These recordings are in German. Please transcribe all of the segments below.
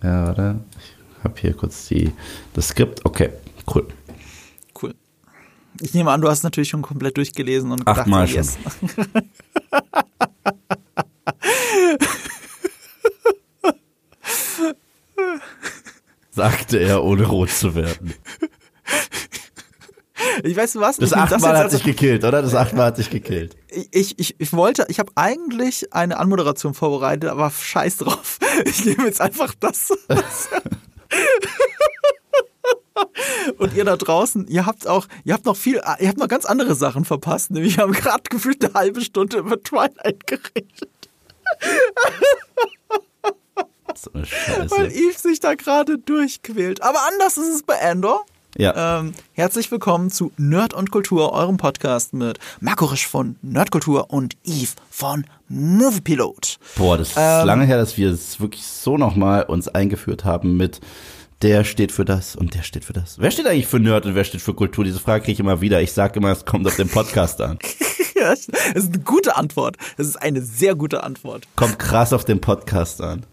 Ja, warte. Ich habe hier kurz das Skript. Okay, cool. Cool. Ich nehme an, du hast natürlich schon komplett durchgelesen und gedacht, 8-mal yes. Sagte er, ohne rot zu werden. Ich weiß was. Das 8-mal hat sich gekillt, oder? Das 8-mal hat sich gekillt. Ich habe eigentlich eine Anmoderation vorbereitet, aber scheiß drauf. Ich nehme jetzt einfach das. Und ihr da draußen, ihr habt noch ganz andere Sachen verpasst. Nämlich wir haben gerade gefühlt eine halbe Stunde über Twilight geredet. So eine Scheiße. Weil Eve sich da gerade durchquält. Aber anders ist es bei Andor. Ja. Herzlich willkommen zu Nerd und Kultur, eurem Podcast mit Marco Risch von Nerdkultur und Eve von Moviepilot. Boah, das ist lange her, dass wir es wirklich so nochmal uns eingeführt haben mit der steht für das und der steht für das. Wer steht eigentlich für Nerd und wer steht für Kultur? Diese Frage kriege ich immer wieder. Ich sage immer, es kommt auf den Podcast an. Ja, das ist eine gute Antwort. Das ist eine sehr gute Antwort. Kommt krass auf den Podcast an.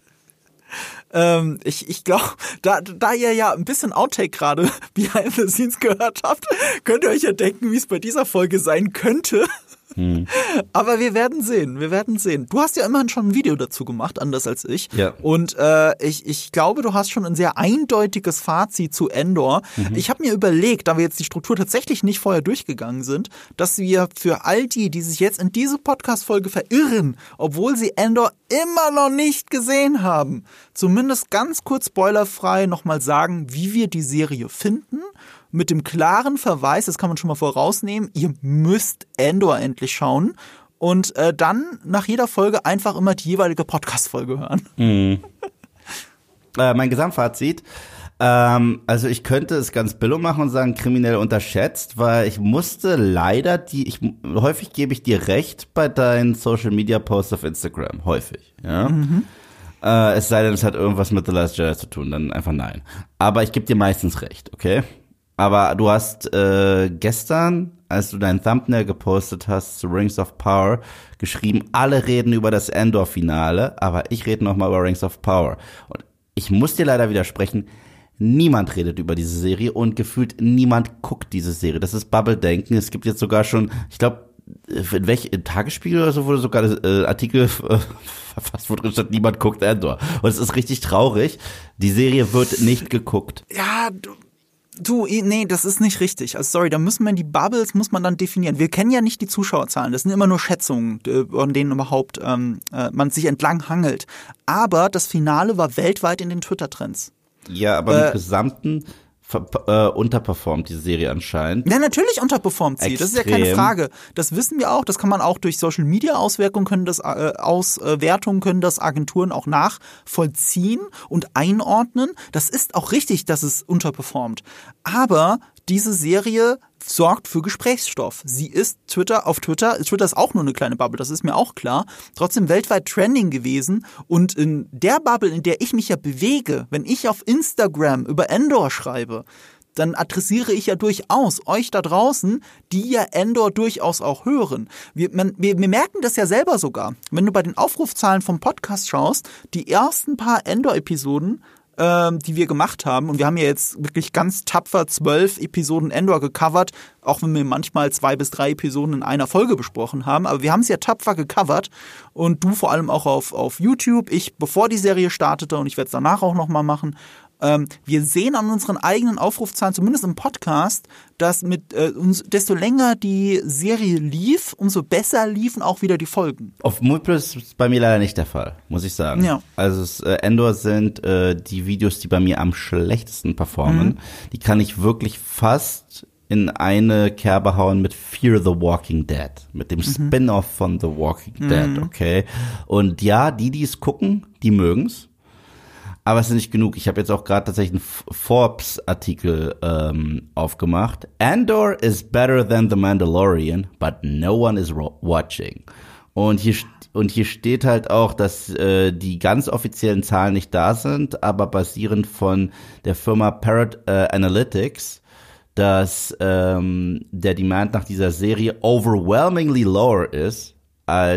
Ich glaube, da ihr ja ein bisschen Outtake gerade behind the scenes gehört habt, könnt ihr euch ja denken, wie es bei dieser Folge sein könnte. Aber wir werden sehen. Du hast ja immerhin schon ein Video dazu gemacht, anders als ich. Ja. Und ich glaube, du hast schon ein sehr eindeutiges Fazit zu Andor. Ich habe mir überlegt, da wir jetzt die Struktur tatsächlich nicht vorher durchgegangen sind, dass wir für all die sich jetzt in diese Podcast-Folge verirren, obwohl sie Andor immer noch nicht gesehen haben, zumindest ganz kurz spoilerfrei nochmal sagen, wie wir die Serie finden. Mit dem klaren Verweis, das kann man schon mal vorausnehmen, ihr müsst Andor endlich schauen und dann nach jeder Folge einfach immer die jeweilige Podcast-Folge hören. Mein Gesamtfazit, also ich könnte es ganz billo machen und sagen, kriminell unterschätzt, weil ich musste leider häufig gebe ich dir recht bei deinen Social-Media-Posts auf Instagram, häufig, ja. Es sei denn, es hat irgendwas mit The Last Jedi zu tun, dann einfach nein. Aber ich gebe dir meistens recht, okay? Aber du hast gestern, als du dein Thumbnail gepostet hast zu Rings of Power, geschrieben, alle reden über das Andor-Finale, aber ich rede nochmal über Rings of Power. Und ich muss dir leider widersprechen, niemand redet über diese Serie und gefühlt niemand guckt diese Serie. Das ist Bubble-Denken. Es gibt jetzt sogar schon, ich glaube, im Tagesspiegel oder so wurde sogar das Artikel verfasst, wo drin steht, niemand guckt Andor. Und es ist richtig traurig. Die Serie wird nicht geguckt. Ja, nee, das ist nicht richtig. Also sorry, da muss man dann definieren. Wir kennen ja nicht die Zuschauerzahlen. Das sind immer nur Schätzungen, an denen überhaupt man sich entlang hangelt. Aber das Finale war weltweit in den Twitter-Trends. Ja, aber im Gesamten unterperformt die Serie anscheinend. Ja, natürlich unterperformt sie. Das ist ja keine Frage. Das wissen wir auch. Das kann man auch durch Social Media Auswertungen können das Agenturen auch nachvollziehen und einordnen. Das ist auch richtig, dass es unterperformt. Aber diese Serie sorgt für Gesprächsstoff. Sie ist auf Twitter ist auch nur eine kleine Bubble, das ist mir auch klar, trotzdem weltweit trending gewesen und in der Bubble, in der ich mich ja bewege, wenn ich auf Instagram über Andor schreibe, dann adressiere ich ja durchaus euch da draußen, die ja Andor durchaus auch hören. Wir merken das ja selber sogar. Wenn du bei den Aufrufzahlen vom Podcast schaust, die ersten paar Andor-Episoden, die wir gemacht haben. Und wir haben ja jetzt wirklich ganz tapfer 12 Episoden Andor gecovert, auch wenn wir manchmal 2 bis 3 Episoden in einer Folge besprochen haben. Aber wir haben es ja tapfer gecovert. Und du vor allem auch auf YouTube. Ich, bevor die Serie startete, und ich werde es danach auch nochmal machen, wir sehen an unseren eigenen Aufrufzahlen, zumindest im Podcast, dass desto länger die Serie lief, umso besser liefen auch wieder die Folgen. Auf Moviepilot ist bei mir leider nicht der Fall, muss ich sagen. Ja. Also Andor sind die Videos, die bei mir am schlechtesten performen. Die kann ich wirklich fast in eine Kerbe hauen mit Fear the Walking Dead, mit dem Spin-off von The Walking Dead, okay? Und ja, die es gucken, die mögen's. Aber es ist nicht genug. Ich habe jetzt auch gerade tatsächlich einen Forbes-Artikel aufgemacht. Andor is better than The Mandalorian, but no one is watching. Und hier steht halt auch, dass die ganz offiziellen Zahlen nicht da sind, aber basierend von der Firma Parrot Analytics, dass der Demand nach dieser Serie overwhelmingly lower ist als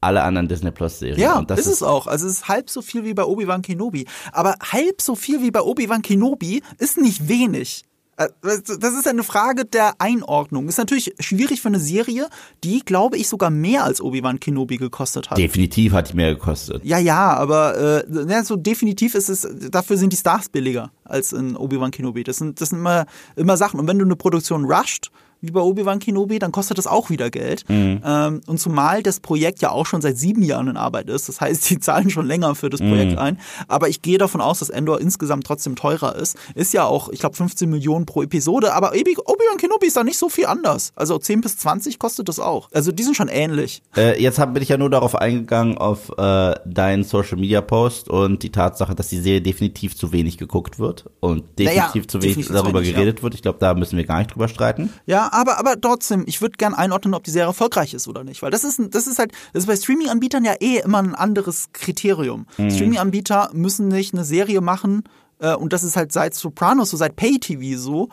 alle anderen Disney-Plus-Serien. Ja, und das ist es auch. Also es ist halb so viel wie bei Obi-Wan Kenobi. Aber halb so viel wie bei Obi-Wan Kenobi ist nicht wenig. Das ist eine Frage der Einordnung. Ist natürlich schwierig für eine Serie, die, glaube ich, sogar mehr als Obi-Wan Kenobi gekostet hat. Definitiv hat die mehr gekostet. Ja, aber so definitiv ist es, dafür sind die Stars billiger als in Obi-Wan Kenobi. Das sind immer Sachen. Und wenn du eine Produktion rusht, wie bei Obi-Wan Kenobi, dann kostet das auch wieder Geld. Und zumal das Projekt ja auch schon seit 7 Jahren in Arbeit ist. Das heißt, die zahlen schon länger für das Projekt ein. Aber ich gehe davon aus, dass Endor insgesamt trotzdem teurer ist. Ist ja auch, ich glaube, 15 Millionen pro Episode. Aber Obi-Wan Kenobi ist da nicht so viel anders. Also 10 bis 20 kostet das auch. Also die sind schon ähnlich. Jetzt bin ich ja nur darauf eingegangen, auf deinen Social-Media-Post und die Tatsache, dass die Serie definitiv zu wenig geguckt wird und definitiv zu wenig darüber geredet wird. Ich glaube, da müssen wir gar nicht drüber streiten. Ja, aber trotzdem, ich würde gern einordnen, ob die Serie erfolgreich ist oder nicht, weil das ist bei Streaming-Anbietern ja immer ein anderes Kriterium. Streaming-Anbieter müssen nicht eine Serie machen, und das ist halt seit Sopranos, so seit Pay-TV so,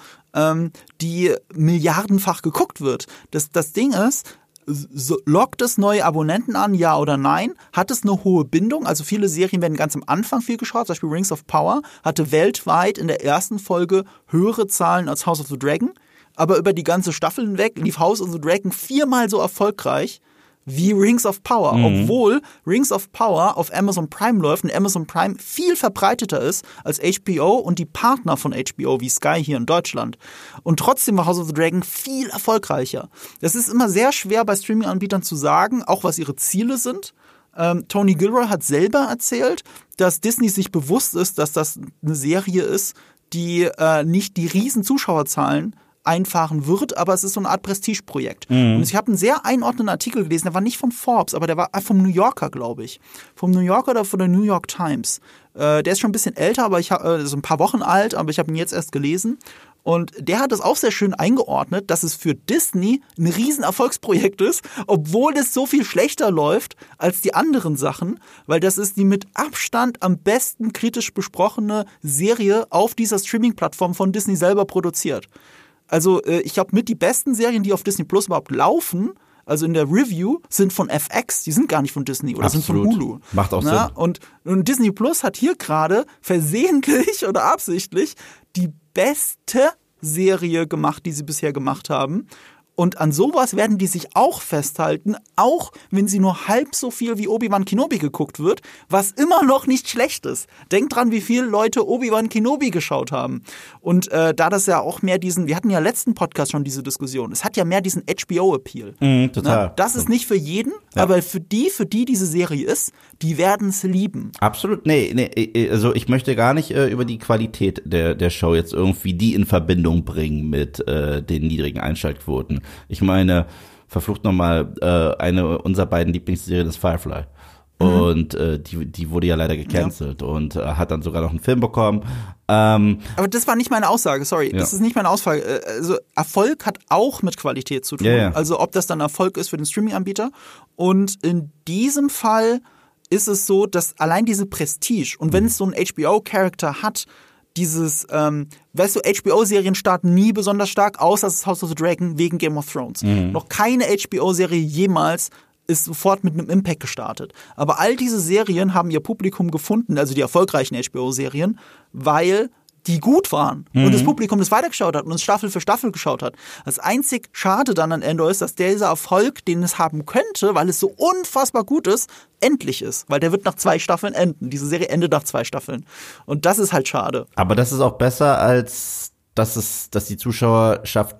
die milliardenfach geguckt wird. Das Ding ist, lockt es neue Abonnenten an, ja oder nein? Hat es eine hohe Bindung? Also viele Serien werden ganz am Anfang viel geschaut. Zum Beispiel Rings of Power hatte weltweit in der ersten Folge höhere Zahlen als House of the Dragon. Aber über die ganze Staffel hinweg lief House of the Dragon 4-mal so erfolgreich wie Rings of Power. Obwohl Rings of Power auf Amazon Prime läuft und Amazon Prime viel verbreiteter ist als HBO und die Partner von HBO wie Sky hier in Deutschland. Und trotzdem war House of the Dragon viel erfolgreicher. Das ist immer sehr schwer bei Streaming-Anbietern zu sagen, auch was ihre Ziele sind. Tony Gilroy hat selber erzählt, dass Disney sich bewusst ist, dass das eine Serie ist, die nicht die riesen Zuschauerzahlen einfahren wird, aber es ist so eine Art Prestigeprojekt. Und ich habe einen sehr einordnenden Artikel gelesen, der war nicht von Forbes, aber der war vom New Yorker, glaube ich. Vom New Yorker oder von der New York Times. Der ist schon ein bisschen älter, aber so ein paar Wochen alt, aber ich habe ihn jetzt erst gelesen. Und der hat es auch sehr schön eingeordnet, dass es für Disney ein Riesenerfolgsprojekt ist, obwohl es so viel schlechter läuft als die anderen Sachen, weil das ist die mit Abstand am besten kritisch besprochene Serie auf dieser Streaming-Plattform von Disney selber produziert. Also ich glaube, mit die besten Serien, die auf Disney Plus überhaupt laufen, also in der Review, sind von FX, die sind gar nicht von Disney oder Absolut. sind von Hulu. Macht auch Sinn. Und Disney Plus hat hier gerade versehentlich oder absichtlich die beste Serie gemacht, die sie bisher gemacht haben. Und an sowas werden die sich auch festhalten, auch wenn sie nur halb so viel wie Obi-Wan Kenobi geguckt wird, was immer noch nicht schlecht ist. Denkt dran, wie viele Leute Obi-Wan Kenobi geschaut haben. Und da das ja auch mehr wir hatten ja letzten Podcast schon diese Diskussion, es hat ja mehr diesen HBO-Appeal. Total. Na, das ist nicht für jeden, aber für die diese Serie ist, die werden es lieben. Absolut, nee, also ich möchte gar nicht über die Qualität der Show jetzt irgendwie die in Verbindung bringen mit den niedrigen Einschaltquoten. Ich meine, verflucht nochmal, eine unserer beiden Lieblingsserien ist Firefly. Und die wurde ja leider gecancelt und hat dann sogar noch einen Film bekommen. Aber das war nicht meine Aussage, sorry. Das ist nicht meine Aussage. Also Erfolg hat auch mit Qualität zu tun. Ja. Also ob das dann Erfolg ist für den Streaming-Anbieter. Und in diesem Fall ist es so, dass allein diese Prestige und wenn es so einen HBO-Charakter hat, dieses, weißt du, HBO-Serien starten nie besonders stark, außer es ist House of the Dragon wegen Game of Thrones. Noch keine HBO-Serie jemals ist sofort mit einem Impact gestartet. Aber all diese Serien haben ihr Publikum gefunden, also die erfolgreichen HBO-Serien, weil die gut waren und das Publikum das weitergeschaut hat und es Staffel für Staffel geschaut hat. Das einzig Schade dann an Endor ist, dass dieser Erfolg, den es haben könnte, weil es so unfassbar gut ist, endlich ist. Weil der wird nach 2 Staffeln enden. Diese Serie endet nach 2 Staffeln. Und das ist halt schade. Aber das ist auch besser, als dass die Zuschauerschaft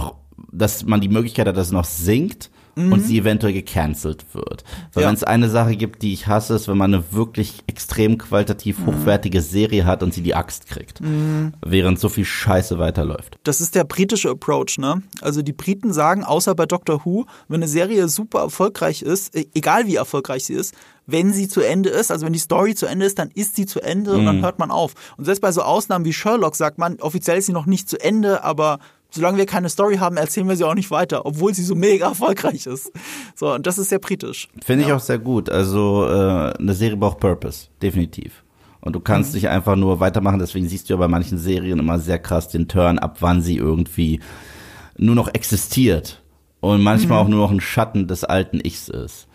dass man die Möglichkeit hat, dass es noch sinkt und sie eventuell gecancelt wird. Weil wenn es eine Sache gibt, die ich hasse, ist, wenn man eine wirklich extrem qualitativ hochwertige Serie hat und sie die Axt kriegt, während so viel Scheiße weiterläuft. Das ist der britische Approach, ne? Also die Briten sagen, außer bei Doctor Who, wenn eine Serie super erfolgreich ist, egal wie erfolgreich sie ist, wenn sie zu Ende ist, also wenn die Story zu Ende ist, dann ist sie zu Ende und dann hört man auf. Und selbst bei so Ausnahmen wie Sherlock sagt man, offiziell ist sie noch nicht zu Ende, aber solange wir keine Story haben, erzählen wir sie auch nicht weiter, obwohl sie so mega erfolgreich ist. So, und das ist sehr britisch. Finde ich auch sehr gut. Also eine Serie braucht Purpose, definitiv. Und du kannst nicht einfach nur weitermachen, deswegen siehst du ja bei manchen Serien immer sehr krass den Turn, ab wann sie irgendwie nur noch existiert und manchmal auch nur noch ein Schatten des alten Ichs ist.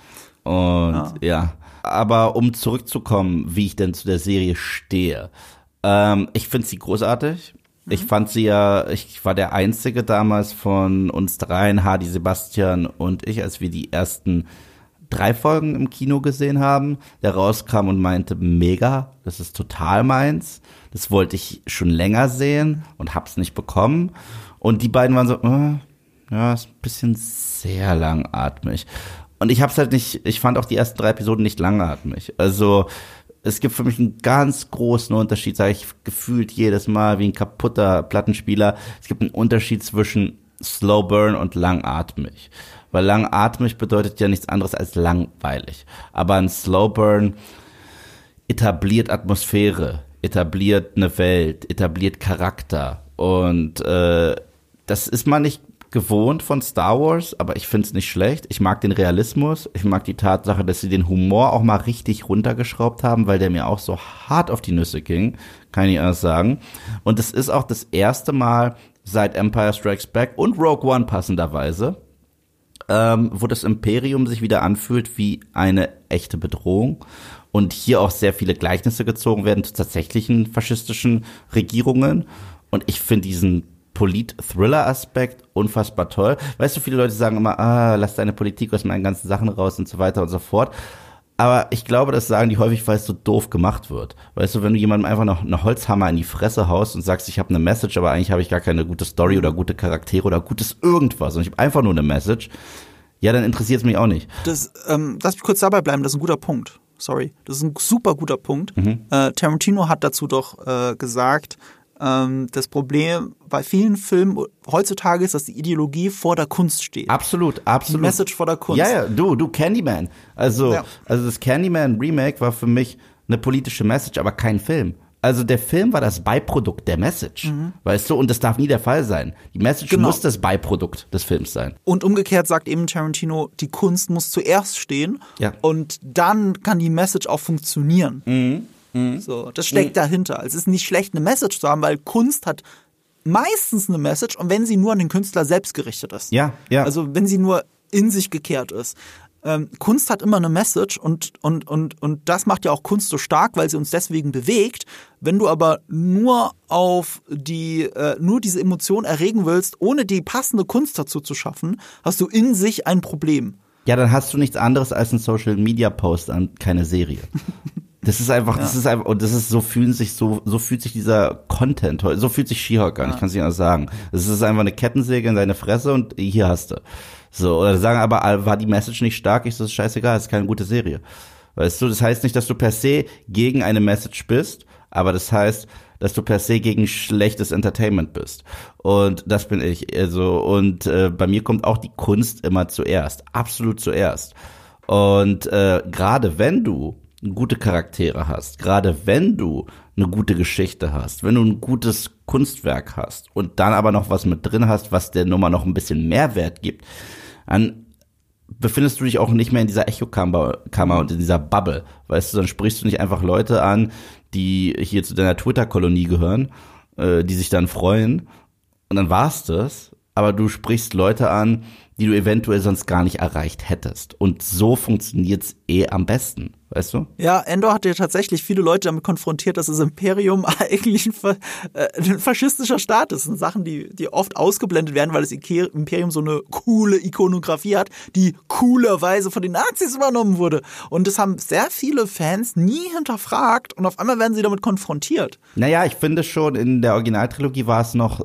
Und ja. Aber um zurückzukommen, wie ich denn zu der Serie stehe. Ich finde sie großartig. Ich fand sie ich war der Einzige damals von uns dreien, Hardy, Sebastian und ich, als wir die ersten 3 Folgen im Kino gesehen haben, der rauskam und meinte, mega, das ist total meins. Das wollte ich schon länger sehen und hab's nicht bekommen. Und die beiden waren so, ja, ist ein bisschen sehr langatmig. Und ich fand auch die ersten 3 Episoden nicht langatmig. Also, es gibt für mich einen ganz großen Unterschied, sage ich gefühlt jedes Mal wie ein kaputter Plattenspieler. Es gibt einen Unterschied zwischen Slow Burn und langatmig. Weil langatmig bedeutet ja nichts anderes als langweilig. Aber ein Slow Burn etabliert Atmosphäre, etabliert eine Welt, etabliert Charakter. Und das ist man nicht gewohnt von Star Wars, aber ich find's nicht schlecht. Ich mag den Realismus. Ich mag die Tatsache, dass sie den Humor auch mal richtig runtergeschraubt haben, weil der mir auch so hart auf die Nüsse ging. Kann ich anders sagen. Und es ist auch das erste Mal seit Empire Strikes Back und Rogue One passenderweise, wo das Imperium sich wieder anfühlt wie eine echte Bedrohung und hier auch sehr viele Gleichnisse gezogen werden zu tatsächlichen faschistischen Regierungen. Und ich finde diesen Polit-Thriller-Aspekt unfassbar toll. Weißt du, viele Leute sagen immer, lass deine Politik aus meinen ganzen Sachen raus und so weiter und so fort. Aber ich glaube, das sagen die häufig, weil es so doof gemacht wird. Weißt du, wenn du jemandem einfach noch einen Holzhammer in die Fresse haust und sagst, ich habe eine Message, aber eigentlich habe ich gar keine gute Story oder gute Charaktere oder gutes irgendwas und ich habe einfach nur eine Message, ja, dann interessiert es mich auch nicht. Lass mich kurz dabei bleiben, das ist ein guter Punkt. Sorry, das ist ein super guter Punkt. Tarantino hat dazu doch gesagt, das Problem bei vielen Filmen heutzutage ist, dass die Ideologie vor der Kunst steht. Absolut. Die Message vor der Kunst. Ja, du, Candyman. Also das Candyman Remake war für mich eine politische Message, aber kein Film. Also der Film war das Beiprodukt der Message, weißt du, und das darf nie der Fall sein. Die Message muss das Beiprodukt des Films sein. Und umgekehrt sagt eben Tarantino, die Kunst muss zuerst stehen und dann kann die Message auch funktionieren. So, das steckt dahinter. Es ist nicht schlecht, eine Message zu haben, weil Kunst hat meistens eine Message und wenn sie nur an den Künstler selbst gerichtet ist. Ja. Also wenn sie nur in sich gekehrt ist. Kunst hat immer eine Message und das macht ja auch Kunst so stark, weil sie uns deswegen bewegt. Wenn du aber nur nur diese Emotion erregen willst, ohne die passende Kunst dazu zu schaffen, hast du in sich ein Problem. Ja, dann hast du nichts anderes als einen Social-Media-Post an keine Serie. Das ist einfach, und so fühlt sich dieser Content, so fühlt sich She-Hulk an, ich kann es nicht anders sagen. Es ist einfach eine Kettensäge in deine Fresse und hier hast du. So, oder sagen aber, war die Message nicht stark? Ich so, ist scheißegal, es ist keine gute Serie. Weißt du, das heißt nicht, dass du per se gegen eine Message bist, aber das heißt, dass du per se gegen schlechtes Entertainment bist. Und das bin ich. Also, und bei mir kommt auch die Kunst immer zuerst, absolut zuerst. Und gerade wenn du gute Charaktere hast, gerade wenn du eine gute Geschichte hast, wenn du ein gutes Kunstwerk hast und dann aber noch was mit drin hast, was der Nummer noch ein bisschen Mehrwert gibt, dann befindest du dich auch nicht mehr in dieser Echokammer und in dieser Bubble, weißt du, dann sprichst du nicht einfach Leute an, die hier zu deiner Twitter-Kolonie gehören, die sich dann freuen und dann war's das, aber du sprichst Leute an, die du eventuell sonst gar nicht erreicht hättest. Und so funktioniert's am besten, weißt du? Ja, Endor hat ja tatsächlich viele Leute damit konfrontiert, dass das Imperium eigentlich ein faschistischer Staat ist. Das sind Sachen, die oft ausgeblendet werden, weil das Imperium so eine coole Ikonografie hat, die coolerweise von den Nazis übernommen wurde. Und das haben sehr viele Fans nie hinterfragt und auf einmal werden sie damit konfrontiert. Naja, ich finde schon, in der Originaltrilogie war es noch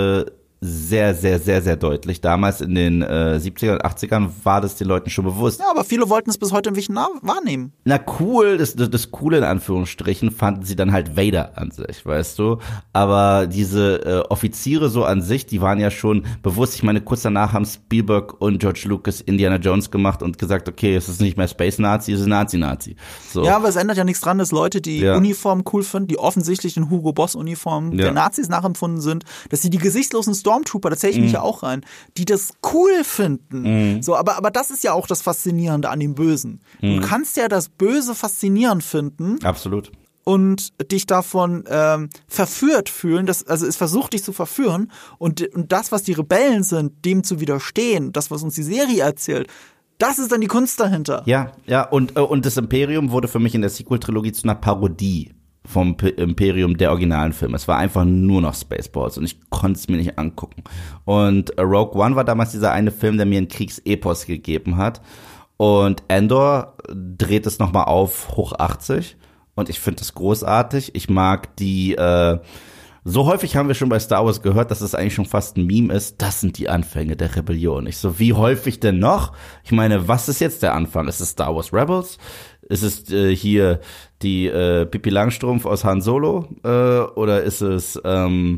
sehr, sehr, sehr, sehr deutlich. Damals in den 70er und 80ern war das den Leuten schon bewusst. Ja, aber viele wollten es bis heute nicht wahrnehmen. Na cool, das Coole in Anführungsstrichen fanden sie dann halt Vader an sich, weißt du. Aber diese Offiziere so an sich, die waren ja schon bewusst. Ich meine, kurz danach haben Spielberg und George Lucas Indiana Jones gemacht und gesagt, okay, es ist nicht mehr Space Nazi, es ist Nazi-Nazi. So. Ja, aber es ändert ja nichts dran, dass Leute, die Uniformen cool finden, die offensichtlich in Hugo Boss Uniformen der Nazis nachempfunden sind, dass sie die gesichtslosen Stormtrooper, da zähle ich mich ja auch rein, die das cool finden. So, aber das ist ja auch das Faszinierende an dem Bösen. Du kannst ja das Böse faszinierend finden. Absolut. Und dich davon verführt fühlen, also es versucht dich zu verführen und das, was die Rebellen sind, dem zu widerstehen, das, was uns die Serie erzählt, Das ist dann die Kunst dahinter. Ja, und das Imperium wurde für mich in der Sequel-Trilogie zu einer Parodie vom Imperium der originalen Filme. Es war einfach nur noch Spaceballs und ich konnte es mir nicht angucken. Und Rogue One war damals dieser eine Film, der mir einen Kriegsepos gegeben hat. Und Andor dreht es nochmal auf hoch 80 und ich finde das großartig. Ich mag die, so häufig haben wir schon bei Star Wars gehört, dass es eigentlich schon fast ein Meme ist. Das sind die Anfänge der Rebellion. Ich so, wie häufig denn noch? Ich meine, was ist jetzt der Anfang? Ist es Star Wars Rebels? Ist es hier die Pippi Langstrumpf aus Han Solo? Oder ist es Rogue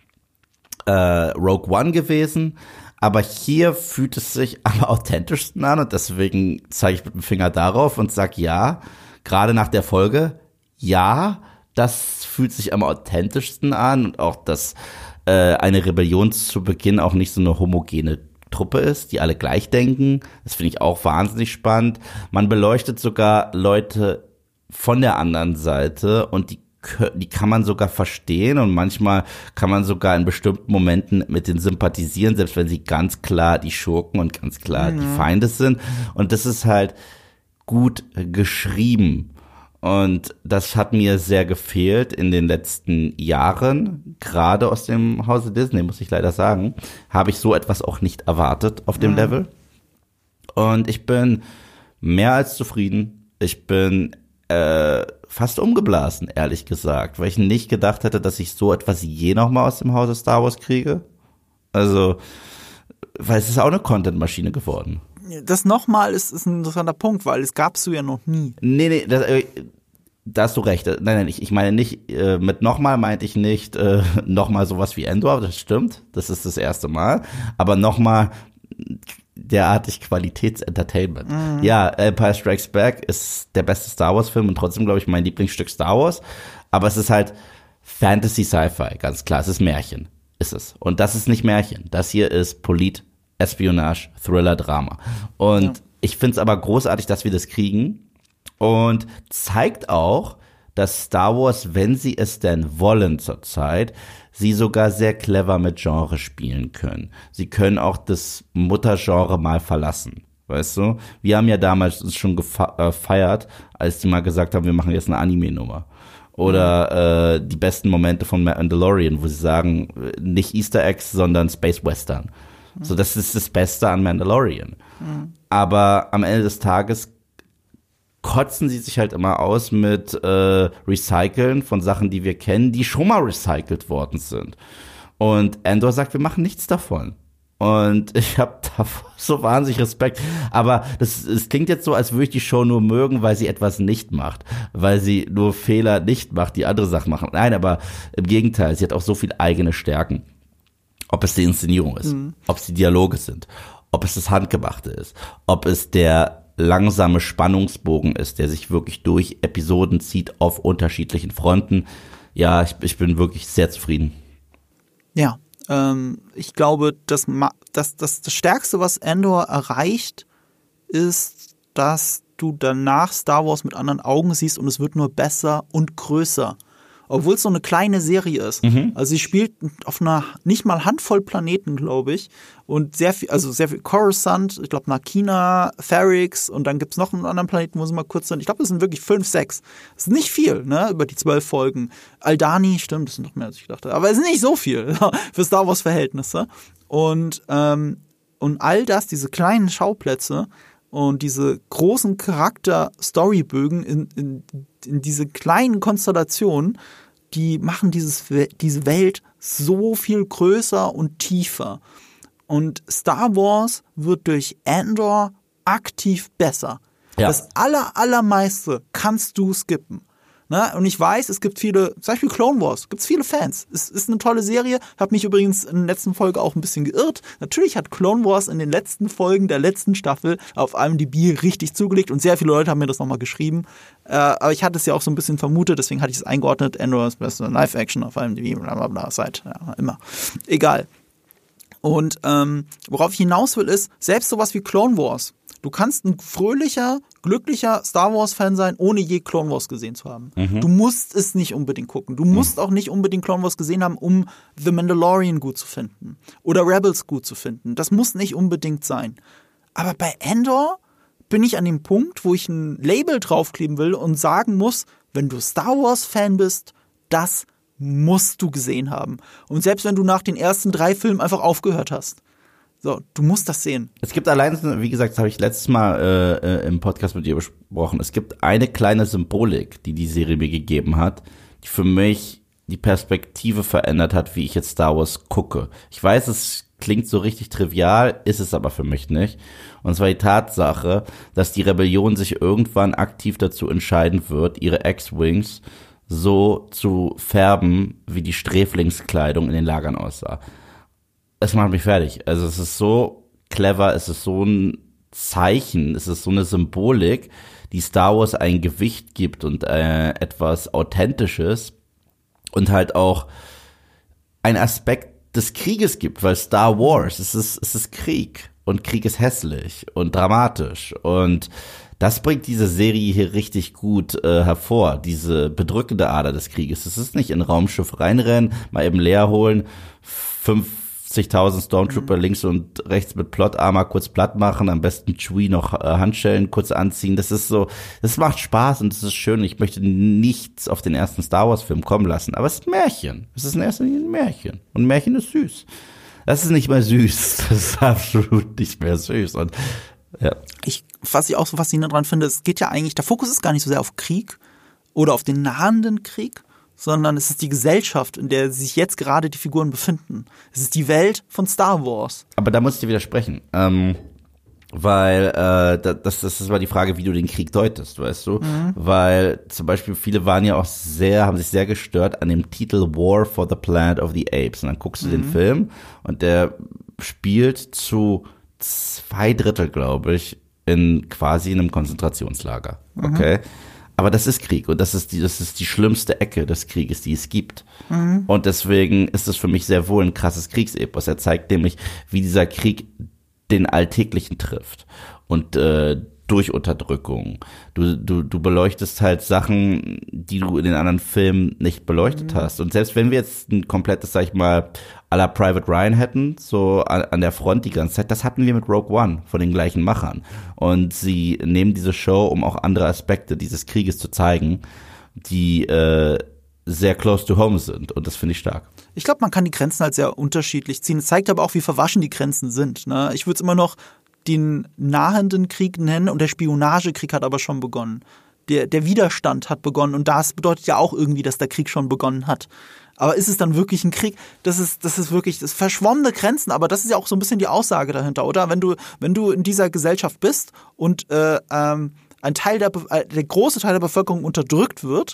One gewesen? Aber hier fühlt es sich am authentischsten an und deswegen zeige ich mit dem Finger darauf und sag ja, gerade nach der Folge, ja, das fühlt sich am authentischsten an und auch, dass eine Rebellion zu Beginn auch nicht so eine homogene Truppe ist, die alle gleich denken. Das finde ich auch wahnsinnig spannend. Man beleuchtet sogar Leute von der anderen Seite und die kann man sogar verstehen und manchmal kann man sogar in bestimmten Momenten mit denen sympathisieren, selbst wenn sie ganz klar die Schurken und ganz klar die Feinde sind. Und das ist halt gut geschrieben. Und das hat mir sehr gefehlt in den letzten Jahren, gerade aus dem Hause Disney, muss ich leider sagen, habe ich so etwas auch nicht erwartet auf dem Level. Und ich bin mehr als zufrieden. Ich bin fast umgeblasen, ehrlich gesagt, weil ich nicht gedacht hätte, dass ich so etwas je noch mal aus dem Hause Star Wars kriege. Also, weil es ist auch eine Content-Maschine geworden. Das nochmal ist ein interessanter Punkt, weil es gab's so ja noch nie. Nee, da hast du recht. Nein, ich meine nicht, mit nochmal meinte ich nicht nochmal sowas wie Endor, das stimmt, das ist das erste Mal, aber nochmal derartig Qualitätsentertainment. Ja, Empire Strikes Back ist der beste Star Wars Film und trotzdem, glaube ich, mein Lieblingsstück Star Wars, aber es ist halt Fantasy Sci-Fi, ganz klar, es ist Märchen, ist es. Und das ist nicht Märchen, das hier ist Espionage, Thriller, Drama. Und ich finde es aber großartig, dass wir das kriegen und zeigt auch, dass Star Wars, wenn sie es denn wollen zurzeit, sie sogar sehr clever mit Genre spielen können. Sie können auch das Muttergenre mal verlassen, weißt du? Wir haben ja damals uns schon gefeiert, als die mal gesagt haben, wir machen jetzt eine Anime-Nummer. Oder die besten Momente von Mandalorian, wo sie sagen, nicht Easter Eggs, sondern Space Western. So, das ist das Beste an Mandalorian. Aber am Ende des Tages kotzen sie sich halt immer aus mit Recyceln von Sachen, die wir kennen, die schon mal recycelt worden sind. Und Andor sagt, wir machen nichts davon. Und ich habe da so wahnsinnig Respekt. Aber es klingt jetzt so, als würde ich die Show nur mögen, weil sie etwas nicht macht. Weil sie nur Fehler nicht macht, die andere Sachen machen. Nein, aber im Gegenteil, sie hat auch so viel eigene Stärken. Ob es die Inszenierung ist, ob es die Dialoge sind, ob es das Handgemachte ist, ob es der langsame Spannungsbogen ist, der sich wirklich durch Episoden zieht auf unterschiedlichen Fronten. Ja, ich bin wirklich sehr zufrieden. Ja, ich glaube, das Stärkste, was Andor erreicht, ist, dass du danach Star Wars mit anderen Augen siehst und es wird nur besser und größer. Obwohl es so eine kleine Serie ist. Also sie spielt auf einer nicht mal Handvoll Planeten, glaube ich. Und sehr viel Coruscant, ich glaube Narkina, Ferrix und dann gibt's noch einen anderen Planeten, wo sie mal kurz sind. Ich glaube, das sind wirklich 5, 6. Das ist nicht viel, ne, über die 12 Folgen. Aldani, stimmt, das sind noch mehr, als ich dachte. Aber es ist nicht so viel für Star Wars Verhältnisse. Und all das, diese kleinen Schauplätze und diese großen Charakter-Storybögen in diese kleinen Konstellationen, die machen diese Welt so viel größer und tiefer. Und Star Wars wird durch Andor aktiv besser. Ja. Das allermeiste kannst du skippen. Ne? Und ich weiß, es gibt viele, zum Beispiel Clone Wars, gibt es viele Fans. Es ist eine tolle Serie. Habe mich übrigens in der letzten Folge auch ein bisschen geirrt. Natürlich hat Clone Wars in den letzten Folgen der letzten Staffel auf IMDb richtig zugelegt und sehr viele Leute haben mir das nochmal geschrieben. Aber ich hatte es ja auch so ein bisschen vermutet, deswegen hatte ich es eingeordnet. Andor ist beste Live-Action auf IMDb, bla bla bla, seit immer. Egal. Und worauf ich hinaus will ist, selbst sowas wie Clone Wars. Du kannst ein fröhlicher, glücklicher Star Wars-Fan sein, ohne je Clone Wars gesehen zu haben. Du musst es nicht unbedingt gucken. Du musst auch nicht unbedingt Clone Wars gesehen haben, um The Mandalorian gut zu finden. Oder Rebels gut zu finden. Das muss nicht unbedingt sein. Aber bei Andor bin ich an dem Punkt, wo ich ein Label draufkleben will und sagen muss, wenn du Star Wars-Fan bist, das musst du gesehen haben. Und selbst wenn du nach den ersten 3 Filmen einfach aufgehört hast. So, du musst das sehen. Es gibt allein, wie gesagt, das habe ich letztes Mal im Podcast mit dir besprochen, es gibt eine kleine Symbolik, die Serie mir gegeben hat, die für mich die Perspektive verändert hat, wie ich jetzt Star Wars gucke. Ich weiß, es klingt so richtig trivial, ist es aber für mich nicht. Und zwar die Tatsache, dass die Rebellion sich irgendwann aktiv dazu entscheiden wird, ihre X-Wings so zu färben, wie die Sträflingskleidung in den Lagern aussah. Es macht mich fertig. Also es ist so clever, es ist so ein Zeichen, es ist so eine Symbolik, die Star Wars ein Gewicht gibt und etwas Authentisches und halt auch ein Aspekt des Krieges gibt, weil Star Wars, es ist Krieg und Krieg ist hässlich und dramatisch und das bringt diese Serie hier richtig gut hervor, diese bedrückende Ader des Krieges. Es ist nicht in ein Raumschiff reinrennen, mal eben leer holen, 50.000 Stormtrooper links und rechts mit Plot-Armor kurz platt machen, am besten Chewie noch Handschellen kurz anziehen. Das ist so, das macht Spaß und das ist schön. Ich möchte nichts auf den ersten Star Wars-Film kommen lassen, aber es ist ein Märchen. Es ist in erster Linie ein Märchen. Und ein Märchen ist süß. Das ist nicht mehr süß. Das ist absolut nicht mehr süß. Und ja. Was ich auch so faszinierend daran finde, es geht ja eigentlich, der Fokus ist gar nicht so sehr auf Krieg oder auf den nahenden Krieg, sondern es ist die Gesellschaft, in der sich jetzt gerade die Figuren befinden. Es ist die Welt von Star Wars. Aber da muss ich dir widersprechen, weil das ist mal die Frage, wie du den Krieg deutest, weißt du? Weil zum Beispiel viele waren ja auch haben sich sehr gestört an dem Titel War for the Planet of the Apes. Und dann guckst du den Film und der spielt zu 2/3, glaube ich, in quasi einem Konzentrationslager. Okay? Aber das ist Krieg und das ist die schlimmste Ecke des Krieges, die es gibt. Und deswegen ist es für mich sehr wohl ein krasses Kriegsepos. Er zeigt nämlich, wie dieser Krieg den Alltäglichen trifft und durch Unterdrückung. Du beleuchtest halt Sachen, die du in den anderen Filmen nicht beleuchtet hast. Und selbst wenn wir jetzt ein komplettes, sag ich mal, à la Private Ryan hätten, so an der Front die ganze Zeit, das hatten wir mit Rogue One von den gleichen Machern. Und sie nehmen diese Show, um auch andere Aspekte dieses Krieges zu zeigen, die sehr close to home sind. Und das finde ich stark. Ich glaube, man kann die Grenzen halt sehr unterschiedlich ziehen. Es zeigt aber auch, wie verwaschen die Grenzen sind. Ne? Ich würde es immer noch den nahenden Krieg nennen und der Spionagekrieg hat aber schon begonnen. Der Widerstand hat begonnen und das bedeutet ja auch irgendwie, dass der Krieg schon begonnen hat. Aber ist es dann wirklich ein Krieg? Das ist wirklich das verschwommene Grenzen, aber das ist ja auch so ein bisschen die Aussage dahinter, oder? Wenn du in dieser Gesellschaft bist und ein Teil der große Teil der Bevölkerung unterdrückt wird,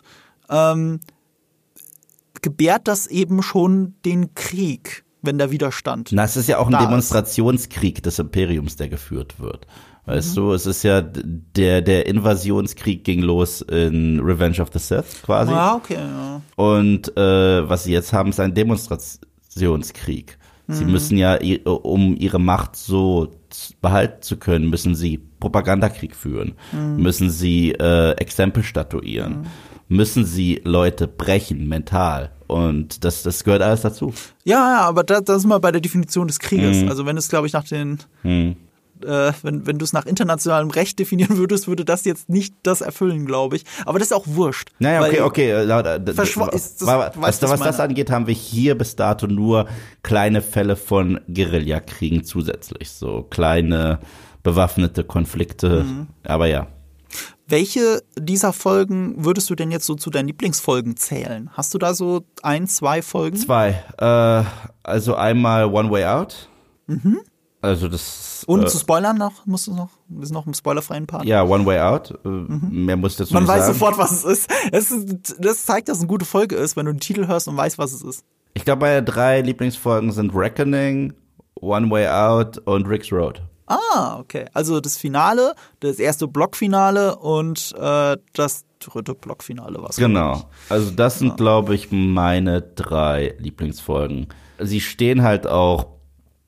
gebärt das eben schon den Krieg, wenn der Widerstand. Na, es ist ja auch ein Demonstrationskrieg des Imperiums, der geführt wird. Weißt du, es ist ja der Invasionskrieg ging los in Revenge of the Sith quasi. Ah, okay, ja. Und was sie jetzt haben, ist ein Demonstrationskrieg. Sie müssen ja, um ihre Macht so behalten zu können, müssen sie Propagandakrieg führen, müssen sie Exempel statuieren, müssen sie Leute brechen, mental. Und das gehört alles dazu. Ja, aber das ist mal bei der Definition des Krieges. Also wenn es, glaube ich, nach den wenn du es nach internationalem Recht definieren würdest, würde das jetzt nicht das erfüllen, glaube ich. Aber das ist auch wurscht. Naja, okay. Was das angeht, haben wir hier bis dato nur kleine Fälle von Guerillakriegen zusätzlich. So kleine bewaffnete Konflikte. Aber ja. Welche dieser Folgen würdest du denn jetzt so zu deinen Lieblingsfolgen zählen? Hast du da so 1, 2 Folgen? 2. Also einmal One Way Out. Also das. Und zu spoilern noch? Wir sind noch im spoilerfreien Part. Ja, One Way Out. Mehr muss ich dazu nicht sagen. Man weiß sofort, was es ist. Das zeigt, dass es eine gute Folge ist, wenn du den Titel hörst und weißt, was es ist. Ich glaube, meine 3 Lieblingsfolgen sind Reckoning, One Way Out und Rick's Road. Ah, okay. Also das Finale, das erste Blockfinale und das dritte Blockfinale war es. Genau. Also das sind, glaube ich, meine 3 Lieblingsfolgen. Sie stehen halt auch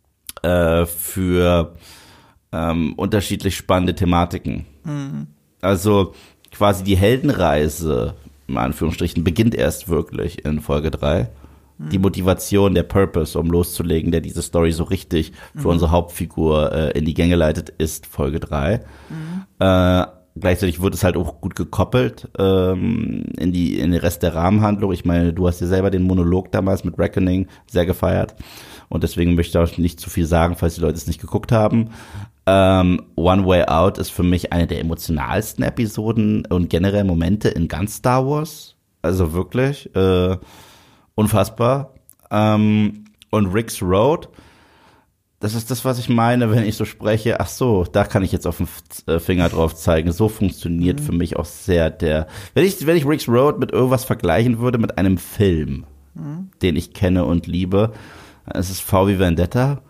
für unterschiedlich spannende Thematiken. Also quasi die Heldenreise, in Anführungsstrichen, beginnt erst wirklich in Folge 3. die Motivation, der Purpose, um loszulegen, der diese Story so richtig für unsere Hauptfigur in die Gänge leitet, ist Folge 3. Gleichzeitig wird es halt auch gut gekoppelt in den Rest der Rahmenhandlung. Ich meine, du hast ja selber den Monolog damals mit Reckoning sehr gefeiert und deswegen möchte ich auch nicht zu viel sagen, falls die Leute es nicht geguckt haben. One Way Out ist für mich eine der emotionalsten Episoden und generell Momente in ganz Star Wars. Also wirklich unfassbar. Und Rick's Road, das ist das, was ich meine, wenn ich so spreche. Ach so, da kann ich jetzt auf den Finger drauf zeigen. So funktioniert für mich auch sehr wenn ich Rick's Road mit irgendwas vergleichen würde, mit einem Film, den ich kenne und liebe, es ist V wie Vendetta.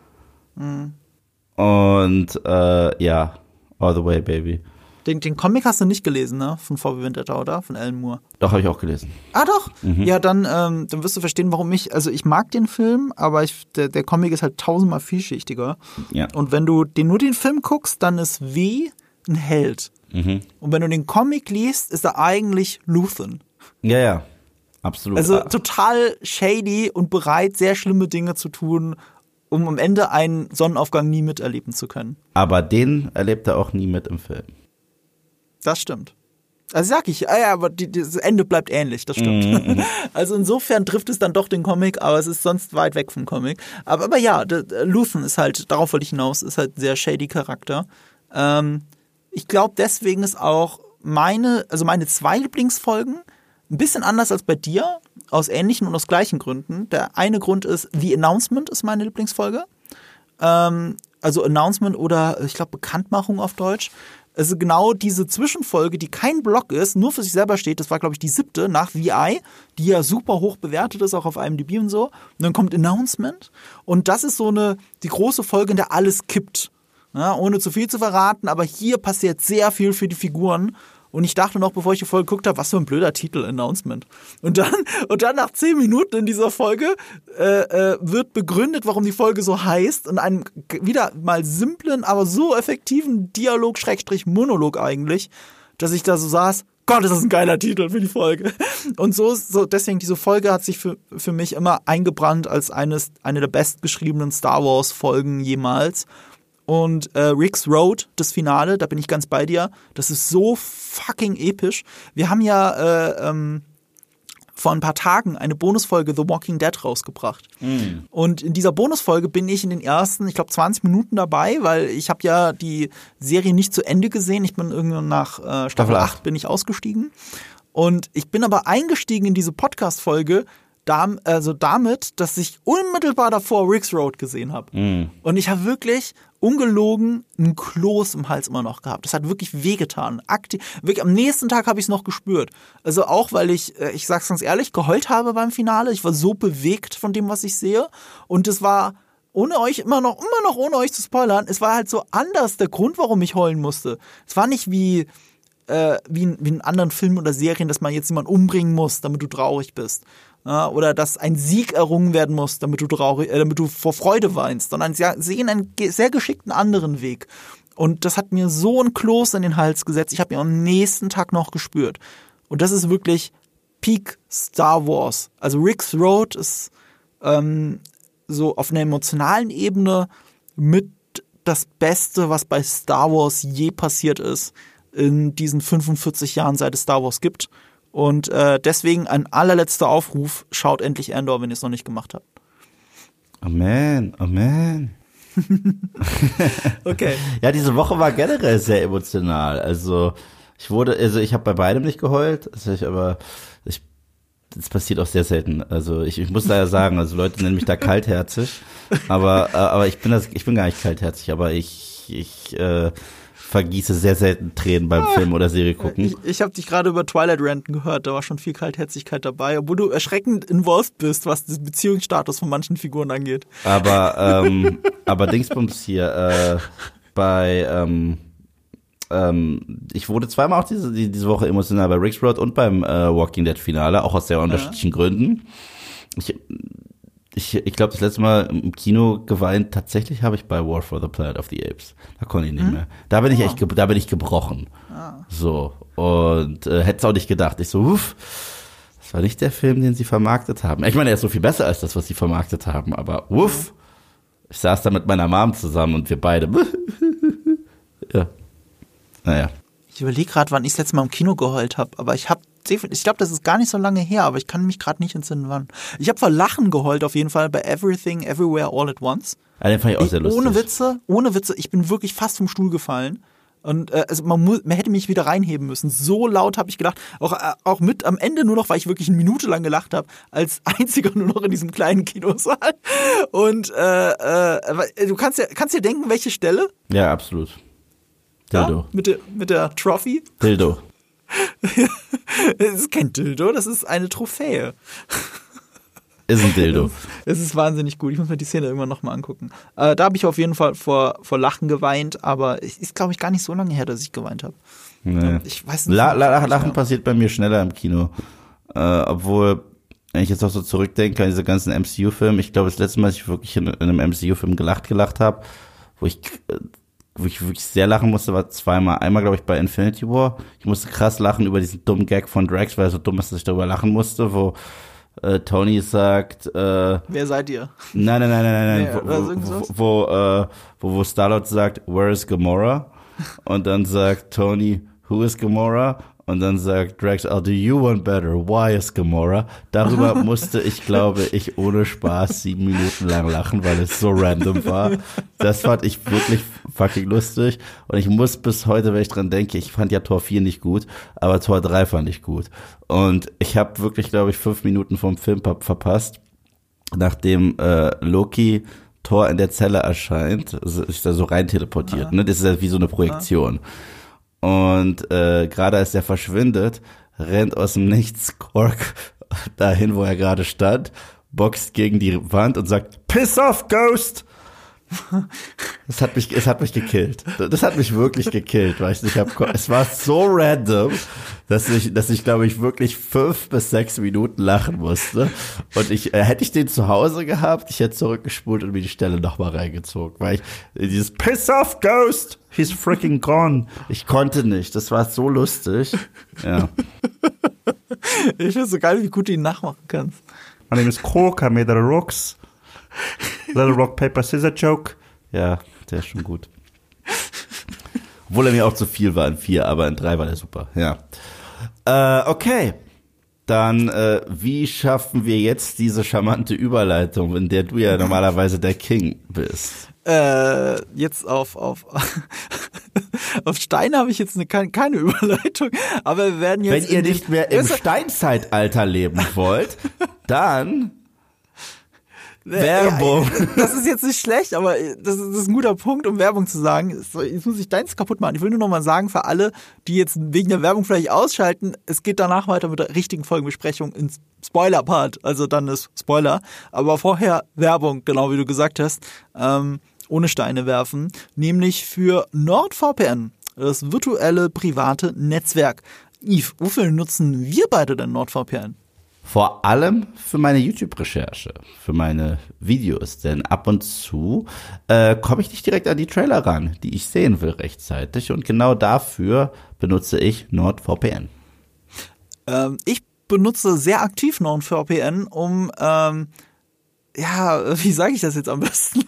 Und ja, All the Way, Baby. Den Comic hast du nicht gelesen, ne? Von V wie Vendetta, oder? Von Alan Moore. Doch, habe ich auch gelesen. Ah, doch? Ja, dann wirst du verstehen, warum ich mag den Film, aber der Comic ist halt 1000-mal vielschichtiger. Ja. Und wenn du nur den Film guckst, dann ist W ein Held. Und wenn du den Comic liest, ist er eigentlich Luthen. Ja, absolut. Also total shady und bereit, sehr schlimme Dinge zu tun, um am Ende einen Sonnenaufgang nie miterleben zu können. Aber den erlebt er auch nie mit im Film. Das stimmt. Also sag ich, aber das Ende bleibt ähnlich, das stimmt. Also insofern trifft es dann doch den Comic, aber es ist sonst weit weg vom Comic. Aber ja, Luthen ist halt, darauf wollte ich hinaus, ist halt ein sehr shady Charakter. Ich glaube, deswegen ist auch meine 2 Lieblingsfolgen ein bisschen anders als bei dir, aus ähnlichen und aus gleichen Gründen. Der eine Grund ist, The Announcement ist meine Lieblingsfolge. Also Announcement oder, ich glaube, Bekanntmachung auf Deutsch. Also genau diese Zwischenfolge, die kein Block ist, nur für sich selber steht, das war, glaube ich, die 7. nach VI, die ja super hoch bewertet ist, auch auf IMDb und so. Und dann kommt Announcement. Und das ist die große Folge, in der alles kippt. Ja, ohne zu viel zu verraten, aber hier passiert sehr viel für die Figuren. Und ich dachte noch, bevor ich die Folge geguckt habe, was für ein blöder Titel, Announcement. Und dann nach 10 Minuten in dieser Folge wird begründet, warum die Folge so heißt. Und einem wieder mal simplen, aber so effektiven Dialog, Monolog eigentlich, dass ich da so saß, Gott, ist das ein geiler Titel für die Folge. Und so deswegen, diese Folge hat sich für mich immer eingebrannt als eine der bestgeschriebenen Star Wars Folgen jemals. Und Rick's Road, das Finale, da bin ich ganz bei dir. Das ist so fucking episch. Wir haben ja vor ein paar Tagen eine Bonusfolge The Walking Dead rausgebracht. Und in dieser Bonusfolge bin ich in den ersten, ich glaube, 20 Minuten dabei, weil ich habe ja die Serie nicht zu Ende gesehen. Ich bin irgendwann nach Staffel 8 bin ich ausgestiegen. Und ich bin aber eingestiegen in diese Podcast-Folge damit, dass ich unmittelbar davor Rick's Road gesehen habe. Und ich habe wirklich ungelogen einen Kloß im Hals immer noch gehabt. Das hat wirklich wehgetan. Wirklich, am nächsten Tag habe ich es noch gespürt. Also auch, weil ich sag's ganz ehrlich, geheult habe beim Finale. Ich war so bewegt von dem, was ich sehe. Und es war ohne euch, immer noch ohne euch zu spoilern, es war halt so anders der Grund, warum ich heulen musste. Es war nicht wie in anderen Filmen oder Serien, dass man jetzt jemanden umbringen muss, damit du traurig bist. Ja, oder dass ein Sieg errungen werden muss, damit du vor Freude weinst, sondern sie sehen einen sehr geschickten anderen Weg. Und das hat mir so einen Kloß in den Hals gesetzt. Ich habe ihn am nächsten Tag noch gespürt. Und das ist wirklich Peak Star Wars. Also Rick's Road ist so auf einer emotionalen Ebene mit das Beste, was bei Star Wars je passiert ist in diesen 45 Jahren, seit es Star Wars gibt. Und deswegen ein allerletzter Aufruf, schaut endlich Andor, wenn ihr es noch nicht gemacht habt. Amen, Amen. Okay. Ja, diese Woche war generell sehr emotional. Also ich habe bei beidem nicht geheult, das passiert auch sehr selten. Also ich muss da ja sagen, also Leute nennen mich da kaltherzig, aber ich bin gar nicht kaltherzig, aber ich vergieße sehr selten Tränen beim Film oder Serie gucken. Ich habe dich gerade über Twilight ranten gehört, da war schon viel Kaltherzigkeit dabei, obwohl du erschreckend involviert bist, was den Beziehungsstatus von manchen Figuren angeht. Aber Dingsbums hier, ich wurde zweimal auch diese Woche emotional bei Rick's Road und beim Walking Dead Finale, auch aus sehr unterschiedlichen Gründen. Ich glaube, das letzte Mal im Kino geweint, tatsächlich habe ich bei War for the Planet of the Apes. Da konnte ich nicht mehr. Da bin ich gebrochen. So. Und hätte es auch nicht gedacht. Ich so, Das war nicht der Film, den sie vermarktet haben. Ich meine, er ist so viel besser als das, was sie vermarktet haben, aber wuff. Ich saß da mit meiner Mom zusammen und wir beide. Ja. Naja. Ich überlege gerade, wann ich das letzte Mal im Kino geheult habe, aber ich glaube, das ist gar nicht so lange her, aber ich kann mich gerade nicht entsinnen, wann. Ich habe vor Lachen geheult auf jeden Fall bei Everything, Everywhere, All at Once. Ja, den fand ich auch sehr lustig. Ohne Witze, ich bin wirklich fast vom Stuhl gefallen. Und also man hätte mich wieder reinheben müssen. So laut habe ich gelacht. Auch mit am Ende nur noch, weil ich wirklich eine Minute lang gelacht habe, als einziger nur noch in diesem kleinen Kinosaal. Und du kannst dir denken, welche Stelle? Ja, absolut. Dildo. Ja, mit der Trophy. Dildo. Es ist kein Dildo, das ist eine Trophäe. Ist ein Dildo. Es ist wahnsinnig gut. Ich muss mir die Szene irgendwann nochmal angucken. Da habe ich auf jeden Fall vor Lachen geweint, aber es ist, glaube ich, gar nicht so lange her, dass ich geweint habe. Nee. Ich weiß nicht. Lachen passiert bei mir schneller im Kino. Obwohl, wenn ich jetzt auch so zurückdenke an diese ganzen MCU-Filme, ich glaube, das letzte Mal, dass ich wirklich in einem MCU-Film gelacht habe, wo ich wirklich sehr lachen musste, war zweimal. Einmal, glaube ich, bei Infinity War. Ich musste krass lachen über diesen dummen Gag von Drax, weil er so dumm ist, dass ich darüber lachen musste, wo Tony sagt, wer seid ihr? Nein. Ja, wo Star-Lord sagt, where is Gamora? Und dann sagt Tony, who is Gamora? Und dann sagt Drax, oh, do you want better? Why is Gamora? Darüber musste ich, glaube ich, ohne Spaß 7 Minuten lang lachen, weil es so random war. Das fand ich wirklich fucking lustig. Und ich muss bis heute, wenn ich dran denke, ich fand ja Tor 4 nicht gut, aber Tor 3 fand ich gut. Und ich habe wirklich, glaube ich, 5 Minuten vom Film verpasst, nachdem Loki Thor in der Zelle erscheint, ist da so rein teleportiert. Ne? Das ist ja wie so eine Projektion. Und gerade als der verschwindet, rennt aus dem Nichts Kork dahin, wo er gerade stand, boxt gegen die Wand und sagt, Piss off, Ghost! Es hat mich gekillt. Das hat mich wirklich gekillt, weißt du, es war so random, dass ich glaube ich wirklich 5 bis 6 Minuten lachen musste. Und hätte ich den zu Hause gehabt, ich hätte zurückgespult und mir die Stelle nochmal reingezogen, weil ich dieses Piss off, Ghost! He's freaking gone. Ich konnte nicht. Das war so lustig. Ja. Ich finde es so geil, wie gut du ihn nachmachen kannst. My name is Kork, I made the rocks. Little Rock, Paper, Scissor Joke. Ja, der ist schon gut. Obwohl er mir auch zu viel war in 4, aber in 3 war der super. Ja. Okay. Dann, wie schaffen wir jetzt diese charmante Überleitung, in der du ja normalerweise der King bist? Jetzt auf Stein habe ich jetzt keine Überleitung, aber wir werden jetzt. Wenn ihr nicht mehr im Steinzeitalter leben wollt, dann Werbung. Ja, das ist jetzt nicht schlecht, aber das ist ein guter Punkt, um Werbung zu sagen. Jetzt muss ich deins kaputt machen. Ich will nur noch mal sagen, für alle, die jetzt wegen der Werbung vielleicht ausschalten, es geht danach weiter mit der richtigen Folgenbesprechung ins Spoiler-Part. Also dann ist Spoiler. Aber vorher Werbung, genau wie du gesagt hast, ohne Steine werfen. Nämlich für NordVPN, das virtuelle private Netzwerk. Yves, wofür nutzen wir beide denn NordVPN? Vor allem für meine YouTube-Recherche, für meine Videos, denn ab und zu komme ich nicht direkt an die Trailer ran, die ich sehen will rechtzeitig, und genau dafür benutze ich NordVPN. Ich benutze sehr aktiv NordVPN, um wie sage ich das jetzt am besten?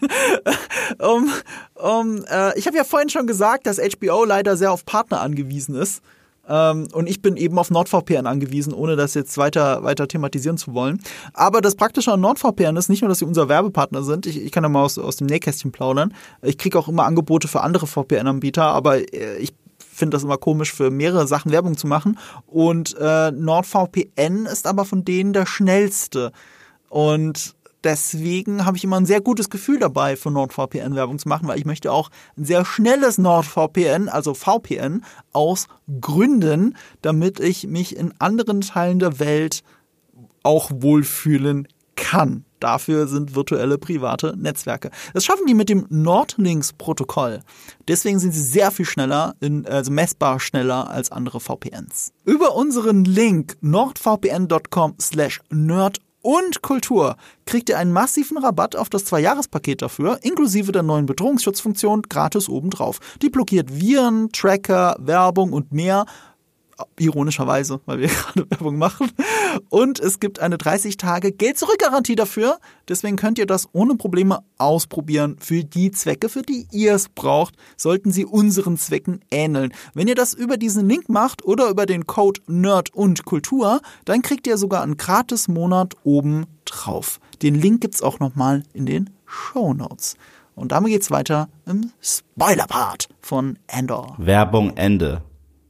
Ich habe ja vorhin schon gesagt, dass HBO leider sehr auf Partner angewiesen ist. Und ich bin eben auf NordVPN angewiesen, ohne das jetzt weiter thematisieren zu wollen. Aber das Praktische an NordVPN ist nicht nur, dass sie unser Werbepartner sind. Ich kann ja mal aus dem Nähkästchen plaudern. Ich kriege auch immer Angebote für andere VPN-Anbieter, aber ich finde das immer komisch, für mehrere Sachen Werbung zu machen. Und NordVPN ist aber von denen der schnellste. Und deswegen habe ich immer ein sehr gutes Gefühl dabei, für NordVPN Werbung zu machen, weil ich möchte auch ein sehr schnelles NordVPN, also VPN, aus Gründen, damit ich mich in anderen Teilen der Welt auch wohlfühlen kann. Dafür sind virtuelle private Netzwerke. Das schaffen die mit dem Nordlinks-Protokoll. Deswegen sind sie sehr viel schneller, also messbar schneller als andere VPNs. Über unseren Link nordvpn.com/nerd und Kultur kriegt ihr einen massiven Rabatt auf das 2-Jahres-Paket dafür, inklusive der neuen Bedrohungsschutzfunktion gratis obendrauf. Die blockiert Viren, Tracker, Werbung und mehr ironischerweise, weil wir gerade Werbung machen. Und es gibt eine 30-Tage-Geld-Zurück-Garantie dafür. Deswegen könnt ihr das ohne Probleme ausprobieren. Für die Zwecke, für die ihr es braucht, sollten sie unseren Zwecken ähneln. Wenn ihr das über diesen Link macht oder über den Code Nerd und Kultur, dann kriegt ihr sogar einen Gratis-Monat oben drauf. Den Link gibt's auch nochmal in den Shownotes. Und damit geht's weiter im Spoiler-Part von Andor. Werbung Ende.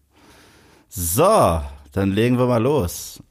So, dann legen wir mal los.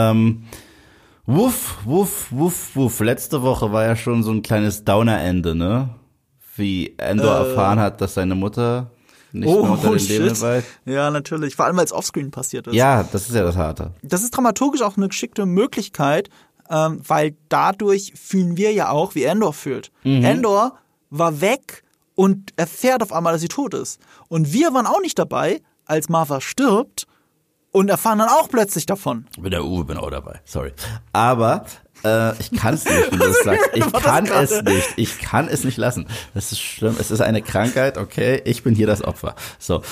Wuff. Letzte Woche war ja schon so ein kleines Downer-Ende, ne? Wie Andor erfahren hat, dass seine Mutter nicht mehr unter den Leben weilt. Ja, natürlich. Vor allem, weil es offscreen passiert ist. Ja, das ist ja das Harte. Das ist dramaturgisch auch eine geschickte Möglichkeit, weil dadurch fühlen wir ja auch, wie Andor fühlt. Andor war weg und erfährt auf einmal, dass sie tot ist. Und wir waren auch nicht dabei, als Martha stirbt und erfahren dann auch plötzlich davon. Ich bin der Uwe, bin auch dabei. Sorry. Aber ich kann es nicht, wenn du das sagst. Ich kann es nicht lassen. Das ist schlimm. Es ist eine Krankheit, okay? Ich bin hier das Opfer. So.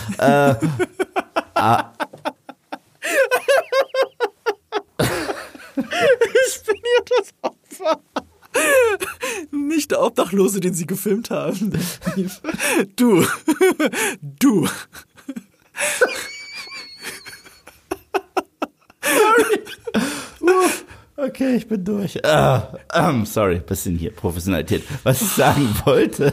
Ich bin hier das Opfer. Nicht der Obdachlose, den sie gefilmt haben. Du. Okay, ich bin durch. Sorry, bisschen hier Professionalität. Was ich sagen wollte,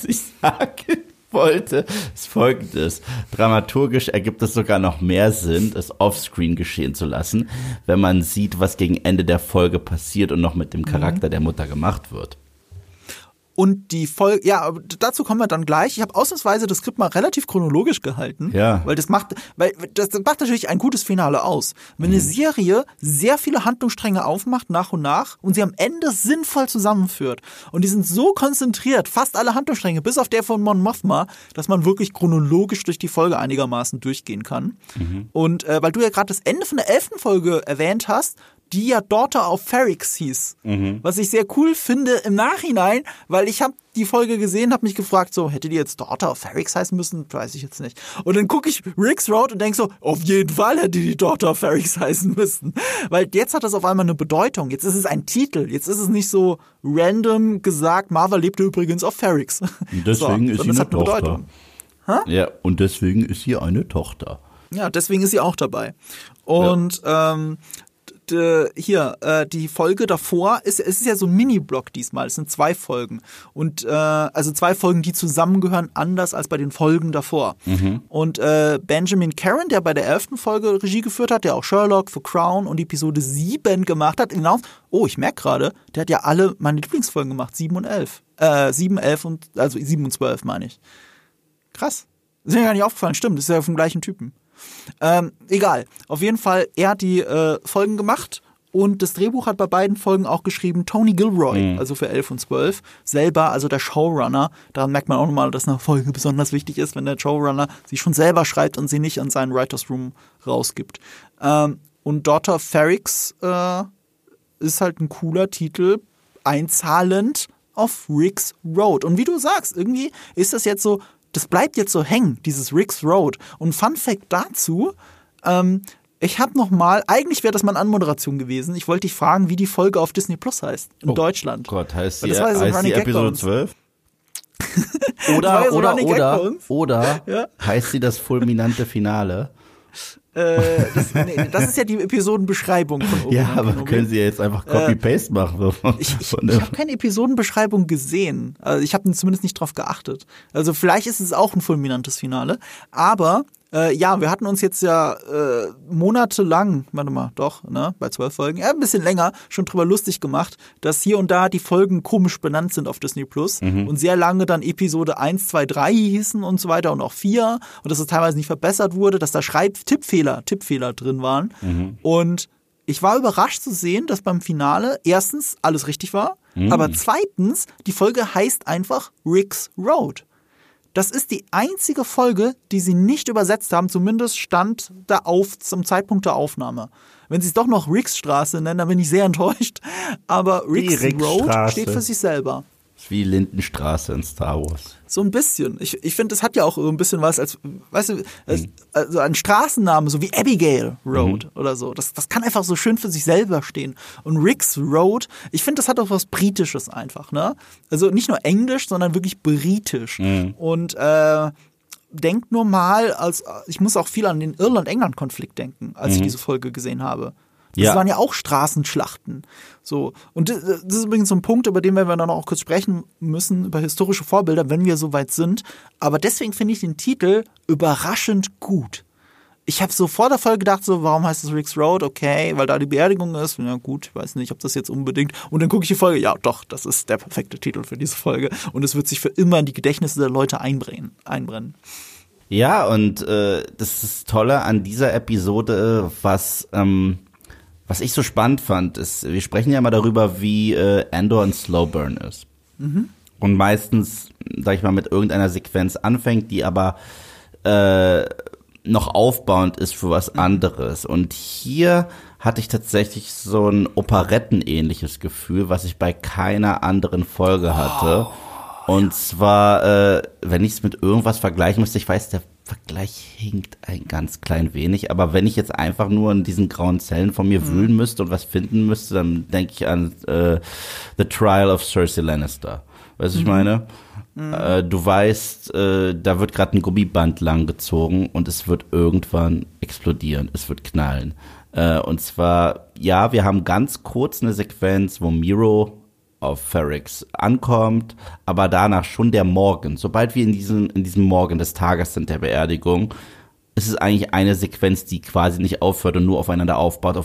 ist Folgendes. Dramaturgisch ergibt es sogar noch mehr Sinn, es offscreen geschehen zu lassen, wenn man sieht, was gegen Ende der Folge passiert und noch mit dem Charakter der Mutter gemacht wird. Und die Folge, ja, dazu kommen wir dann gleich. Ich habe ausnahmsweise das Skript mal relativ chronologisch gehalten, ja. weil das macht natürlich ein gutes Finale aus. Wenn eine Serie sehr viele Handlungsstränge aufmacht, nach und sie am Ende sinnvoll zusammenführt. Und die sind so konzentriert, fast alle Handlungsstränge, bis auf der von Mon Mothma, dass man wirklich chronologisch durch die Folge einigermaßen durchgehen kann. Und weil du ja gerade das Ende von der 11. Folge erwähnt hast, die ja Daughter of Ferrix hieß. Was ich sehr cool finde im Nachhinein, weil ich habe die Folge gesehen, habe mich gefragt, so, hätte die jetzt Daughter of Ferrix heißen müssen? Weiß ich jetzt nicht. Und dann gucke ich Rick's Road und denke so, auf jeden Fall hätte die Daughter of Ferrix heißen müssen. Weil jetzt hat das auf einmal eine Bedeutung. Jetzt ist es ein Titel. Jetzt ist es nicht so random gesagt, Marva lebte übrigens auf Ferrix. Und deswegen ist sie eine Tochter. Bedeutung. Ja, und deswegen ist sie eine Tochter. Ja, deswegen ist sie auch dabei. Und die Folge davor es ist ja so ein Mini-Block diesmal. Es sind 2 Folgen. Und also 2 Folgen, die zusammengehören, anders als bei den Folgen davor. Und Benjamin Caron, der bei der 11. Folge Regie geführt hat, der auch Sherlock, The Crown und Episode 7 gemacht hat, ich merke gerade, der hat ja alle meine Lieblingsfolgen gemacht, 7 und 11. 7, 11 und, also 7 und 12 meine ich. Krass. Das ist mir gar nicht aufgefallen. Stimmt, das ist ja vom gleichen Typen. Egal. Auf jeden Fall, er hat die Folgen gemacht und das Drehbuch hat bei beiden Folgen auch geschrieben Tony Gilroy, also für 11 und 12, selber, also der Showrunner. Daran merkt man auch nochmal, dass eine Folge besonders wichtig ist, wenn der Showrunner sie schon selber schreibt und sie nicht an seinen Writers Room rausgibt. Und Daughter of Ferrix ist halt ein cooler Titel, einzahlend auf Rick's Road. Und wie du sagst, irgendwie ist das jetzt so, das bleibt jetzt so hängen, dieses Rick's Road. Und Fun Fact dazu, ich habe eigentlich wäre das mal eine Anmoderation gewesen. Ich wollte dich fragen, wie die Folge auf Disney Plus heißt, in Deutschland. Gott, heißt sie Episode 12? Oder ja? Heißt sie das fulminante Finale? Das ist ja die Episodenbeschreibung von Obi-Wan Ja, aber Kenobi. können Sie ja jetzt einfach Copy-Paste machen? Ich habe keine Episodenbeschreibung gesehen. Also ich habe zumindest nicht drauf geachtet. Also vielleicht ist es auch ein fulminantes Finale. Aber wir hatten uns jetzt ja monatelang, bei 12 Folgen, ein bisschen länger, schon drüber lustig gemacht, dass hier und da die Folgen komisch benannt sind auf Disney Plus und sehr lange dann Episode 1, 2, 3 hießen und so weiter und auch 4 und dass es teilweise nicht verbessert wurde, dass da Tippfehler drin waren. Und ich war überrascht zu sehen, dass beim Finale erstens alles richtig war, aber zweitens, die Folge heißt einfach Rick's Road. Das ist die einzige Folge, die sie nicht übersetzt haben, zumindest stand da zum Zeitpunkt der Aufnahme. Wenn sie es doch noch Rick's Straße nennen, dann bin ich sehr enttäuscht. Aber Rick's Road steht für sich selber. Ist wie Lindenstraße in Star Wars. So ein bisschen. Ich finde, das hat ja auch so ein bisschen was als, weißt du, also ein Straßenname, so wie Abigail Road oder so. Das kann einfach so schön für sich selber stehen. Und Rick's Road, ich finde, das hat auch was Britisches einfach, ne? Also nicht nur Englisch, sondern wirklich britisch. Und denk nur mal, ich muss auch viel an den Irland-England-Konflikt denken, als ich diese Folge gesehen habe. Das waren ja auch Straßenschlachten. So. Und das ist übrigens so ein Punkt, über den wir dann auch kurz sprechen müssen, über historische Vorbilder, wenn wir soweit sind. Aber deswegen finde ich den Titel überraschend gut. Ich habe so vor der Folge gedacht, so, warum heißt es Rick's Road? Okay, weil da die Beerdigung ist. Ja gut, ich weiß nicht, ob das jetzt unbedingt. Und dann gucke ich die Folge, ja doch, das ist der perfekte Titel für diese Folge. Und es wird sich für immer in die Gedächtnisse der Leute einbrennen. Ja, und das ist das Tolle an dieser Episode, was ich so spannend fand, ist, wir sprechen ja mal darüber, wie Andor ein Slowburn ist. Und meistens, sag ich mal, mit irgendeiner Sequenz anfängt, die aber noch aufbauend ist für was anderes. Und hier hatte ich tatsächlich so ein operettenähnliches Gefühl, was ich bei keiner anderen Folge hatte. Und zwar, wenn ich es mit irgendwas vergleichen müsste, ich weiß, der Vergleich hinkt ein ganz klein wenig, aber wenn ich jetzt einfach nur in diesen grauen Zellen von mir wühlen müsste und was finden müsste, dann denke ich an The Trial of Cersei Lannister. Weißt du, ich meine? Du weißt, da wird gerade ein Gummiband langgezogen und es wird irgendwann explodieren, es wird knallen. Und zwar, ja, wir haben ganz kurz eine Sequenz, wo Miro auf Ferrix ankommt, aber danach schon der Morgen. Sobald wir in diesem Morgen des Tages sind der Beerdigung, ist es eigentlich eine Sequenz, die quasi nicht aufhört und nur aufeinander aufbaut.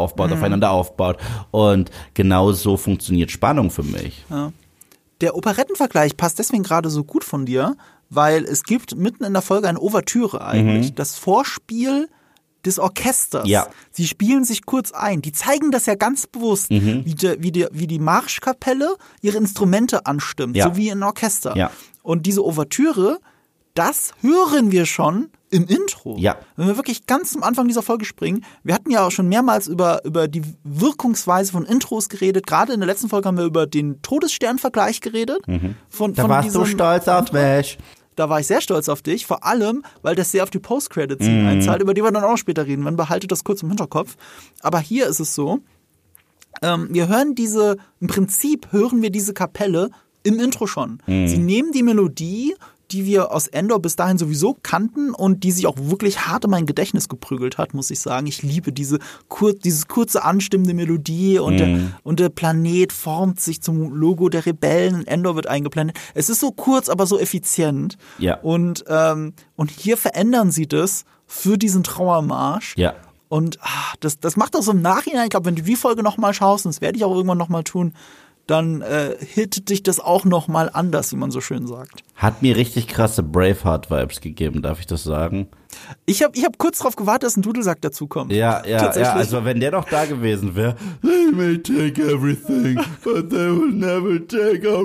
Und genau so funktioniert Spannung für mich. Ja. Der Operettenvergleich passt deswegen gerade so gut von dir, weil es gibt mitten in der Folge eine Ouvertüre eigentlich. Das Vorspiel des Orchesters. Ja. Sie spielen sich kurz ein. Die zeigen das ja ganz bewusst, wie die Marschkapelle ihre Instrumente anstimmt, so wie ein Orchester. Ja. Und diese Ouvertüre, das hören wir schon im Intro. Ja. Wenn wir wirklich ganz am Anfang dieser Folge springen, wir hatten ja auch schon mehrmals über die Wirkungsweise von Intros geredet. Gerade in der letzten Folge haben wir über den Todesstern-Vergleich geredet. Da warst du stolz auf mich. Da war ich sehr stolz auf dich, vor allem, weil das sehr auf die Post-Credit-Scene einzahlt, über die wir dann auch später reden. Man behaltet das kurz im Hinterkopf. Aber hier ist es so, wir hören im Prinzip hören wir diese Kapelle im Intro schon. Sie nehmen die Melodie, die wir aus Endor bis dahin sowieso kannten und die sich auch wirklich hart in mein Gedächtnis geprügelt hat, muss ich sagen. Ich liebe dieses kurze anstimmende Melodie und der Planet formt sich zum Logo der Rebellen. Endor wird eingeblendet. Es ist so kurz, aber so effizient. Ja. Und hier verändern sie das für diesen Trauermarsch. Ja. Und das macht auch so im Nachhinein, ich glaube, wenn du die Folge nochmal schaust, und das werde ich auch irgendwann nochmal tun, dann hittet dich das auch nochmal anders, wie man so schön sagt. Hat mir richtig krasse Braveheart-Vibes gegeben, darf ich das sagen? Ich hab kurz drauf gewartet, dass ein Dudelsack dazukommt. Ja, also wenn der doch da gewesen wäre, they may take everything, but they will never take our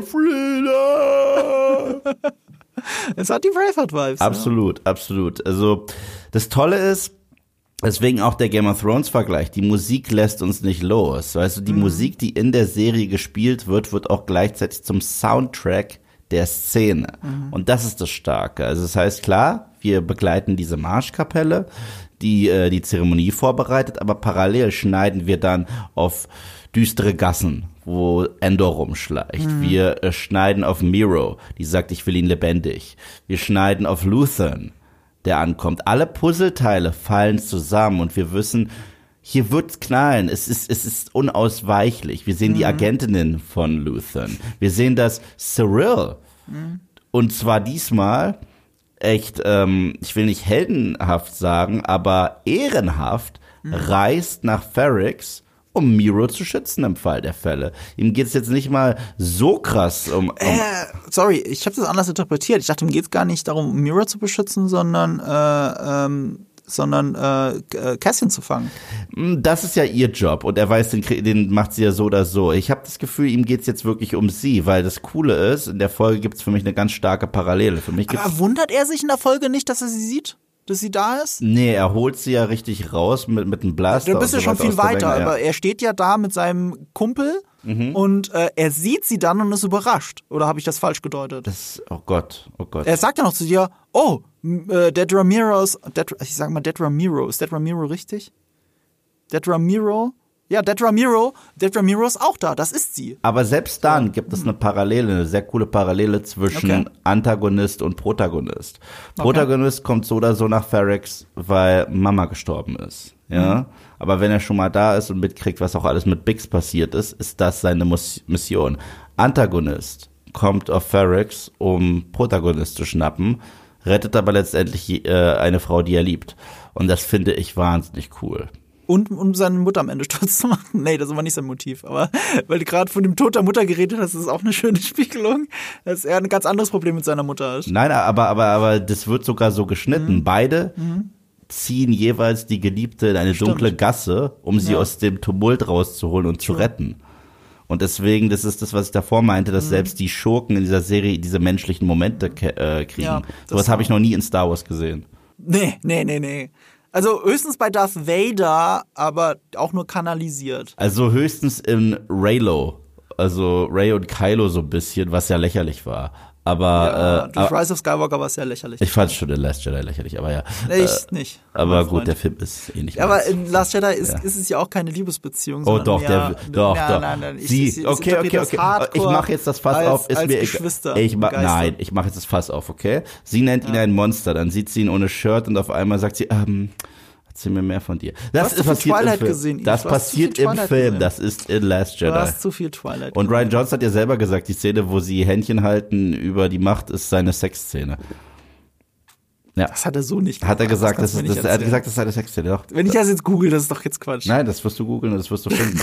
freedom. Es hat die Braveheart-Vibes. Absolut, absolut. Also das Tolle ist, deswegen auch der Game of Thrones Vergleich. Die Musik lässt uns nicht los. Weißt du, die Musik, die in der Serie gespielt wird, wird auch gleichzeitig zum Soundtrack der Szene. Und das ist das Starke. Also das heißt, klar, wir begleiten diese Marschkapelle, die die Zeremonie vorbereitet, aber parallel schneiden wir dann auf düstere Gassen, wo Endor rumschleicht. Wir schneiden auf Miro, die sagt, ich will ihn lebendig. Wir schneiden auf Luthen, der ankommt. Alle Puzzleteile fallen zusammen und wir wissen, hier wird's knallen. Es ist unausweichlich. Wir sehen die Agentinnen von Luthen. Wir sehen das Cyril. Und zwar diesmal echt, ich will nicht heldenhaft sagen, aber ehrenhaft reist nach Ferrix, um Miro zu schützen im Fall der Fälle. Ihm geht's jetzt nicht mal so krass um sorry, ich habe das anders interpretiert. Ich dachte, ihm geht's gar nicht darum, Miro zu beschützen, sondern Cassian zu fangen. Das ist ja ihr Job und er weiß, den macht sie ja so oder so. Ich habe das Gefühl, ihm geht's jetzt wirklich um sie, weil das Coole ist, in der Folge gibt's für mich eine ganz starke Parallele. Für mich Aber wundert er sich in der Folge nicht, dass er sie sieht? Dass sie da ist? Nee, er holt sie ja richtig raus mit einem Blaster. Da bist du schon viel weiter, aber er steht ja da mit seinem Kumpel Und er sieht sie dann und ist überrascht. Oder habe ich das falsch gedeutet? Oh Gott. Er sagt ja noch zu dir, Dead Ramiro, ist Dead Ramiro richtig? Dead Ramiro? Ja, Dead Ramiro ist auch da, das ist sie. Aber selbst dann gibt es eine sehr coole Parallele zwischen Antagonist und Protagonist. Protagonist kommt so oder so nach Ferrex, weil Mama gestorben ist. Ja, aber wenn er schon mal da ist und mitkriegt, was auch alles mit Bix passiert ist das seine Mission. Antagonist kommt auf Ferrex, um Protagonist zu schnappen, rettet aber letztendlich eine Frau, die er liebt. Und das finde ich wahnsinnig cool. Und um seine Mutter am Ende stolz zu machen. Nee, das war nicht sein Motiv. Aber weil du gerade von dem Tod der Mutter geredet hast, ist es auch eine schöne Spiegelung, dass er ein ganz anderes Problem mit seiner Mutter hat. Nein, aber das wird sogar so geschnitten. Beide ziehen jeweils die Geliebte in eine dunkle Gasse, um sie aus dem Tumult rauszuholen und zu retten. Und deswegen, das ist das, was ich davor meinte, dass selbst die Schurken in dieser Serie diese menschlichen Momente kriegen. Ja, sowas habe ich noch nie in Star Wars gesehen. Nee. Also höchstens bei Darth Vader, aber auch nur kanalisiert. Also höchstens in Reylo. Also Rey und Kylo so ein bisschen, was ja lächerlich war. Aber durch Rise of Skywalker war es ja lächerlich. Ich fand schon in Last Jedi lächerlich, aber ja. Ich nicht. Aber gut, der Film ist eh nicht. Aber in Last Jedi ist es ja auch keine Liebesbeziehung. Oh doch, doch. Nein. Okay. Ich mache jetzt das Fass auf. Ist mir Geschwister. Ich mache jetzt das Fass auf, okay? Sie nennt ihn ein Monster, dann sieht sie ihn ohne Shirt und auf einmal sagt sie, erzähl mir mehr von dir. Das ist passiert im Film. Gesehen, das passiert im Film. Das ist in Last Jedi. Du hast zu viel Twilight und Rian Johnson hat ja selber gesagt, die Szene, wo sie Händchen halten über die Macht, ist seine Sexszene. Ja. Das hat er so nicht gemacht. Hat er gesagt, er hat gesagt, das sei eine Sexszene. Doch. Wenn ich das jetzt google, das ist doch jetzt Quatsch. Nein, das wirst du googeln und das wirst du finden.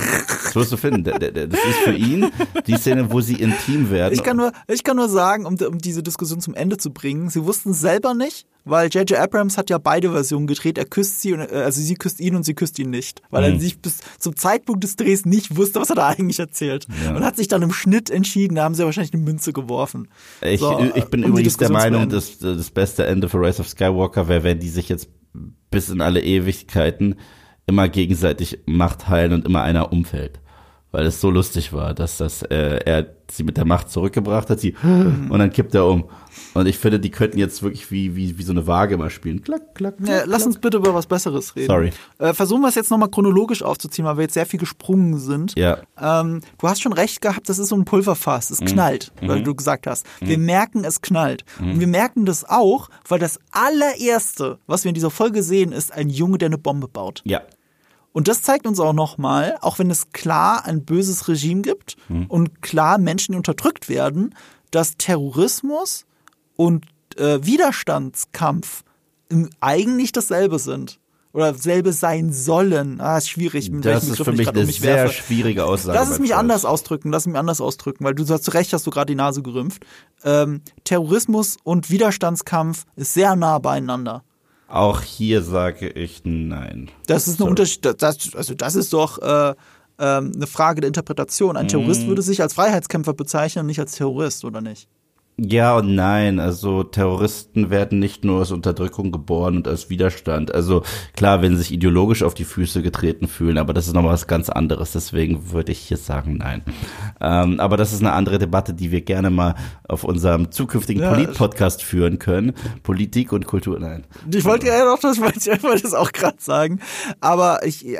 Das ist für ihn die Szene, wo sie intim werden. Ich kann nur sagen, um diese Diskussion zum Ende zu bringen, sie wussten es selber nicht, weil J.J. Abrams hat ja beide Versionen gedreht. Er küsst sie, also sie küsst ihn und sie küsst ihn nicht. Weil er sich bis zum Zeitpunkt des Drehs nicht wusste, was er da eigentlich erzählt. Ja. Und hat sich dann im Schnitt entschieden, da haben sie wahrscheinlich eine Münze geworfen. Ich bin übrigens der Meinung, dass das beste Ende für Rise of Skywalker wäre, wenn die sich jetzt bis in alle Ewigkeiten immer gegenseitig Macht heilen und immer einer umfällt. Weil es so lustig war, dass er sie mit der Macht zurückgebracht hat, und dann kippt er um. Und ich finde, die könnten jetzt wirklich wie so eine Waage mal spielen. Klack, klack, klack. Lass uns bitte über was Besseres reden. Sorry. Versuchen wir es jetzt nochmal chronologisch aufzuziehen, weil wir jetzt sehr viel gesprungen sind. Ja. Du hast schon recht gehabt, das ist so ein Pulverfass. Es knallt, weil du gesagt hast. Wir merken, es knallt. Und wir merken das auch, weil das allererste, was wir in dieser Folge sehen, ist ein Junge, der eine Bombe baut. Ja. Und das zeigt uns auch nochmal, auch wenn es klar ein böses Regime gibt und klar Menschen, die unterdrückt werden, dass Terrorismus und Widerstandskampf eigentlich dasselbe sind. Oder dasselbe sein sollen. Ist schwierig. Das ist für mich eine sehr schwierige Aussage. Lass mich anders ausdrücken, weil du hast zu Recht, hast du gerade die Nase gerümpft. Terrorismus und Widerstandskampf ist sehr nah beieinander. Auch hier sage ich nein. Das ist ein Unterschied. Das ist doch eine Frage der Interpretation. Ein Terrorist würde sich als Freiheitskämpfer bezeichnen, nicht als Terrorist, oder nicht? Ja und nein, also Terroristen werden nicht nur aus Unterdrückung geboren und aus Widerstand. Also klar, wenn sie sich ideologisch auf die Füße getreten fühlen, aber das ist nochmal was ganz anderes. Deswegen würde ich hier sagen, nein. Aber das ist eine andere Debatte, die wir gerne mal auf unserem zukünftigen Polit-Podcast führen können. Politik und Kultur, nein. Ich wollte ja doch, ich wollte das auch gerade sagen. Aber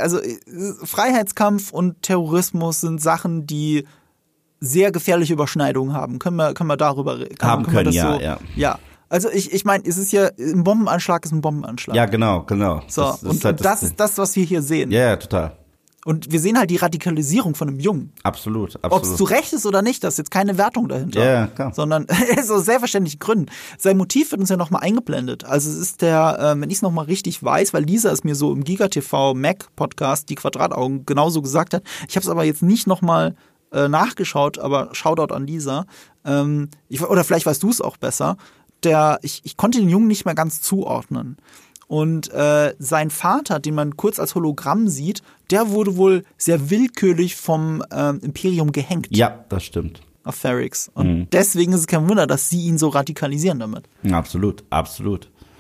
Freiheitskampf und Terrorismus sind Sachen, die sehr gefährliche Überschneidungen haben. Können wir darüber reden? Ja. Also ich meine, es ist ja, ein Bombenanschlag ist ein Bombenanschlag. Ja, genau. So, das ist das, was wir hier sehen. Ja, total. Und wir sehen halt die Radikalisierung von einem Jungen. Absolut. Ob es zu Recht ist oder nicht, das ist jetzt keine Wertung dahinter. Ja, klar. Sondern so sehr verständlichen Gründen. Sein Motiv wird uns ja nochmal eingeblendet. Also es ist wenn ich es nochmal richtig weiß, weil Lisa es mir so im GigaTV Mac Podcast, die Quadrataugen, genauso gesagt hat. Ich habe es aber jetzt nicht nochmal nachgeschaut, aber Shoutout an Lisa. Oder vielleicht weißt du es auch besser. Ich konnte den Jungen nicht mehr ganz zuordnen. Und sein Vater, den man kurz als Hologramm sieht, der wurde wohl sehr willkürlich vom Imperium gehängt. Ja, das stimmt. Auf Ferrix. Und deswegen ist es kein Wunder, dass sie ihn so radikalisieren damit. Absolut.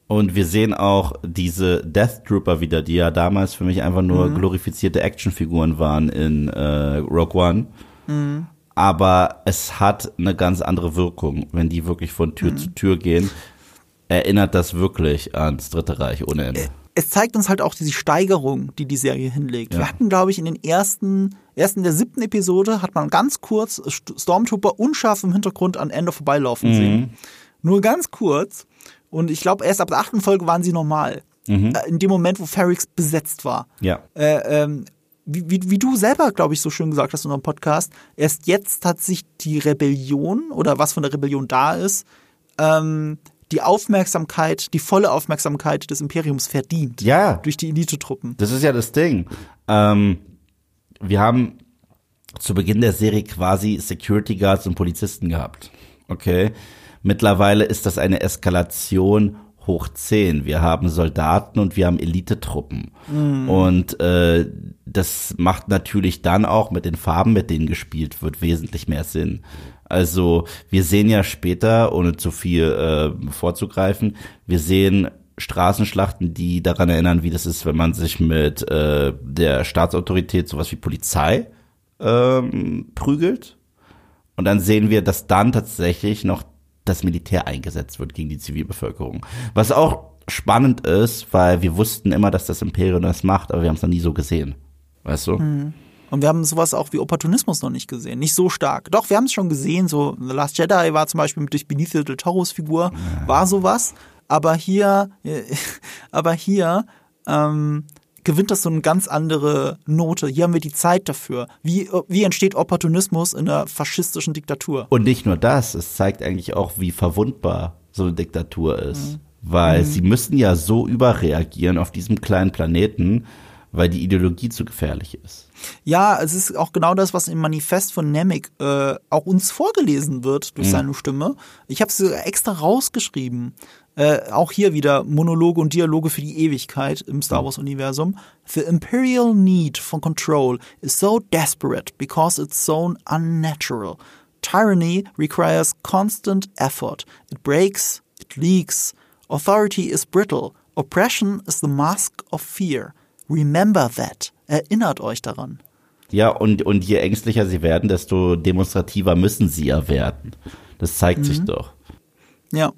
Und wir sehen auch diese Death Trooper wieder, die ja damals für mich einfach nur glorifizierte Actionfiguren waren in Rogue One. Aber es hat eine ganz andere Wirkung, wenn die wirklich von Tür zu Tür gehen. Erinnert das wirklich ans Dritte Reich ohne Ende. Es zeigt uns halt auch diese Steigerung, die die Serie hinlegt. Ja. Wir hatten, glaube ich, in den ersten der 7. Episode hat man ganz kurz Stormtrooper unscharf im Hintergrund an Ende vorbeilaufen sehen. Nur ganz kurz. Und ich glaube, erst ab der 8. Folge waren sie normal. In dem Moment, wo Ferrix besetzt war. Ja. Wie du selber, glaube ich, so schön gesagt hast in unserem Podcast, erst jetzt hat sich die Rebellion oder was von der Rebellion da ist, die Aufmerksamkeit, die volle Aufmerksamkeit des Imperiums verdient. Ja. Durch die Elitetruppen. Das ist ja das Ding. Wir haben zu Beginn der Serie quasi Security Guards und Polizisten gehabt. Okay. Mittlerweile ist das eine Eskalation hoch 10. Wir haben Soldaten und wir haben Elitetruppen. Und das macht natürlich dann auch mit den Farben, mit denen gespielt wird, wesentlich mehr Sinn. Also wir sehen ja später, ohne zu viel vorzugreifen, wir sehen Straßenschlachten, die daran erinnern, wie das ist, wenn man sich mit der Staatsautorität, sowas wie Polizei, prügelt. Und dann sehen wir, dass dann tatsächlich noch das Militär eingesetzt wird gegen die Zivilbevölkerung. Was auch spannend ist, weil wir wussten immer, dass das Imperium das macht, aber wir haben es noch nie so gesehen. Weißt du? Und wir haben sowas auch wie Opportunismus noch nicht gesehen. Nicht so stark. Doch, wir haben es schon gesehen. So The Last Jedi war zum Beispiel durch Benicio del Toros Figur, war sowas. Aber hier gewinnt das so eine ganz andere Note. Hier haben wir die Zeit dafür. Wie entsteht Opportunismus in einer faschistischen Diktatur? Und nicht nur das, es zeigt eigentlich auch, wie verwundbar so eine Diktatur ist. Weil sie müssen ja so überreagieren auf diesem kleinen Planeten, weil die Ideologie zu gefährlich ist. Ja, es ist auch genau das, was im Manifest von Nemik auch uns vorgelesen wird durch seine Stimme. Ich habe es extra rausgeschrieben. Auch hier wieder Monologe und Dialoge für die Ewigkeit im Star Wars-Universum. The imperial need for control is so desperate because it's so unnatural. Tyranny requires constant effort. It breaks, it leaks. Authority is brittle. Oppression is the mask of fear. Remember that. Erinnert euch daran. Ja, und je ängstlicher sie werden, desto demonstrativer müssen sie ja werden. Das zeigt sich doch. Ja.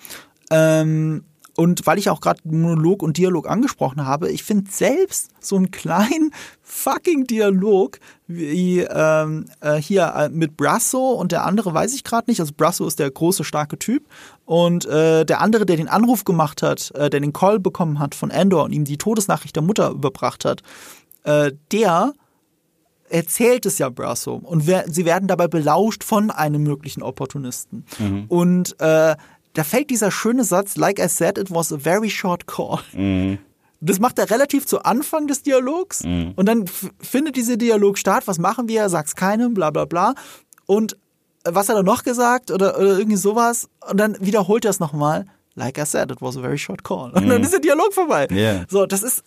Und weil ich auch gerade Monolog und Dialog angesprochen habe, ich finde selbst so einen kleinen fucking Dialog wie hier mit Brasso und der andere weiß ich gerade nicht. Also Brasso ist der große, starke Typ und der andere, der den Anruf gemacht hat, der den Call bekommen hat von Andor und ihm die Todesnachricht der Mutter überbracht hat, der erzählt es ja Brasso und sie werden dabei belauscht von einem möglichen Opportunisten. Und da fällt dieser schöne Satz, like I said, it was a very short call. Das macht er relativ zu Anfang des Dialogs und dann findet dieser Dialog statt, was machen wir, sag's keinem, bla bla bla. Und was hat er noch gesagt oder irgendwie sowas und dann wiederholt er es nochmal, like I said, it was a very short call. Und dann ist der Dialog vorbei. Yeah. So, das ist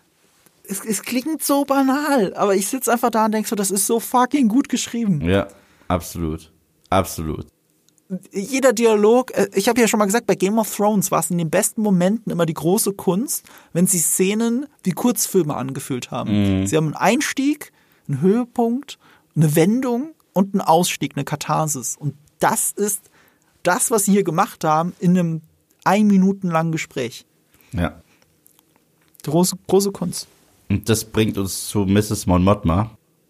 es klingt so banal, aber ich sitze einfach da und denke so, das ist so fucking gut geschrieben. Ja, absolut. Absolut. Jeder Dialog, ich habe ja schon mal gesagt, bei Game of Thrones war es in den besten Momenten immer die große Kunst, wenn sie Szenen wie Kurzfilme angefühlt haben. Sie haben einen Einstieg, einen Höhepunkt, eine Wendung und einen Ausstieg, eine Katharsis. Und das ist das, was sie hier gemacht haben in einem 1 Minuten langen Gespräch. Ja. Große Kunst. Und das bringt uns zu Mrs. Mon Mothma.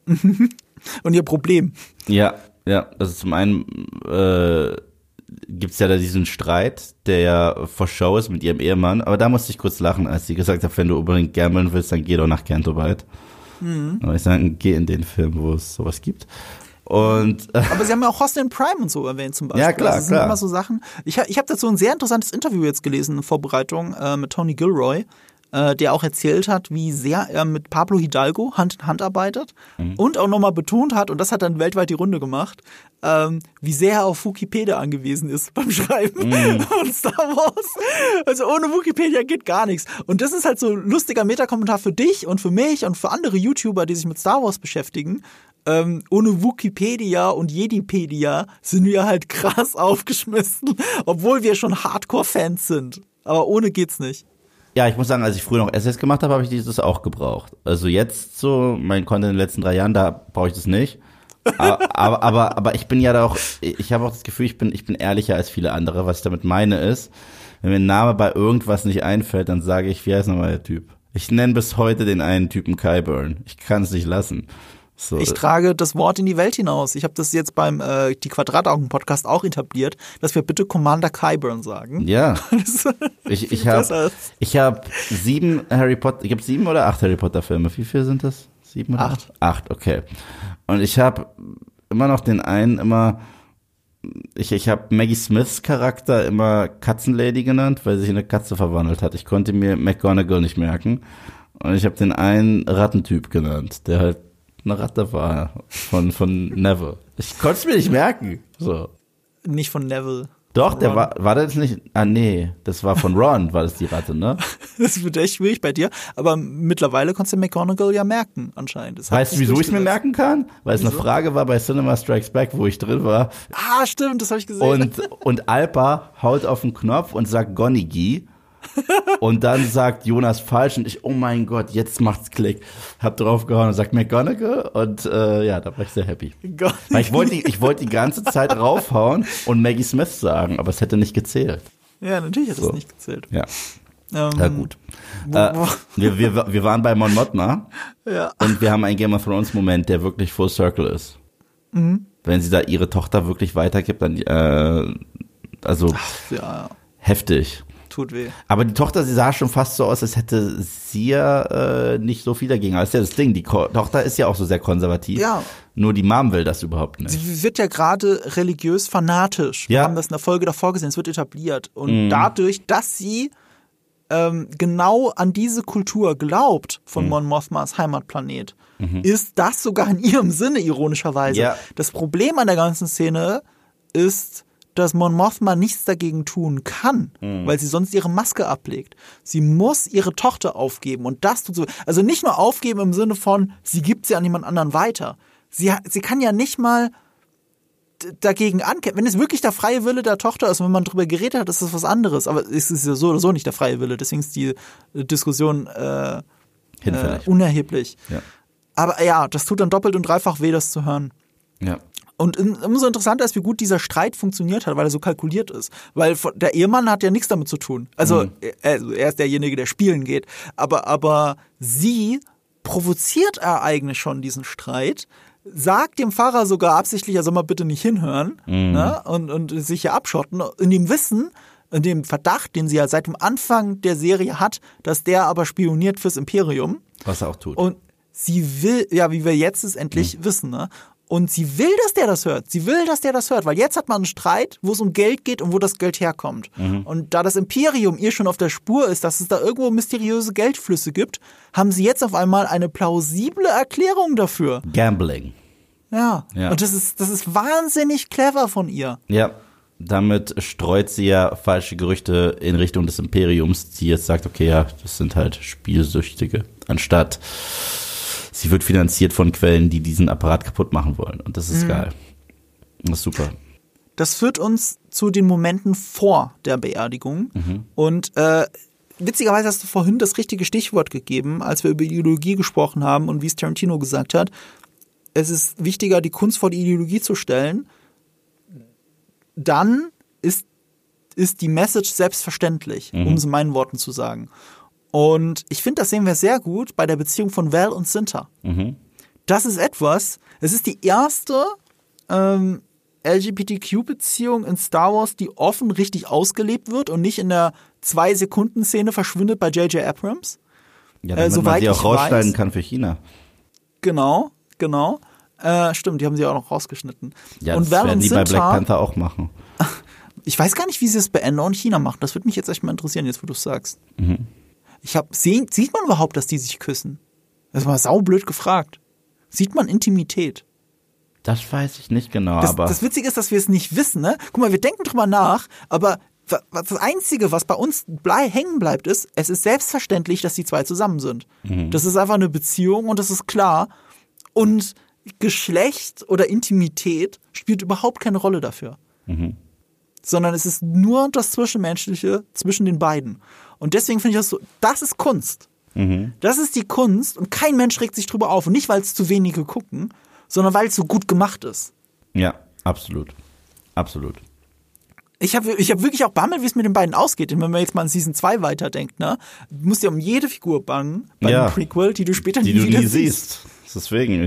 Und ihr Problem. Ja, das ist zum einen gibt's ja da diesen Streit, der ja vor Show ist mit ihrem Ehemann, aber da musste ich kurz lachen, als sie gesagt hat, wenn du unbedingt gambeln willst, dann geh doch nach Cantobite. Aber ich sage, geh in den Film, wo es sowas gibt. Und aber sie haben ja auch Hostel Prime und so erwähnt zum Beispiel. Ja, klar, das sind immer so Sachen. Ich hab dazu ein sehr interessantes Interview jetzt gelesen in Vorbereitung mit Tony Gilroy, der auch erzählt hat, wie sehr er mit Pablo Hidalgo Hand in Hand arbeitet und auch nochmal betont hat, und das hat dann weltweit die Runde gemacht, wie sehr er auf Wikipedia angewiesen ist beim Schreiben von Star Wars. Also ohne Wikipedia geht gar nichts. Und das ist halt so ein lustiger Metakommentar für dich und für mich und für andere YouTuber, die sich mit Star Wars beschäftigen. Ohne Wikipedia und Jedipedia sind wir halt krass aufgeschmissen, obwohl wir schon Hardcore-Fans sind. Aber ohne geht's nicht. Ja, ich muss sagen, als ich früher noch SS gemacht habe, habe ich dieses auch gebraucht. Also jetzt so, mein Content in den letzten 3 Jahren, da brauche ich das nicht. Aber ich bin ja da auch, ich habe auch das Gefühl, ich bin ehrlicher als viele andere. Was ich damit meine ist, wenn mir ein Name bei irgendwas nicht einfällt, dann sage ich, wie heißt nochmal der Typ? Ich nenne bis heute den einen Typen Qyburn. Ich kann es nicht lassen. So. Ich trage das Wort in die Welt hinaus. Ich habe das jetzt beim die Quadrataugen-Podcast auch etabliert, dass wir bitte Commander Qyburn sagen. Ja. Ich habe 7 7 oder 8 Harry Potter Filme. Wie viele sind das? 7 oder 8? 8, okay. Und ich habe immer noch den einen ich habe Maggie Smiths Charakter immer Katzenlady genannt, weil sie sich in eine Katze verwandelt hat. Ich konnte mir McGonagall nicht merken. Und ich habe den einen Rattentyp genannt, der halt eine Ratte war von Neville. Ich konnte es mir nicht merken. So. Nicht von Neville. Doch, der war das nicht, nee, das war von Ron, war das die Ratte, ne? Das wird echt schwierig bei dir, aber mittlerweile kannst du McGonagall ja merken, anscheinend. Weißt du, wieso ich es mir merken kann? Weil es eine Frage war bei Cinema Strikes Back, wo ich drin war. Ah, stimmt, das habe ich gesehen. Und Alpa haut auf den Knopf und sagt Gonigi. Und dann sagt Jonas falsch und ich, oh mein Gott, jetzt macht's Klick. Hab draufgehauen und sagt McGonagall und ja, da war ich sehr happy. Weil ich wollte die ganze Zeit raufhauen und Maggie Smith sagen, aber es hätte nicht gezählt. Ja, natürlich hat es nicht gezählt. Ja. Na gut. Wir waren bei Mon Mothma und wir haben einen Game of Thrones Moment, der wirklich Full Circle ist. Mhm. Wenn sie da ihre Tochter wirklich weitergibt, dann heftig. Tut weh. Aber die Tochter, sie sah schon fast so aus, als hätte sie ja nicht so viel dagegen. Das ist ja das Ding, die Tochter ist ja auch so sehr konservativ. Ja. Nur die Mom will das überhaupt nicht. Sie wird ja gerade religiös fanatisch. Wir haben das in der Folge davor gesehen, es wird etabliert. Und dadurch, dass sie genau an diese Kultur glaubt von Mon Mothmas Heimatplanet, ist das sogar in ihrem Sinne, ironischerweise. Ja. Das Problem an der ganzen Szene ist, dass Mon Mothma nichts dagegen tun kann, weil sie sonst ihre Maske ablegt. Sie muss ihre Tochter aufgeben und das tut so. Also nicht nur aufgeben im Sinne von, sie gibt sie an jemand anderen weiter. Sie kann ja nicht mal dagegen ankämpfen. Wenn es wirklich der freie Wille der Tochter ist und wenn man drüber geredet hat, ist das was anderes. Aber es ist ja so oder so nicht der freie Wille. Deswegen ist die Diskussion unerheblich. Ja. Aber ja, das tut dann doppelt und dreifach weh, das zu hören. Ja. Und umso interessanter ist, wie gut dieser Streit funktioniert hat, weil er so kalkuliert ist. Weil der Ehemann hat ja nichts damit zu tun. Also er ist derjenige, der spielen geht. Aber sie provoziert er eigentlich schon diesen Streit, sagt dem Pfarrer sogar absichtlich, er soll mal bitte nicht hinhören ne? und sich hier abschotten. In dem Wissen, in dem Verdacht, den sie ja seit dem Anfang der Serie hat, dass der aber spioniert fürs Imperium. Was er auch tut. Und sie will, ja, wie wir jetzt es endlich wissen, ne? Und sie will, dass der das hört. Sie will, dass der das hört, weil jetzt hat man einen Streit, wo es um Geld geht und wo das Geld herkommt. Und da das Imperium ihr schon auf der Spur ist, dass es da irgendwo mysteriöse Geldflüsse gibt, haben sie jetzt auf einmal eine plausible Erklärung dafür. Gambling. Ja. Und das ist wahnsinnig clever von ihr. Ja. Damit streut sie ja falsche Gerüchte in Richtung des Imperiums, die jetzt sagt, okay, ja, das sind halt Spielsüchtige, anstatt sie wird finanziert von Quellen, die diesen Apparat kaputt machen wollen. Und das ist geil. Das ist super. Das führt uns zu den Momenten vor der Beerdigung. Und witzigerweise hast du vorhin das richtige Stichwort gegeben, als wir über Ideologie gesprochen haben und wie es Tarantino gesagt hat. Es ist wichtiger, die Kunst vor die Ideologie zu stellen. Dann ist die Message selbstverständlich, um es in meinen Worten zu sagen. Und ich finde, das sehen wir sehr gut bei der Beziehung von Val und Cinta. Das ist es ist die erste LGBTQ-Beziehung in Star Wars, die offen richtig ausgelebt wird und nicht in der 2-Sekunden-Szene verschwindet bei J.J. Abrams. Ja, damit man sie auch rausschneiden kann für China. Genau. Stimmt, die haben sie auch noch rausgeschnitten. Ja, und das werden die bei Black Panther auch machen. Ich weiß gar nicht, wie sie es bei Ende und China machen. Das würde mich jetzt echt mal interessieren, jetzt wo du es sagst. Sieht man überhaupt, dass die sich küssen? Das war saublöd gefragt. Sieht man Intimität? Das weiß ich nicht genau, aber... Das Witzige ist, dass wir es nicht wissen, ne? Guck mal, wir denken drüber nach, aber das Einzige, was bei uns hängen bleibt, ist, es ist selbstverständlich, dass die zwei zusammen sind. Das ist einfach eine Beziehung und das ist klar. Und Geschlecht oder Intimität spielt überhaupt keine Rolle dafür. sondern es ist nur das Zwischenmenschliche zwischen den beiden. Und deswegen finde ich das so, das ist Kunst. Das ist die Kunst und kein Mensch regt sich drüber auf. Und nicht, weil es zu wenige gucken, sondern weil es so gut gemacht ist. Ja, absolut. Absolut. Ich hab wirklich auch Bammel, wie es mit den beiden ausgeht. Wenn man jetzt mal an Season 2 weiterdenkt, ne? Du musst ja um jede Figur bangen bei dem Prequel, die du später nie wieder siehst. Deswegen,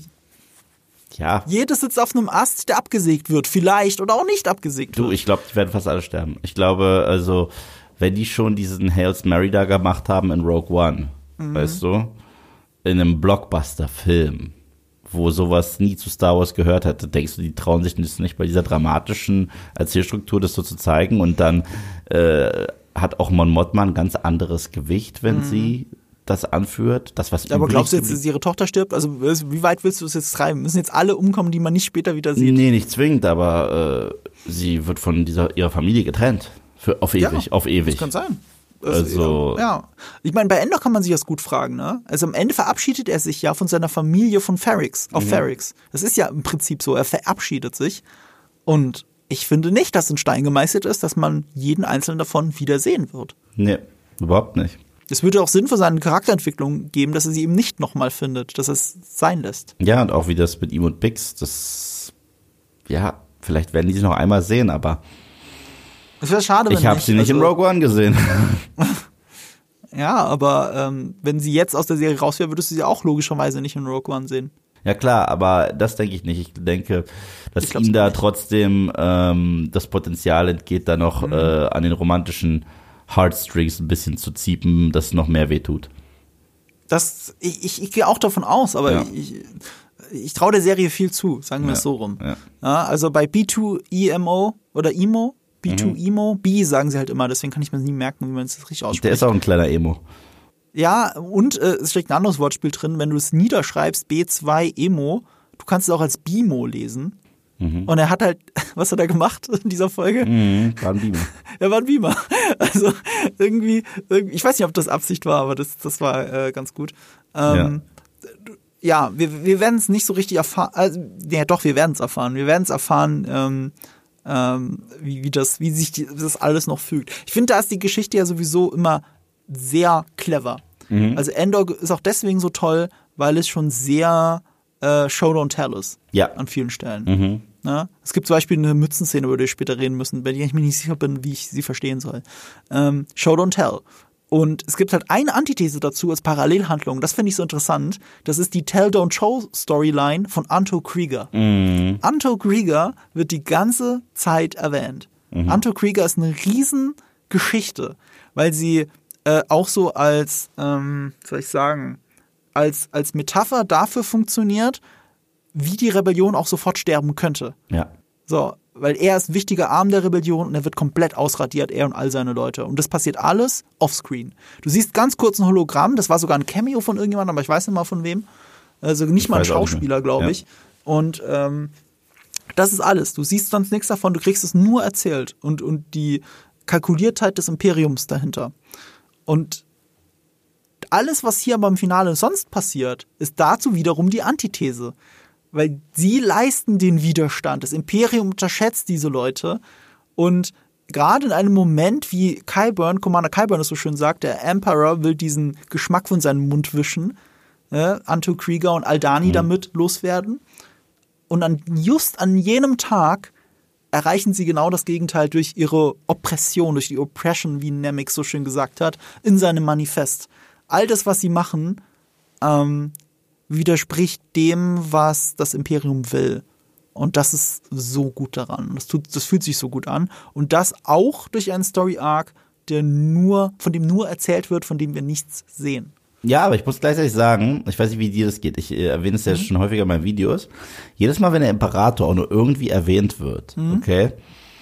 ja. Jedes sitzt auf einem Ast, der abgesägt wird. Vielleicht oder auch nicht abgesägt wird. Ich glaube, die werden fast alle sterben. Ich glaube, also, wenn die schon diesen Hail's Mary da gemacht haben in Rogue One, weißt du, in einem Blockbuster-Film, wo sowas nie zu Star Wars gehört hätte, denkst du, die trauen sich das nicht bei dieser dramatischen Erzählstruktur das so zu zeigen und dann hat auch Mon Mothma ein ganz anderes Gewicht, wenn sie das anführt. Das, was aber glaubst du jetzt, dass ihre Tochter stirbt? Also wie weit willst du es jetzt treiben? Müssen jetzt alle umkommen, die man nicht später wieder sieht? Nee, nicht zwingend, aber sie wird von ihrer Familie getrennt. Auf ewig. Das kann sein. Also ja. Ich meine, bei Endor kann man sich das gut fragen, ne? Also am Ende verabschiedet er sich ja von seiner Familie von Ferrix, auf Ferrix. Das ist ja im Prinzip so, er verabschiedet sich. Und ich finde nicht, dass in Stein gemeißelt ist, dass man jeden einzelnen davon wieder sehen wird. Nee, überhaupt nicht. Es würde auch Sinn für seine Charakterentwicklung geben, dass er sie eben nicht nochmal findet, dass er es sein lässt. Ja, und auch wie das mit ihm und Bix, vielleicht werden die sich noch einmal sehen, aber es wäre schade, wenn ich habe sie nicht in Rogue One gesehen. Ja, aber wenn sie jetzt aus der Serie raus wäre, würdest du sie auch logischerweise nicht in Rogue One sehen. Ja klar, aber das denke ich nicht. Ich denke, dass ihm da trotzdem das Potenzial entgeht, da noch an den romantischen Heartstrings ein bisschen zu ziepen, das noch mehr wehtut. Ich gehe auch davon aus, aber ich traue der Serie viel zu, sagen wir es so rum. Ja, also bei B2EMO oder Emo, B2EMO, B sagen sie halt immer, deswegen kann ich mir nie merken, wie man es richtig ausspricht. Der ist auch ein kleiner Emo. Ja, und es steckt ein anderes Wortspiel drin, wenn du es niederschreibst, B2EMO, du kannst es auch als BIMO lesen. Und er hat halt, was hat er gemacht in dieser Folge? War ein Beamer. Er war ein Beamer. Also irgendwie, ich weiß nicht, ob das Absicht war, aber das war ganz gut. Ja, wir werden es nicht so richtig erfahren. Also, ja, doch, wir werden es erfahren. Wir werden es erfahren, wie sich das alles noch fügt. Ich finde, da ist die Geschichte ja sowieso immer sehr clever. Also Endor ist auch deswegen so toll, weil es schon sehr Show Don't Tell ist. Ja. An vielen Stellen. Ja? Es gibt zum Beispiel eine Mützenszene, über die wir später reden müssen, bei der ich mir nicht sicher bin, wie ich sie verstehen soll. Show Don't Tell. Und es gibt halt eine Antithese dazu als Parallelhandlung. Das finde ich so interessant. Das ist die Tell Don't Show Storyline von Anto Krieger. Anto Krieger wird die ganze Zeit erwähnt. Anto Krieger ist eine Riesengeschichte, weil sie auch so als, soll ich sagen, als Metapher dafür funktioniert, wie die Rebellion auch sofort sterben könnte. Ja. So, weil er ist ein wichtiger Arm der Rebellion und er wird komplett ausradiert, er und all seine Leute. Und das passiert alles offscreen. Du siehst ganz kurz ein Hologramm, das war sogar ein Cameo von irgendjemandem, aber ich weiß nicht mal von wem. Also nicht mal ein Schauspieler, glaube ich. Und das ist alles. Du siehst sonst nichts davon, du kriegst es nur erzählt. Und die Kalkuliertheit des Imperiums dahinter. Und alles, was hier aber im Finale sonst passiert, ist dazu wiederum die Antithese. Weil sie leisten den Widerstand. Das Imperium unterschätzt diese Leute. Und gerade in einem Moment, wie Commander Qyburn es so schön sagt, der Emperor will diesen Geschmack von seinem Mund wischen, Anto Krieger und Aldhani damit loswerden. Und just an jenem Tag erreichen sie genau das Gegenteil durch ihre Oppression, durch die Oppression, wie Nemik so schön gesagt hat, in seinem Manifest. All das, was sie machen, widerspricht dem, was das Imperium will. Und das ist so gut daran. Das fühlt sich so gut an. Und das auch durch einen Story-Arc, von dem nur erzählt wird, von dem wir nichts sehen. Ja, aber ich muss gleichzeitig sagen, ich weiß nicht, wie dir das geht. Ich erwähne es ja schon häufiger in meinen Videos. Jedes Mal, wenn der Imperator auch nur irgendwie erwähnt wird, okay,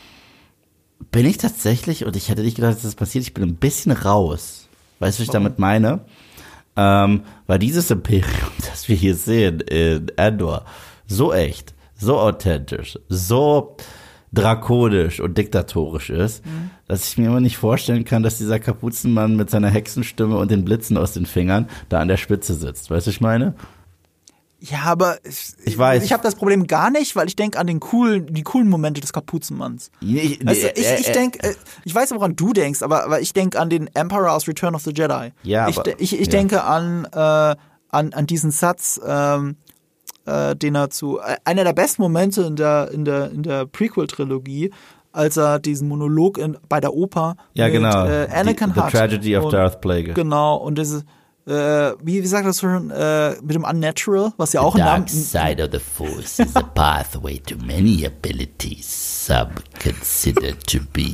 bin ich tatsächlich, und ich hätte nicht gedacht, dass das passiert, ich bin ein bisschen raus. Weißt du, was ich damit meine? Weil dieses Imperium, das wir hier sehen in Endor, so echt, so authentisch, so drakonisch und diktatorisch ist, dass ich mir immer nicht vorstellen kann, dass dieser Kapuzenmann mit seiner Hexenstimme und den Blitzen aus den Fingern da an der Spitze sitzt. Weißt du, was ich meine? Ja, aber ich weiß. Ich habe das Problem gar nicht, weil ich denke an die coolen Momente des Kapuzenmanns. Ich denke, ich weiß, woran du denkst, aber ich denke an den Emperor aus Return of the Jedi. Ja, ich denke an diesen Satz, den er einer der besten Momente in der Prequel-Trilogie, als er diesen Monolog bei der Oper mit Anakin hat. The Tragedy of Darth Plagueis. Genau, und das ist wie sagt das schon, mit dem Unnatural, was ja auch The dark side of the Force is a pathway to many abilities some consider to be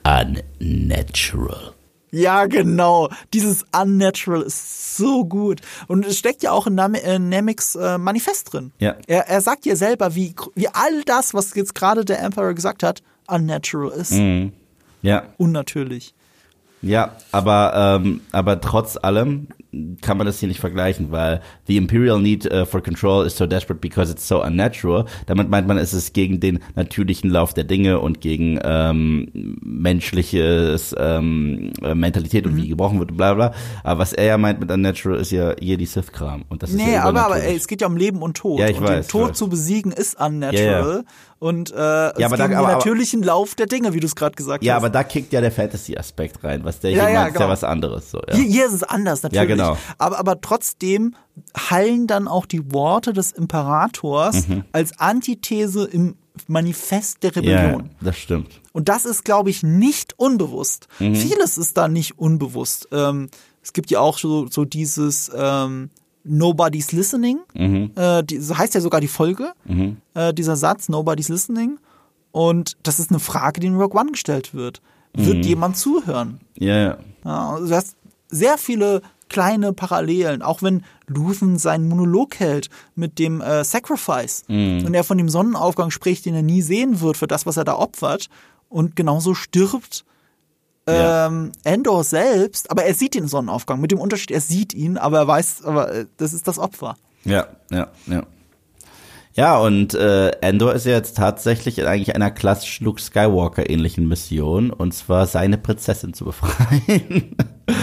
unnatural. Ja, genau. Dieses Unnatural ist so gut. Und es steckt ja auch in Nemeks Manifest drin. Ja. Er sagt ja selber, wie all das, was jetzt gerade der Emperor gesagt hat, unnatural ist. Mhm. Ja. Unnatürlich. Ja, aber trotz allem kann man das hier nicht vergleichen, weil the imperial need for control is so desperate because it's so unnatural. Damit meint man, es ist gegen den natürlichen Lauf der Dinge und gegen menschliches Mentalität und wie gebrochen wird und bla bla. Aber was er ja meint mit unnatural ist ja Jedi-Sith-Kram. Und das ist ja aber es geht ja um Leben und Tod. Ja, ich und weiß, den Tod zu besiegen ist unnatural. Ja. Und es geht um den natürlichen Lauf der Dinge, wie du es gerade gesagt hast. Ja, aber da kickt ja der Fantasy-Aspekt rein. Was der hier meint, ist ja was anderes. So, ja. Hier ist es anders, natürlich. Ja, genau. Aber trotzdem hallen dann auch die Worte des Imperators als Antithese im Manifest der Rebellion. Ja, das stimmt. Und das ist, glaube ich, nicht unbewusst. Vieles ist da nicht unbewusst. Es gibt ja auch so dieses Nobody's listening. So heißt ja sogar die Folge, dieser Satz, Nobody's listening. Und das ist eine Frage, die in Rogue One gestellt wird. Wird jemand zuhören? Ja. Also du hast sehr viele kleine Parallelen, auch wenn Luthen seinen Monolog hält mit dem Sacrifice und er von dem Sonnenaufgang spricht, den er nie sehen wird für das, was er da opfert, und genauso stirbt Endor selbst, aber er sieht den Sonnenaufgang, mit dem Unterschied, er sieht ihn, aber er weiß, das ist das Opfer. Ja. Ja, und Endor ist ja jetzt tatsächlich in eigentlich einer klassisch Luke Skywalker-ähnlichen Mission, und zwar seine Prinzessin zu befreien.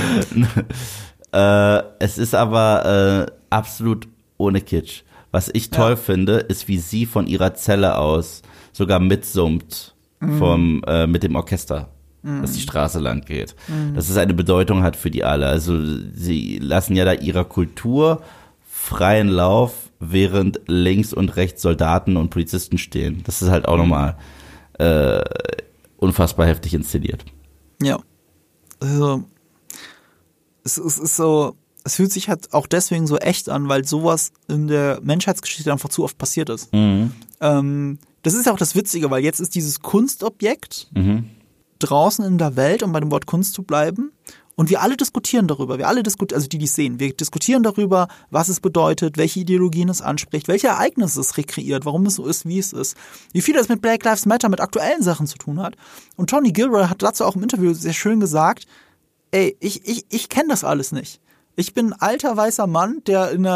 Es ist aber absolut ohne Kitsch. Was ich toll finde, ist, wie sie von ihrer Zelle aus sogar mitsummt mit dem Orchester, das die Straße lang geht. Dass es eine Bedeutung hat für die alle. Also sie lassen ja da ihrer Kultur freien Lauf, während links und rechts Soldaten und Polizisten stehen. Das ist halt auch nochmal unfassbar heftig inszeniert. Ja. Also, es ist so, es fühlt sich halt auch deswegen so echt an, weil sowas in der Menschheitsgeschichte einfach zu oft passiert ist. Das ist ja auch das Witzige, weil jetzt ist dieses Kunstobjekt draußen in der Welt, um bei dem Wort Kunst zu bleiben. Und wir alle diskutieren darüber, also die es sehen, wir diskutieren darüber, was es bedeutet, welche Ideologien es anspricht, welche Ereignisse es rekreiert, warum es so ist, wie es ist, wie viel das mit Black Lives Matter, mit aktuellen Sachen zu tun hat. Und Tony Gilroy hat dazu auch im Interview sehr schön gesagt, ey, ich kenne das alles nicht. Ich bin ein alter weißer Mann, der in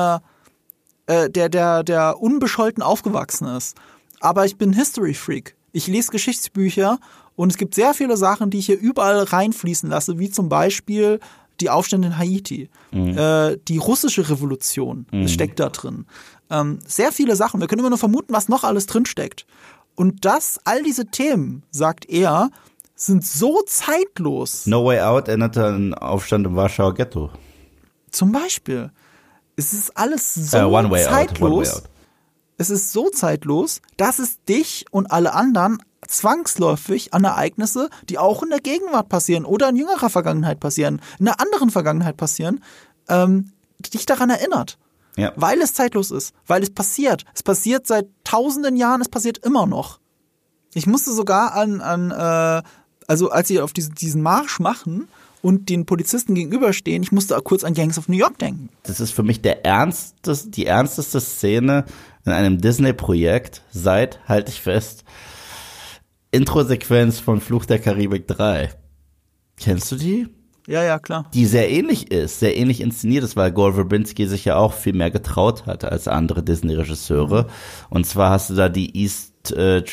der unbescholten aufgewachsen ist. Aber ich bin History Freak. Ich lese Geschichtsbücher und es gibt sehr viele Sachen, die ich hier überall reinfließen lasse, wie zum Beispiel die Aufstände in Haiti, die russische Revolution, das steckt da drin. Sehr viele Sachen. Wir können immer nur vermuten, was noch alles drin steckt. Und all diese Themen, sagt er, sind so zeitlos. No Way Out erinnert an Aufstand im Warschauer Ghetto. Zum Beispiel. Es ist alles so One Way zeitlos. Out. Es ist so zeitlos, dass es dich und alle anderen zwangsläufig an Ereignisse, die auch in der Gegenwart passieren oder in jüngerer Vergangenheit passieren, in einer anderen Vergangenheit passieren, dich daran erinnert. Ja. Weil es zeitlos ist, weil es passiert. Es passiert seit tausenden Jahren, es passiert immer noch. Ich musste sogar also als sie auf diesen Marsch machen und den Polizisten gegenüberstehen, ich musste kurz an Gangs of New York denken. Das ist für mich die ernsteste Szene in einem Disney-Projekt seit, halte ich fest, Intro-Sequenz von Fluch der Karibik 3. Kennst du die? Ja, klar. Die sehr ähnlich inszeniert ist, weil Gore Verbinski sich ja auch viel mehr getraut hat als andere Disney-Regisseure. Und zwar hast du da die East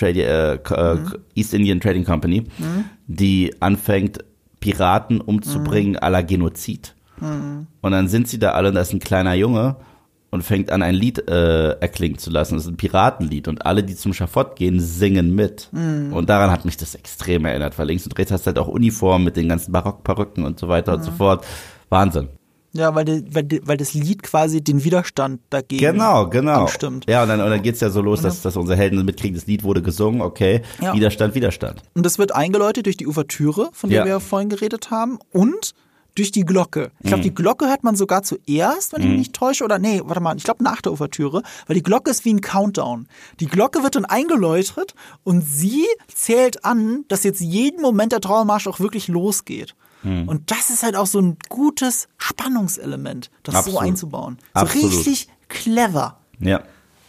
Indian Trading Company, die anfängt, Piraten umzubringen à la Genozid. Und dann sind sie da alle und da ist ein kleiner Junge und fängt an, ein Lied erklingen zu lassen. Das ist ein Piratenlied und alle, die zum Schafott gehen, singen mit. Und daran hat mich das extrem erinnert, weil links und rechts hast du halt auch Uniformen mit den ganzen Barockperücken und so weiter und so fort. Wahnsinn. Ja, weil das Lied quasi den Widerstand dagegen Genau. anstimmt. Ja, und dann geht's ja so los, dass unsere Helden mitkriegen, das Lied wurde gesungen, okay, Ja. Widerstand. Und das wird eingeläutet durch die Ouvertüre, von der Ja. wir ja vorhin geredet haben, und durch die Glocke. Ich glaube, die Glocke hört man sogar zuerst, wenn ich mich nicht täusche. Oder nee, warte mal, ich glaube nach der Ouvertüre, weil die Glocke ist wie ein Countdown. Die Glocke wird dann eingeläutet und sie zählt an, dass jetzt jeden Moment der Trauermarsch auch wirklich losgeht. Und das ist halt auch so ein gutes Spannungselement, das Absolut. so einzubauen. So Absolut. richtig clever. Ja.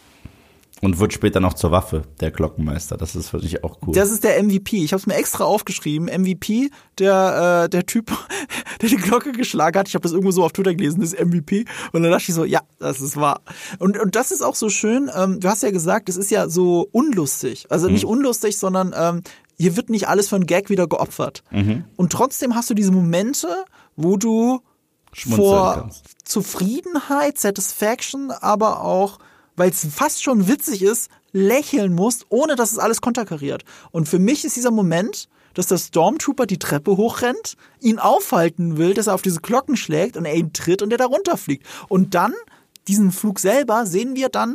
Und wird später noch zur Waffe, der Glockenmeister. Das ist wirklich auch cool. Das ist der MVP. Ich habe es mir extra aufgeschrieben. MVP, der Typ, der die Glocke geschlagen hat. Ich habe das irgendwo so auf Twitter gelesen, das ist MVP. Und dann dachte ich so, ja, das ist wahr. Und das ist auch so schön. Du hast ja gesagt, es ist ja so unlustig. Also nicht unlustig, sondern hier wird nicht alles für einen Gag wieder geopfert. Und trotzdem hast du diese Momente, wo du Schmunzeln vor kannst. Zufriedenheit, Satisfaction, aber auch, weil es fast schon witzig ist, lächeln musst, ohne dass es alles konterkariert. Und für mich ist dieser Moment, dass der Stormtrooper die Treppe hochrennt, ihn aufhalten will, dass er auf diese Glocken schlägt und er ihn tritt und er da runterfliegt. Und dann, diesen Flug selber, sehen wir dann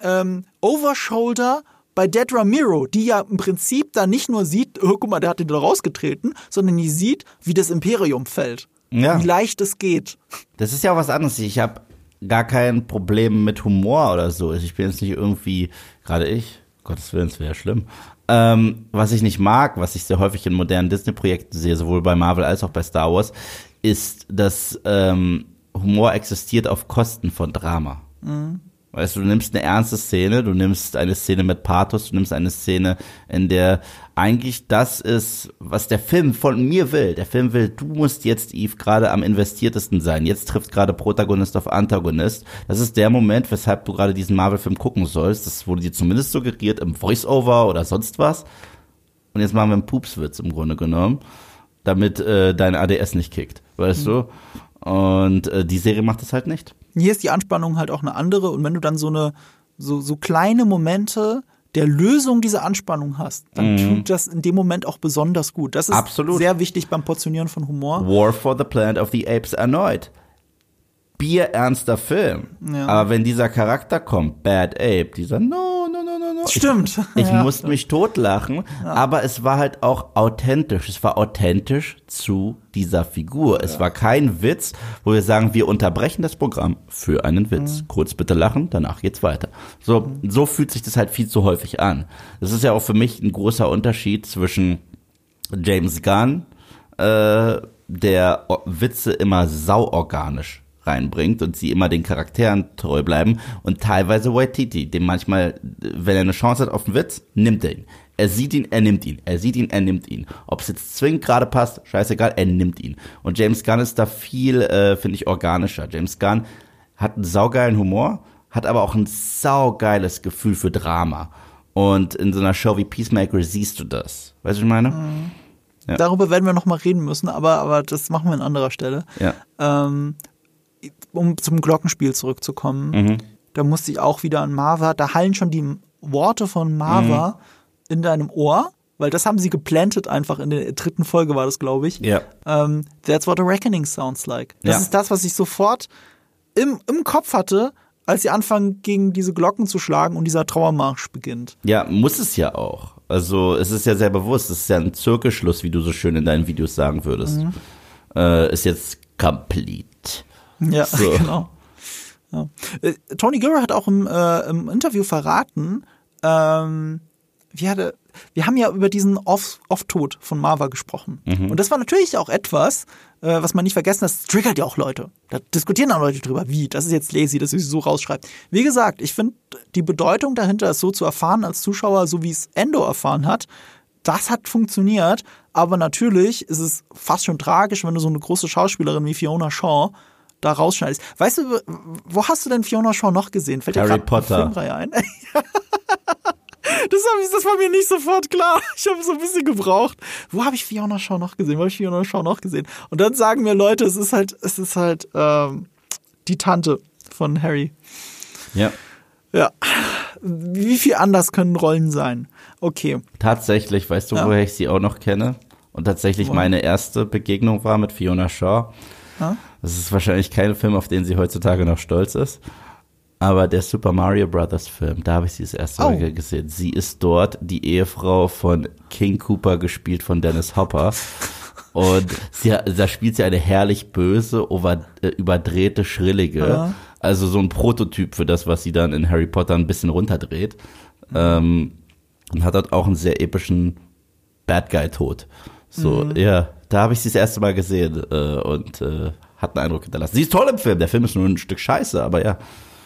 Overshoulder bei Dead Ramiro, die ja im Prinzip da nicht nur sieht, oh, guck mal, der hat den da rausgetreten, sondern die sieht, wie das Imperium fällt. Ja. Wie leicht es geht. Das ist ja auch was anderes. Ich habe gar kein Problem mit Humor oder so. Ich bin jetzt nicht irgendwie, gerade ich, Gottes Willen, es wäre schlimm. Was ich nicht mag, was ich sehr häufig in modernen Disney-Projekten sehe, sowohl bei Marvel als auch bei Star Wars, ist, dass Humor existiert auf Kosten von Drama. Weißt du, du nimmst eine ernste Szene, du nimmst eine Szene mit Pathos, du nimmst eine Szene, in der eigentlich das ist, was der Film von mir will. Der Film will, du musst jetzt, Eve, gerade am investiertesten sein. Jetzt trifft gerade Protagonist auf Antagonist. Das ist der Moment, weshalb du gerade diesen Marvel-Film gucken sollst. Das wurde dir zumindest suggeriert im Voice-Over oder sonst was. Und jetzt machen wir einen Pupswitz im Grunde genommen, damit dein ADS nicht kickt, weißt du? Und die Serie macht das halt nicht. Hier ist die Anspannung halt auch eine andere. Und wenn du dann so kleine Momente der Lösung dieser Anspannung hast, dann tut das in dem Moment auch besonders gut. Das ist Absolut. sehr wichtig beim Portionieren von Humor. War for the Planet of the Apes erneut. Bierernster Film. Ja. Aber wenn dieser Charakter kommt, Bad Ape, dieser no. Stimmt. Ich Ja. musste mich totlachen, aber es war halt auch authentisch. Es war authentisch zu dieser Figur. Es war kein Witz, wo wir sagen, wir unterbrechen das Programm für einen Witz. Kurz bitte lachen, danach geht's weiter. So fühlt sich das halt viel zu häufig an. Das ist ja auch für mich ein großer Unterschied zwischen James Gunn, der Witze immer sauorganisch reinbringt und sie immer den Charakteren treu bleiben, und teilweise Waititi, dem manchmal, wenn er eine Chance hat auf einen Witz, nimmt er ihn. Er sieht ihn, er nimmt ihn. Er sieht ihn, er nimmt ihn. Ob es jetzt zwingend gerade passt, scheißegal, er nimmt ihn. Und James Gunn ist da viel, finde ich, organischer. James Gunn hat einen saugeilen Humor, hat aber auch ein saugeiles Gefühl für Drama. Und in so einer Show wie Peacemaker siehst du das. Weißt du, was ich meine? Ja. Darüber werden wir noch mal reden müssen, aber das machen wir an anderer Stelle. Ja. Um zum Glockenspiel zurückzukommen, da musste ich auch wieder an Marva, da hallen schon die Worte von Marva in deinem Ohr, weil das haben sie geplantet einfach in der 3. Folge war das, glaube ich. Ja. That's what a reckoning sounds like. Das Ja. ist das, was ich sofort im Kopf hatte, als sie anfangen, gegen diese Glocken zu schlagen und dieser Trauermarsch beginnt. Ja, muss es ja auch. Also es ist ja sehr bewusst, es ist ja ein Zirkelschluss, wie du so schön in deinen Videos sagen würdest. Ist jetzt complete. Ja, So. genau. Ja. Tony Gilroy hat auch im Interview verraten, wir haben ja über diesen Off-Tod von Marva gesprochen. Und das war natürlich auch etwas, was man nicht vergessen hat, das triggert ja auch Leute. Da diskutieren auch Leute drüber, wie, das ist jetzt lazy, dass sie so rausschreibt. Wie gesagt, ich finde, die Bedeutung dahinter, es so zu erfahren als Zuschauer, so wie es Endo erfahren hat, das hat funktioniert. Aber natürlich ist es fast schon tragisch, wenn du so eine große Schauspielerin wie Fiona Shaw da rausschneidest. Weißt du, wo hast du denn Fiona Shaw noch gesehen? Fällt dir Harry grad eine Potter. Filmreihe ein? Das war mir nicht sofort klar. Ich habe so ein bisschen gebraucht. Wo habe ich Fiona Shaw noch gesehen? Und dann sagen mir Leute, es ist halt die Tante. von Harry. Ja. Ja. Wie viel anders können Rollen sein? Okay. Tatsächlich, weißt du, woher ich sie auch noch kenne? Und tatsächlich meine erste Begegnung war mit Fiona Shaw. Das ist wahrscheinlich kein Film, auf den sie heutzutage noch stolz ist. Aber der Super Mario Brothers Film, da habe ich sie das erste Mal gesehen. Sie ist dort die Ehefrau von King Koopa, gespielt von Dennis Hopper. Und da spielt sie eine herrlich böse, überdrehte, schrillige. Also so ein Prototyp für das, was sie dann in Harry Potter ein bisschen runterdreht. Und hat dort auch einen sehr epischen Bad Guy-Tod. So, ja, da habe ich sie das erste Mal gesehen und hat einen Eindruck hinterlassen. Sie ist toll im Film. Der Film ist nur ein Stück Scheiße, aber ja.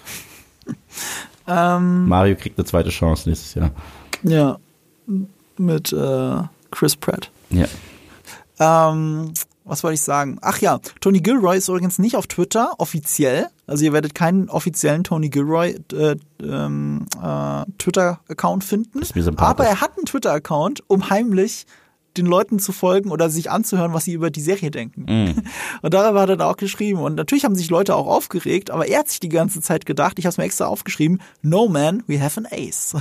Mario kriegt eine zweite Chance nächstes Jahr. Ja, mit Chris Pratt. Ja. Was wollte ich sagen? Ach ja, Tony Gilroy ist übrigens nicht auf Twitter, offiziell. Also ihr werdet keinen offiziellen Tony Gilroy Twitter-Account finden. Ist mir sympathisch. Aber er hat einen Twitter-Account, um heimlich den Leuten zu folgen oder sich anzuhören, was sie über die Serie denken. Und darüber hat er dann auch geschrieben. Und natürlich haben sich Leute auch aufgeregt, aber er hat sich die ganze Zeit gedacht, ich habe es mir extra aufgeschrieben, no man, we have an ace.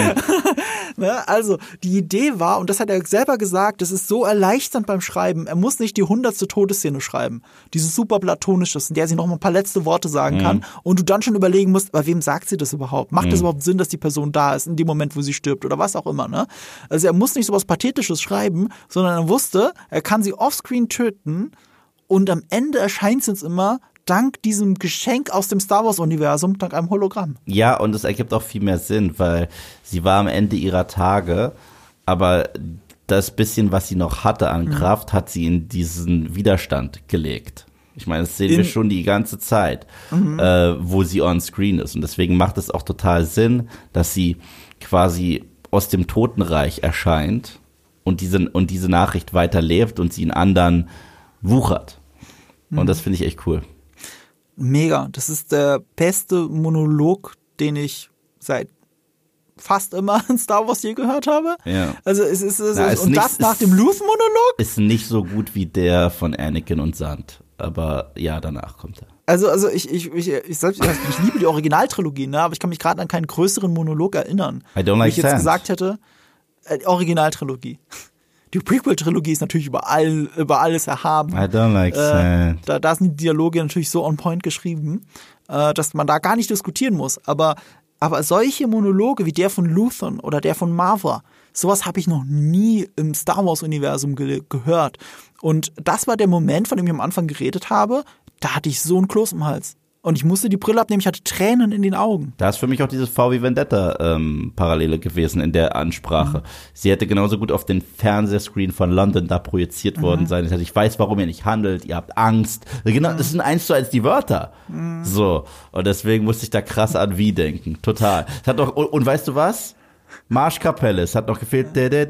Ne? Also die Idee war, und das hat er selber gesagt, das ist so erleichternd beim Schreiben, er muss nicht die 100. Todesszene schreiben, dieses super platonisches, in der sie noch mal ein paar letzte Worte sagen kann und du dann schon überlegen musst, bei wem sagt sie das überhaupt? Macht das überhaupt Sinn, dass die Person da ist in dem Moment, wo sie stirbt oder was auch immer? Ne? Also er muss nicht so was Pathetisches schreiben, sondern er wusste, er kann sie offscreen töten und am Ende erscheint es uns immer dank diesem Geschenk aus dem Star-Wars-Universum, dank einem Hologramm. Ja, und es ergibt auch viel mehr Sinn, weil sie war am Ende ihrer Tage, aber das bisschen, was sie noch hatte an Kraft, hat sie in diesen Widerstand gelegt. Ich meine, das sehen wir schon die ganze Zeit, wo sie on screen ist. Und deswegen macht es auch total Sinn, dass sie quasi aus dem Totenreich erscheint und diese Nachricht weiterlebt und sie in anderen wuchert. Und das finde ich echt cool. Mega. Das ist der beste Monolog, den ich seit fast immer in Star Wars je gehört habe. Ja. Also es ist und das nach dem Luth-Monolog? Ist nicht so gut wie der von Anakin und Sand. Aber ja, danach kommt er. Also ich liebe die Originaltrilogie, ne? Aber ich kann mich gerade an keinen größeren Monolog erinnern. I don't like wo ich jetzt Sand. gesagt hätte, Originaltrilogie. Die Prequel-Trilogie ist natürlich über alles erhaben. I don't like Sand. Da sind die Dialoge natürlich so on point geschrieben, dass man da gar nicht diskutieren muss. Aber solche Monologe wie der von Luthen oder der von Marva, sowas habe ich noch nie im Star Wars-Universum gehört. Und das war der Moment, von dem ich am Anfang geredet habe, da hatte ich so einen Kloß im Hals. Und ich musste die Brille abnehmen, ich hatte Tränen in den Augen. Da ist für mich auch dieses V wie Vendetta Parallele gewesen in der Ansprache. Sie hätte genauso gut auf den Fernsehscreen von London da projiziert worden sein. Das heißt, ich weiß, warum ihr nicht handelt, ihr habt Angst. Genau, das sind 1:1 die Wörter. So. Und deswegen musste ich da krass an wie denken. Total. Es hat doch, und weißt du was? Marschkapelle, es hat noch gefehlt.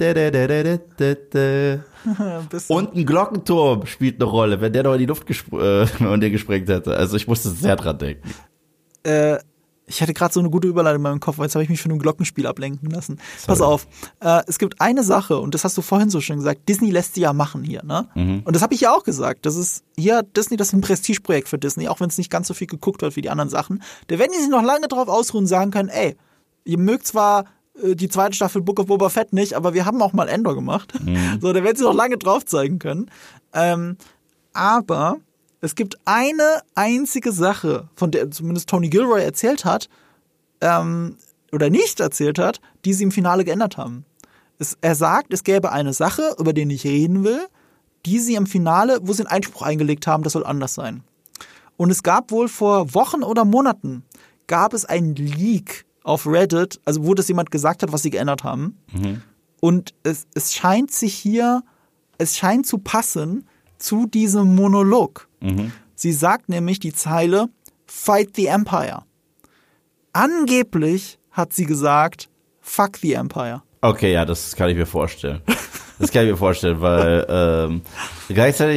Und ein Glockenturm spielt eine Rolle, wenn der noch in die Luft gesprengt hätte. Also ich musste sehr dran denken. Ich hatte gerade so eine gute Überleitung in meinem Kopf, weil jetzt habe ich mich von einem Glockenspiel ablenken lassen. Sorry. Pass auf, es gibt eine Sache, und das hast du vorhin so schön gesagt, Disney lässt sie ja machen hier, ne? Und das habe ich ja auch gesagt. Das ist hier Disney, das ist ein Prestigeprojekt für Disney, auch wenn es nicht ganz so viel geguckt wird wie die anderen Sachen. Da werden die sich noch lange drauf ausruhen und sagen können, ey, ihr mögt zwar die zweite Staffel Book of Boba Fett nicht, aber wir haben auch mal Endor gemacht. So, da werden sie noch lange drauf zeigen können. Aber es gibt eine einzige Sache, von der zumindest Tony Gilroy erzählt hat, oder nicht erzählt hat, die sie im Finale geändert haben. Er sagt, es gäbe eine Sache, über die ich reden will, die sie im Finale, wo sie einen Einspruch eingelegt haben, das soll anders sein. Und es gab wohl vor Wochen oder Monaten, gab es einen Leak auf Reddit, also wo das jemand gesagt hat, was sie geändert haben. Und es scheint zu passen zu diesem Monolog. Sie sagt nämlich die Zeile, Fight the Empire. Angeblich hat sie gesagt, Fuck the Empire. Okay, ja, das kann ich mir vorstellen. Das kann ich mir vorstellen, weil gleichzeitig,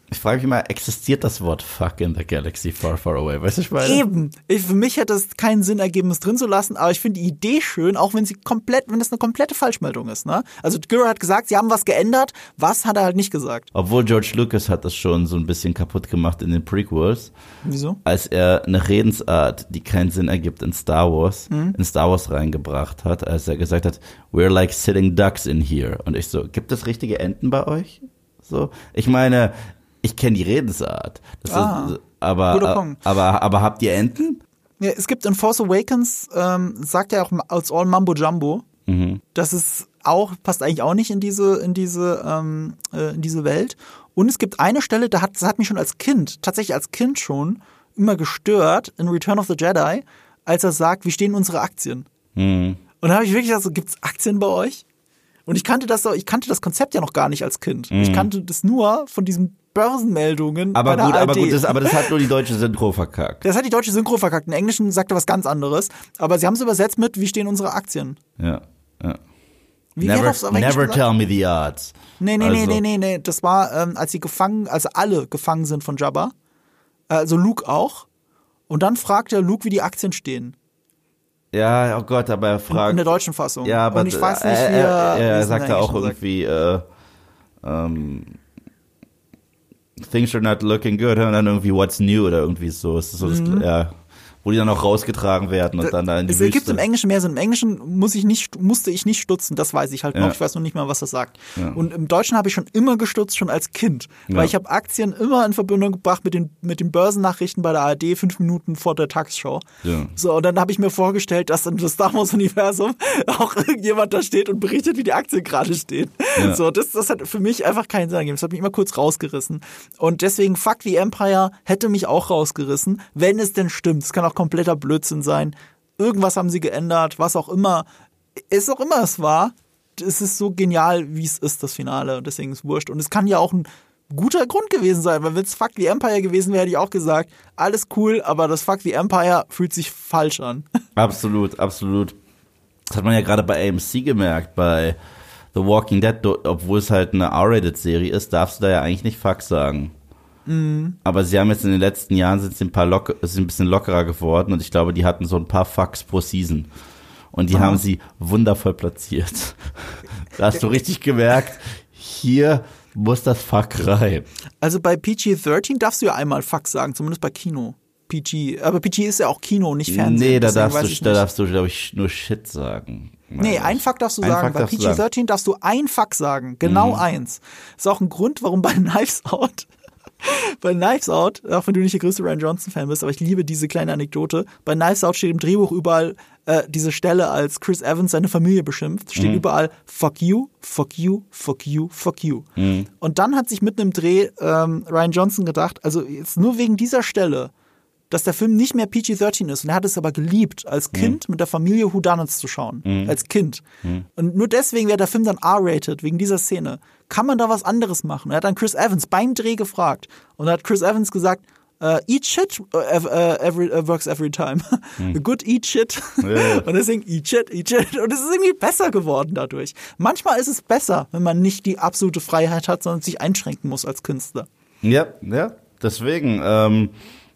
Ich frage mich mal, existiert das Wort Fuck in the Galaxy Far, Far Away? Weißt du, ich meine? Eben. Für mich hätte es keinen Sinn ergeben, es drin zu lassen, aber ich finde die Idee schön, auch wenn das eine komplette Falschmeldung ist, ne? Also Gura hat gesagt, sie haben was geändert, was hat er halt nicht gesagt. Obwohl George Lucas hat das schon so ein bisschen kaputt gemacht in den Prequels. Wieso? Als er eine Redensart, die keinen Sinn ergibt, in Star Wars reingebracht hat, als er gesagt hat, we're like sitting ducks in here. Und ich so, gibt es richtige Enten bei euch? So, ich meine, ich kenne die Redensart. Das ist, aber habt ihr Enten? Ja, es gibt in Force Awakens, sagt er auch als All Mambo Jumbo. Das ist passt eigentlich auch nicht in diese Welt. Und es gibt eine Stelle, das hat mich schon tatsächlich als Kind schon, immer gestört in Return of the Jedi, als er sagt, wie stehen unsere Aktien? Und da habe ich wirklich gedacht, so, gibt's Aktien bei euch? Und ich kannte das Konzept ja noch gar nicht als Kind. Ich kannte das nur von diesen Börsenmeldungen bei der ARD. Aber das hat nur die deutsche Synchro verkackt. Das hat die deutsche Synchro verkackt. Im Englischen sagt er was ganz anderes. Aber sie haben es übersetzt mit, wie stehen unsere Aktien? Ja. Wie never tell me the odds. Nee. Das war, als alle gefangen sind von Jabba. Also Luke auch. Und dann fragt er Luke, wie die Aktien stehen. Ja, oh Gott, aber er fragt. In der deutschen Fassung. Ja, aber und ich weiß nicht, wie er sagte auch irgendwie, things are not looking good, und dann irgendwie what's new oder irgendwie so. Es ist so das, wo die dann auch rausgetragen werden und dann da in die Wüste. Es gibt im Englischen mehr Sinn. Im Englischen musste ich nicht stutzen, das weiß ich halt noch. Ich weiß noch nicht mal, was das sagt. Ja. Und im Deutschen habe ich schon immer gestutzt, schon als Kind. Weil ich habe Aktien immer in Verbindung gebracht mit den Börsennachrichten bei der ARD 5 Minuten vor der Tagesschau. Ja. So, und dann habe ich mir vorgestellt, dass in das Star Wars-Universum auch irgendjemand da steht und berichtet, wie die Aktien gerade stehen. Ja. So, das hat für mich einfach keinen Sinn gegeben. Das hat mich immer kurz rausgerissen. Und deswegen, Fuck the Empire hätte mich auch rausgerissen, wenn es denn stimmt. Es kann auch kompletter Blödsinn sein. Irgendwas haben sie geändert, was auch immer. Es war. Es ist so genial, wie es ist, das Finale. Und deswegen ist es wurscht. Und es kann ja auch ein guter Grund gewesen sein, weil wenn es Fuck the Empire gewesen wäre, hätte ich auch gesagt, alles cool, aber das Fuck the Empire fühlt sich falsch an. Absolut. Das hat man ja gerade bei AMC gemerkt, bei The Walking Dead, obwohl es halt eine R-Rated-Serie ist, darfst du da ja eigentlich nicht Fuck sagen. Aber sie haben jetzt in den letzten Jahren sind ein bisschen lockerer geworden und ich glaube, die hatten so ein paar Fucks pro Season. Und die haben sie wundervoll platziert. Da hast du richtig gemerkt, hier muss das Fuck rein. Also bei PG-13 darfst du ja einmal Fuck sagen, zumindest bei Kino. Aber PG ist ja auch Kino, nicht Fernsehen. Nee, da darfst du, glaube ich, nur Shit sagen. Nee, ein Fuck darfst du sagen. Bei PG-13 darfst du ein Fuck sagen. Genau eins. Ist auch ein Grund, warum bei Knives Out, auch wenn du nicht der größte Rian Johnson-Fan bist, aber ich liebe diese kleine Anekdote. Bei Knives Out steht im Drehbuch überall diese Stelle, als Chris Evans seine Familie beschimpft, steht überall Fuck you, fuck you, fuck you, fuck you. Und dann hat sich mitten im Dreh Rian Johnson gedacht, also jetzt nur wegen dieser Stelle, dass der Film nicht mehr PG-13 ist. Und er hat es aber geliebt, als Kind mit der Familie Whodunits zu schauen. Als Kind. Und nur deswegen wäre der Film dann R-rated, wegen dieser Szene. Kann man da was anderes machen? Er hat dann Chris Evans beim Dreh gefragt. Und da hat Chris Evans gesagt, eat shit works every time. Good eat shit. Yeah. Und deswegen eat shit. Und es ist irgendwie besser geworden dadurch. Manchmal ist es besser, wenn man nicht die absolute Freiheit hat, sondern sich einschränken muss als Künstler. Ja, deswegen,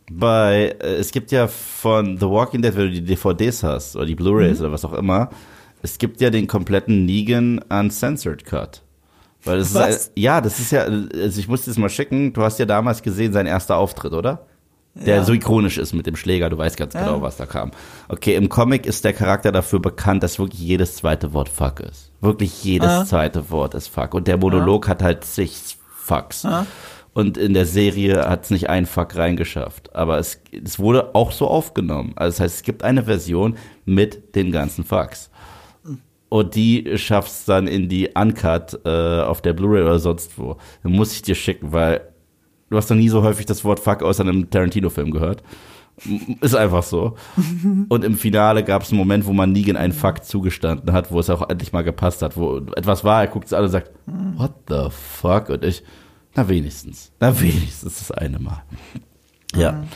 es gibt ja von The Walking Dead, wenn du die DVDs hast oder die Blu-rays oder was auch immer, es gibt ja den kompletten Negan Uncensored Cut. Weil das ist das ist ja, also ich muss dir das mal schicken, du hast ja damals gesehen, sein erster Auftritt, oder? Der so ikonisch ist mit dem Schläger, du weißt ganz genau, was da kam. Okay, im Comic ist der Charakter dafür bekannt, dass wirklich jedes zweite Wort Fuck ist. Wirklich jedes zweite Wort ist Fuck. Und der Monolog hat halt zig Fucks. Und in der Serie hat es nicht einen Fuck reingeschafft. Aber es wurde auch so aufgenommen. Also das heißt, es gibt eine Version mit den ganzen Fucks. Und die schaffst dann in die Uncut auf der Blu-ray oder sonst wo. Dann muss ich dir schicken, weil du hast noch nie so häufig das Wort Fuck außer einem Tarantino-Film gehört. Ist einfach so. Und im Finale gab es einen Moment, wo man Negan einen Fuck zugestanden hat, wo es auch endlich mal gepasst hat, wo etwas war, er guckt es an und sagt, what the fuck? Und ich, na wenigstens das eine Mal. Ja.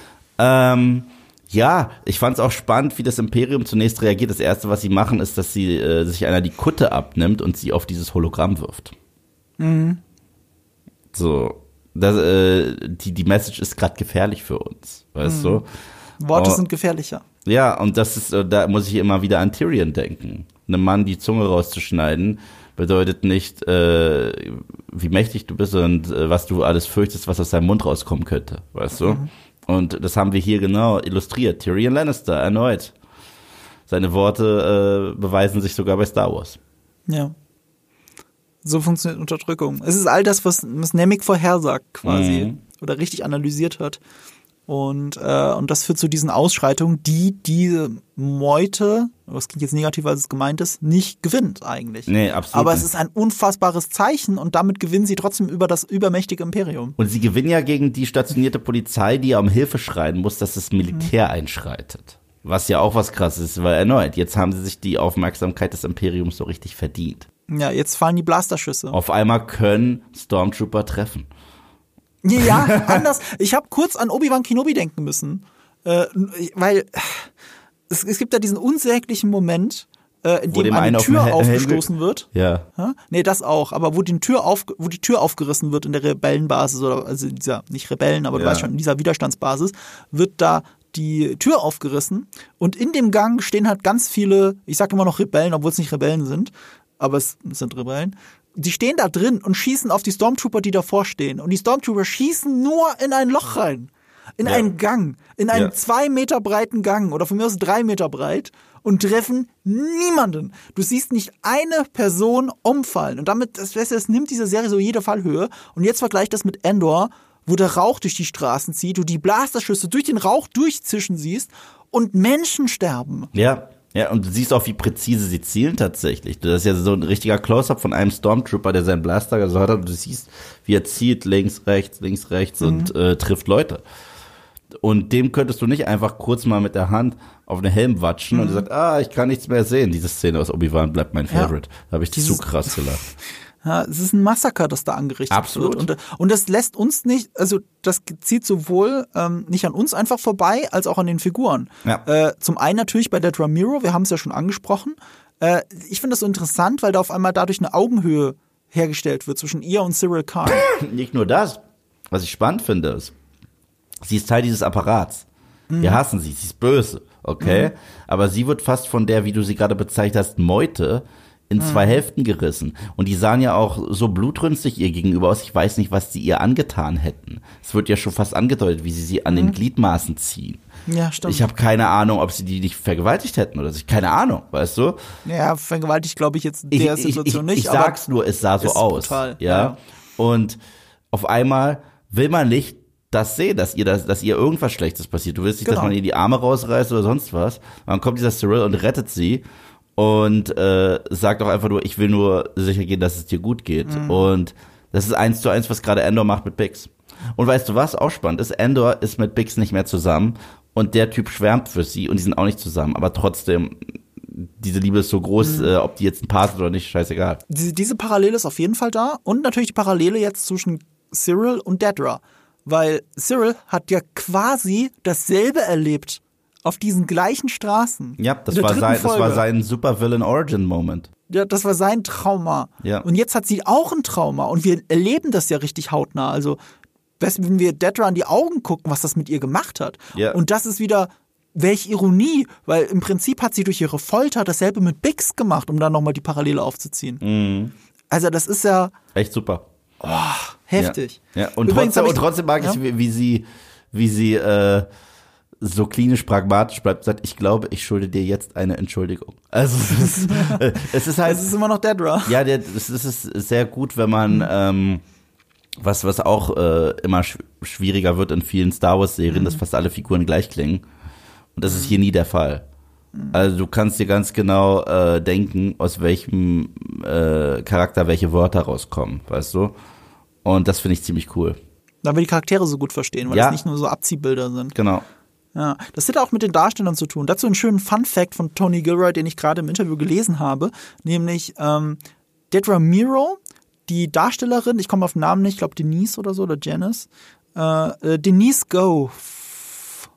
Ja, ich fand es auch spannend, wie das Imperium zunächst reagiert. Das Erste, was sie machen, ist, dass sie sich einer die Kutte abnimmt und sie auf dieses Hologramm wirft. So, die Message ist gerade gefährlich für uns, weißt du? Worte sind gefährlicher. Ja, und das ist, da muss ich immer wieder an Tyrion denken. Einem Mann die Zunge rauszuschneiden, bedeutet nicht, wie mächtig du bist und was du alles fürchtest, was aus deinem Mund rauskommen könnte, weißt du? Und das haben wir hier genau illustriert. Tyrion Lannister erneut. Seine Worte beweisen sich sogar bei Star Wars. Ja. So funktioniert Unterdrückung. Es ist all das, was Nemik vorhersagt quasi oder richtig analysiert hat. Und das führt zu diesen Ausschreitungen, die diese Meute, das klingt jetzt negativer, als es gemeint ist, nicht gewinnt eigentlich. Nee, absolut Aber nicht. es ist ein unfassbares Zeichen und damit gewinnen sie trotzdem über das übermächtige Imperium. Und sie gewinnen ja gegen die stationierte Polizei, die ja um Hilfe schreien muss, dass das Militär einschreitet. Was ja auch was Krasses ist, weil erneut, jetzt haben sie sich die Aufmerksamkeit des Imperiums so richtig verdient. Ja, jetzt fallen die Blasterschüsse. Auf einmal können Stormtrooper treffen. Ja, anders. Ich habe kurz an Obi-Wan Kenobi denken müssen, weil es gibt da diesen unsäglichen Moment, in Wo dem dem eine einen auf Tür den aufgestoßen wird. Ja. Nee, das auch, aber wo die Tür aufgerissen wird in der Rebellenbasis, oder also in dieser, nicht Rebellen, aber du weißt schon, in dieser Widerstandsbasis, wird da die Tür aufgerissen und in dem Gang stehen halt ganz viele, ich sag immer noch Rebellen, obwohl es nicht Rebellen sind, aber es sind Rebellen. Die stehen da drin und schießen auf die Stormtrooper, die davor stehen. Und die Stormtrooper schießen nur in ein Loch rein. In einen Gang. In einen 2 Meter breiten Gang. Oder von mir aus 3 Meter breit. Und treffen niemanden. Du siehst nicht eine Person umfallen. Und damit, das nimmt diese Serie so jede Fallhöhe. Und jetzt vergleich das mit Endor, wo der Rauch durch die Straßen zieht, du die Blasterschüsse durch den Rauch durchzischen siehst und Menschen sterben. Ja. Ja, und du siehst auch, wie präzise sie zielen tatsächlich. Das ist ja so ein richtiger Close-Up von einem Stormtrooper, der seinen Blaster gesäuert hat. Und du siehst, wie er zielt, links, rechts und trifft Leute. Und dem könntest du nicht einfach kurz mal mit der Hand auf den Helm watschen und er sagt, ich kann nichts mehr sehen. Diese Szene aus Obi-Wan bleibt mein Favorite. Da habe ich zu krass gelacht. Ja, es ist ein Massaker, das da angerichtet wird. Und das lässt uns nicht, also das zieht sowohl nicht an uns einfach vorbei, als auch an den Figuren. Ja. Zum einen natürlich bei Dedra Meero, wir haben es ja schon angesprochen. Ich finde das so interessant, weil da auf einmal dadurch eine Augenhöhe hergestellt wird zwischen ihr und Cyril Khan. Nicht nur das, was ich spannend finde, ist, sie ist Teil dieses Apparats. Wir hassen sie ist böse, okay? Aber sie wird fast von der, wie du sie gerade bezeichnet hast, Meute in 2 Hälften gerissen. Und die sahen ja auch so blutrünstig ihr gegenüber aus. Ich weiß nicht, was sie ihr angetan hätten. Es wird ja schon fast angedeutet, wie sie an den Gliedmaßen ziehen. Ja, stimmt. Ich habe keine Ahnung, ob sie die nicht vergewaltigt hätten oder so. Keine Ahnung, weißt du? Ja, vergewaltigt glaube ich jetzt in der Situation nicht. Ich sag's nur, es sah so aus. Brutal, ja. Und auf einmal will man nicht das sehen, dass ihr irgendwas Schlechtes passiert. Du willst nicht, dass man ihr die Arme rausreißt oder sonst was. Dann kommt dieser Cyril und rettet sie. Und sagt auch einfach nur, ich will nur sicher gehen, dass es dir gut geht. Und das ist 1:1, was gerade Endor macht mit Bix. Und weißt du, was auch spannend ist? Endor ist mit Bix nicht mehr zusammen und der Typ schwärmt für sie und die sind auch nicht zusammen. Aber trotzdem, diese Liebe ist so groß, ob die jetzt ein Paar sind oder nicht, scheißegal. Diese Parallele ist auf jeden Fall da und natürlich die Parallele jetzt zwischen Cyril und Dedra. Weil Cyril hat ja quasi dasselbe erlebt. Auf diesen gleichen Straßen. Ja, das war sein Supervillain-Origin-Moment. Ja, das war sein Trauma. Ja. Und jetzt hat sie auch ein Trauma. Und wir erleben das ja richtig hautnah. Also, wenn wir Dedra in die Augen gucken, was das mit ihr gemacht hat. Ja. Und das ist wieder, welch Ironie. Weil im Prinzip hat sie durch ihre Folter dasselbe mit Bix gemacht, um dann nochmal die Parallele aufzuziehen. Also, das ist ja echt super. Heftig. Ja. Und trotzdem mag ich, wie sie so klinisch pragmatisch bleibt, sagt, ich glaube, ich schulde dir jetzt eine Entschuldigung. Also es ist halt, es ist immer noch Dedra. Ja, es ist sehr gut, wenn man was auch immer schwieriger wird in vielen Star Wars Serien, dass fast alle Figuren gleich klingen. Und das ist hier nie der Fall. Also du kannst dir ganz genau denken, aus welchem Charakter welche Wörter rauskommen, weißt du? Und das finde ich ziemlich cool. Da wir die Charaktere so gut verstehen, weil das nicht nur so Abziehbilder sind. Genau. Ja, das hat auch mit den Darstellern zu tun. Dazu einen schönen Fun-Fact von Tony Gilroy, den ich gerade im Interview gelesen habe, nämlich Dedra Meero, die Darstellerin, ich komme auf den Namen nicht, ich glaube Denise oder so, oder Janice, Denise Gough,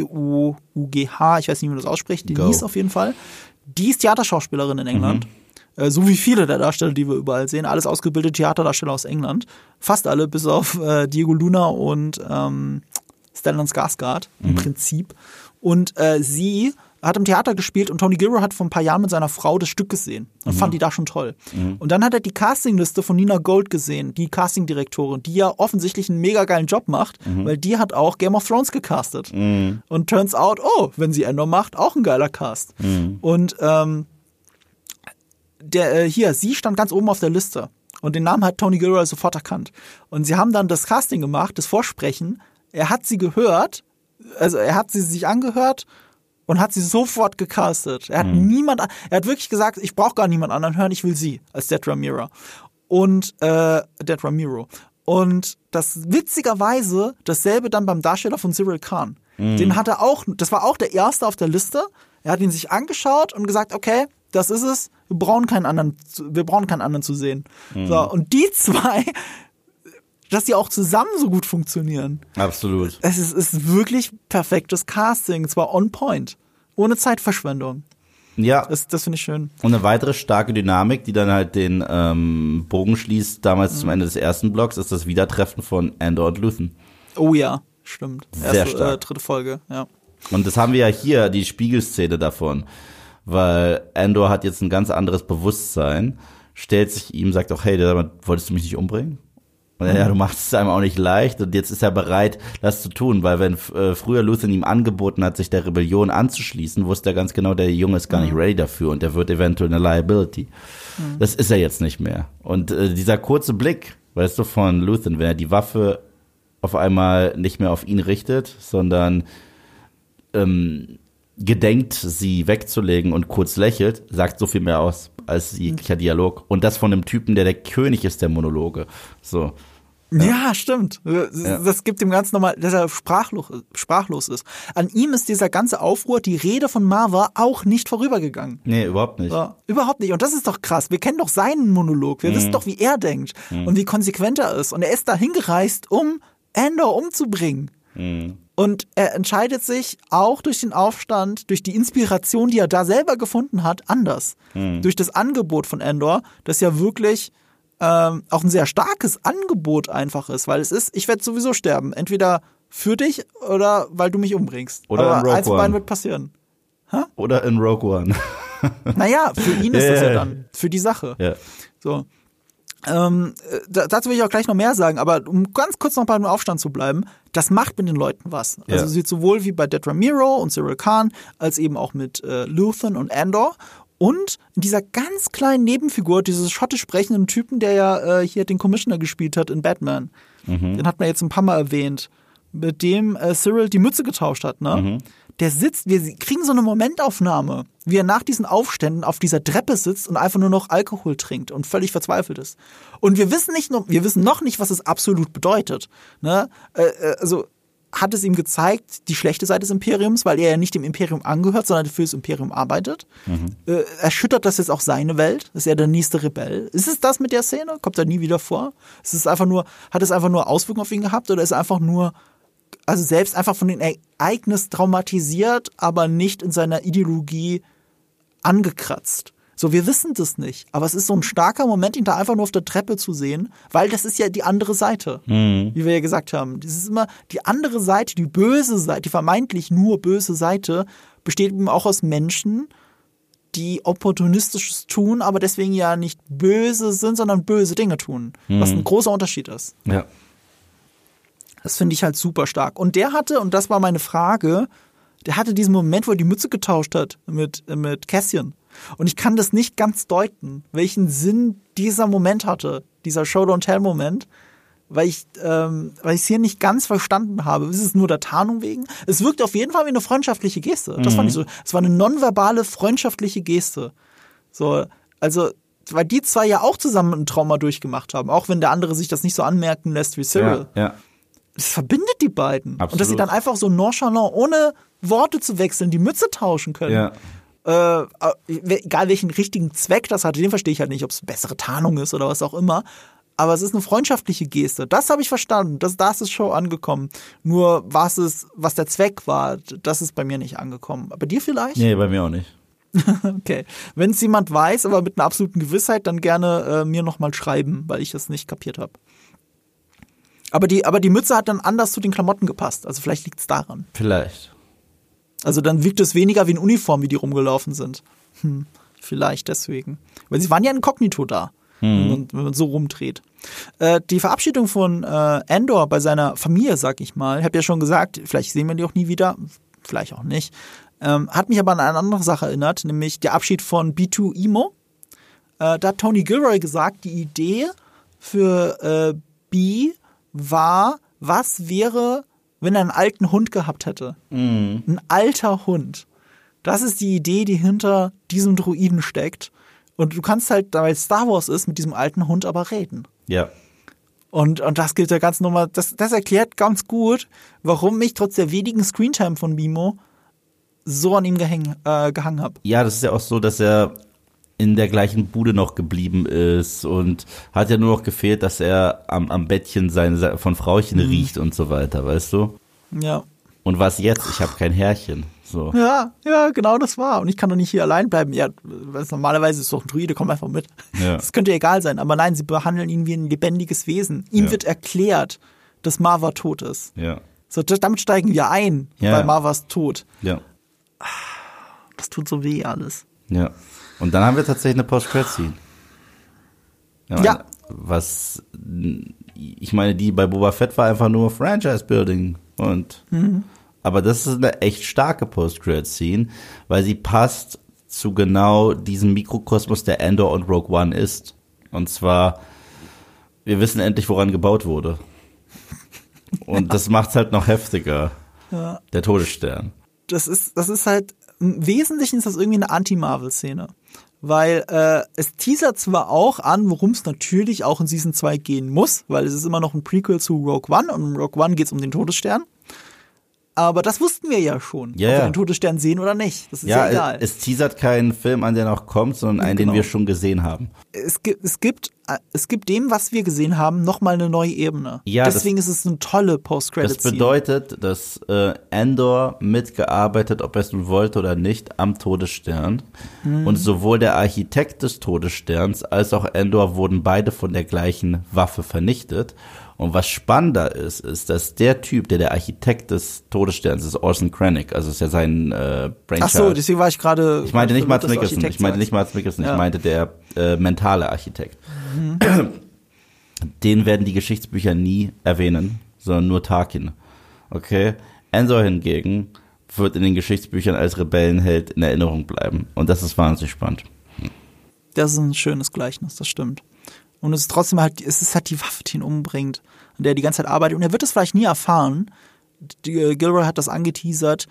G-U-U-G-H, ich weiß nicht, wie man das ausspricht, Denise auf jeden Fall, die ist Theaterschauspielerin in England. So wie viele der Darsteller, die wir überall sehen. Alles ausgebildete Theaterdarsteller aus England. Fast alle, bis auf Diego Luna und Stellan Skarsgård im Prinzip. Und sie hat im Theater gespielt und Tony Gilroy hat vor ein paar Jahren mit seiner Frau das Stück gesehen und fand die da schon toll. Und dann hat er die Castingliste von Nina Gold gesehen, die Castingdirektorin, die ja offensichtlich einen mega geilen Job macht, weil die hat auch Game of Thrones gecastet. Und turns out, wenn sie Endor macht, auch ein geiler Cast. Und sie stand ganz oben auf der Liste. Und den Namen hat Tony Gilroy sofort erkannt. Und sie haben dann das Casting gemacht, das Vorsprechen. Er hat sie gehört, also er hat sie sich angehört und hat sie sofort gecastet. Er hat wirklich gesagt, ich brauche gar niemand anderen hören, ich will sie als Dead Ramiro. Und das witzigerweise dasselbe dann beim Darsteller von Cyril Khan. Den hat er auch, das war auch der erste auf der Liste. Er hat ihn sich angeschaut und gesagt, okay, das ist es, wir brauchen keinen anderen zu sehen. So, und die zwei, dass die auch zusammen so gut funktionieren. Absolut. Es ist wirklich perfektes Casting. Es war on point. Ohne Zeitverschwendung. Ja. Das finde ich schön. Und eine weitere starke Dynamik, die dann halt den Bogen schließt, damals zum Ende des ersten Blocks, ist das Wiedertreffen von Andor und Luthen. Oh ja, stimmt. Sehr stark. Dritte Folge, ja. Und das haben wir ja hier, die Spiegelszene davon. Weil Andor hat jetzt ein ganz anderes Bewusstsein, stellt sich ihm, sagt auch, hey, wolltest du mich nicht umbringen? Und ja, du machst es einem auch nicht leicht und jetzt ist er bereit, das zu tun, weil wenn früher Luthen ihm angeboten hat, sich der Rebellion anzuschließen, wusste er ganz genau, der Junge ist gar nicht ready dafür und er wird eventuell eine Liability. Das ist er jetzt nicht mehr. Und dieser kurze Blick, weißt du, von Luthen, wenn er die Waffe auf einmal nicht mehr auf ihn richtet, sondern gedenkt, sie wegzulegen und kurz lächelt, sagt so viel mehr aus als jeglicher Dialog. Und das von einem Typen, der König ist der Monologe. So. Ja, stimmt. Das gibt dem Ganzen nochmal, dass er sprachlos ist. An ihm ist dieser ganze Aufruhr, die Rede von Marva, auch nicht vorübergegangen. Nee, überhaupt nicht. So, überhaupt nicht. Und das ist doch krass. Wir kennen doch seinen Monolog. Wir wissen doch, wie er denkt und wie konsequent er ist. Und er ist da hingereist, um Andor umzubringen. Und er entscheidet sich auch durch den Aufstand, durch die Inspiration, die er da selber gefunden hat, anders. Durch das Angebot von Andor, das ja wirklich auch ein sehr starkes Angebot einfach ist, weil es ist, ich werde sowieso sterben. Entweder für dich oder weil du mich umbringst. Oder aber in Rogue eins von beiden One. wird passieren. Oder in Rogue One. Naja, für ihn ist das ja dann. Für die Sache. Ja. So. Dazu will ich auch gleich noch mehr sagen, aber um ganz kurz noch beim Aufstand zu bleiben, das macht mit den Leuten was. Also sieht sowohl wie bei Dead Ramiro und Cyril Khan, als eben auch mit Luthen und Andor. Und in dieser ganz kleinen Nebenfigur, dieses schottisch sprechenden Typen, der ja hier den Commissioner gespielt hat in Batman. Den hat man jetzt ein paar Mal erwähnt, mit dem Cyril die Mütze getauscht hat, ne? Der sitzt, wir kriegen so eine Momentaufnahme, wie er nach diesen Aufständen auf dieser Treppe sitzt und einfach nur noch Alkohol trinkt und völlig verzweifelt ist. Und wir wissen noch nicht, was es absolut bedeutet. Ne? Also hat es ihm gezeigt, die schlechte Seite des Imperiums, weil er ja nicht dem Imperium angehört, sondern für das Imperium arbeitet. Erschüttert das jetzt auch seine Welt? Ist er der nächste Rebell? Ist es das mit der Szene? Kommt er nie wieder vor? Hat es einfach nur Auswirkungen auf ihn gehabt oder ist er einfach nur selbst einfach von den Ereignissen traumatisiert, aber nicht in seiner Ideologie angekratzt. So, wir wissen das nicht. Aber es ist so ein starker Moment, ihn da einfach nur auf der Treppe zu sehen, weil das ist ja die andere Seite, wie wir ja gesagt haben. Das ist immer die andere Seite, die böse Seite, die vermeintlich nur böse Seite, besteht eben auch aus Menschen, die Opportunistisches tun, aber deswegen ja nicht böse sind, sondern böse Dinge tun. Was ein großer Unterschied ist. Ja. Das finde ich halt super stark. Und der hatte, und das war meine Frage, der hatte diesen Moment, wo er die Mütze getauscht hat mit Cassian. Und ich kann das nicht ganz deuten, welchen Sinn dieser Moment hatte, dieser Show-Don't-Tell-Moment, weil ich es hier nicht ganz verstanden habe. Ist es nur der Tarnung wegen? Es wirkt auf jeden Fall wie eine freundschaftliche Geste. Das fand ich so. Es war eine nonverbale, freundschaftliche Geste. So, also, weil die zwei ja auch zusammen ein Trauma durchgemacht haben, auch wenn der andere sich das nicht so anmerken lässt wie Cyril. Ja. Das verbindet die beiden. Absolut. Und dass sie dann einfach so nonchalant, ohne Worte zu wechseln, die Mütze tauschen können. Ja. Egal welchen richtigen Zweck das hatte, den verstehe ich halt nicht, ob es bessere Tarnung ist oder was auch immer. Aber es ist eine freundschaftliche Geste. Das habe ich verstanden. Da ist es schon angekommen. Nur was der Zweck war, das ist bei mir nicht angekommen. Bei dir vielleicht? Nee, bei mir auch nicht. Okay. Wenn es jemand weiß, aber mit einer absoluten Gewissheit, dann gerne mir nochmal schreiben, weil ich das nicht kapiert habe. Aber die Mütze hat dann anders zu den Klamotten gepasst. Also vielleicht liegt es daran. Vielleicht. Also dann wirkt es weniger wie eine Uniform, wie die rumgelaufen sind. Vielleicht deswegen. Weil sie waren ja inkognito da, wenn man so rumdreht. Die Verabschiedung von Andor bei seiner Familie, sag ich mal, ich habe ja schon gesagt, vielleicht sehen wir die auch nie wieder, vielleicht auch nicht, hat mich aber an eine andere Sache erinnert, nämlich der Abschied von B2 Emo. Da hat Tony Gilroy gesagt, die Idee für B war, was wäre, wenn er einen alten Hund gehabt hätte. Ein alter Hund. Das ist die Idee, die hinter diesem Droiden steckt. Und du kannst halt, weil Star Wars ist, mit diesem alten Hund aber reden. Ja. Und das gilt ja ganz normal. Das erklärt ganz gut, warum ich trotz der wenigen Screentime von Bimo so an ihm gehangen habe. Ja, das ist ja auch so, dass er in der gleichen Bude noch geblieben ist und hat ja nur noch gefehlt, dass er am Bettchen von Frauchen riecht und so weiter, weißt du? Ja. Und was jetzt? Ich habe kein Härchen. So. Ja, genau das war. Und ich kann doch nicht hier allein bleiben. Ja, normalerweise ist es doch ein Druide, komm einfach mit. Ja. Das könnte egal sein. Aber nein, sie behandeln ihn wie ein lebendiges Wesen. Ihm wird erklärt, dass Marva tot ist. Ja. So, damit steigen wir ein, weil Marva ist tot. Ja. Das tut so weh alles. Ja. Und dann haben wir tatsächlich eine Post-Credit-Scene. Ja. Was, ich meine, die bei Boba Fett war einfach nur Franchise-Building. Aber das ist eine echt starke Post-Credit-Scene, weil sie passt zu genau diesem Mikrokosmos, der Andor und Rogue One ist. Und zwar, wir wissen endlich, woran gebaut wurde. Und das macht's halt noch heftiger. Ja. Der Todesstern. Das ist halt, im Wesentlichen ist das irgendwie eine Anti-Marvel-Szene. Weil es teasert zwar auch an, worum es natürlich auch in Season 2 gehen muss, weil es ist immer noch ein Prequel zu Rogue One und in Rogue One geht es um den Todesstern. Aber das wussten wir ja schon, ob wir den Todesstern sehen oder nicht. Das ist ja egal. Es teasert keinen Film an, der noch kommt, sondern einen, den wir schon gesehen haben. Es gibt dem, was wir gesehen haben, nochmal eine neue Ebene. Ja, deswegen ist es eine tolle Post-Credit-Scene. Das bedeutet, dass Andor mitgearbeitet, ob er es nun wollte oder nicht, am Todesstern. Und sowohl der Architekt des Todessterns als auch Andor wurden beide von der gleichen Waffe vernichtet. Und was spannender ist, dass der Typ, der Architekt des Todessterns ist, Orson Krennic, also ist ja sein Brainchild. Ach so, deswegen war ich gerade. Ich meinte nicht Mads Mikkelsen, ich meinte der mentale Architekt. Den werden die Geschichtsbücher nie erwähnen, sondern nur Tarkin. Okay? Andor hingegen wird in den Geschichtsbüchern als Rebellenheld in Erinnerung bleiben. Und das ist wahnsinnig spannend. Das ist ein schönes Gleichnis, das stimmt. Und es ist trotzdem halt, die Waffe, die ihn umbringt, an der er die ganze Zeit arbeitet. Und er wird es vielleicht nie erfahren. Gilroy hat das angeteasert,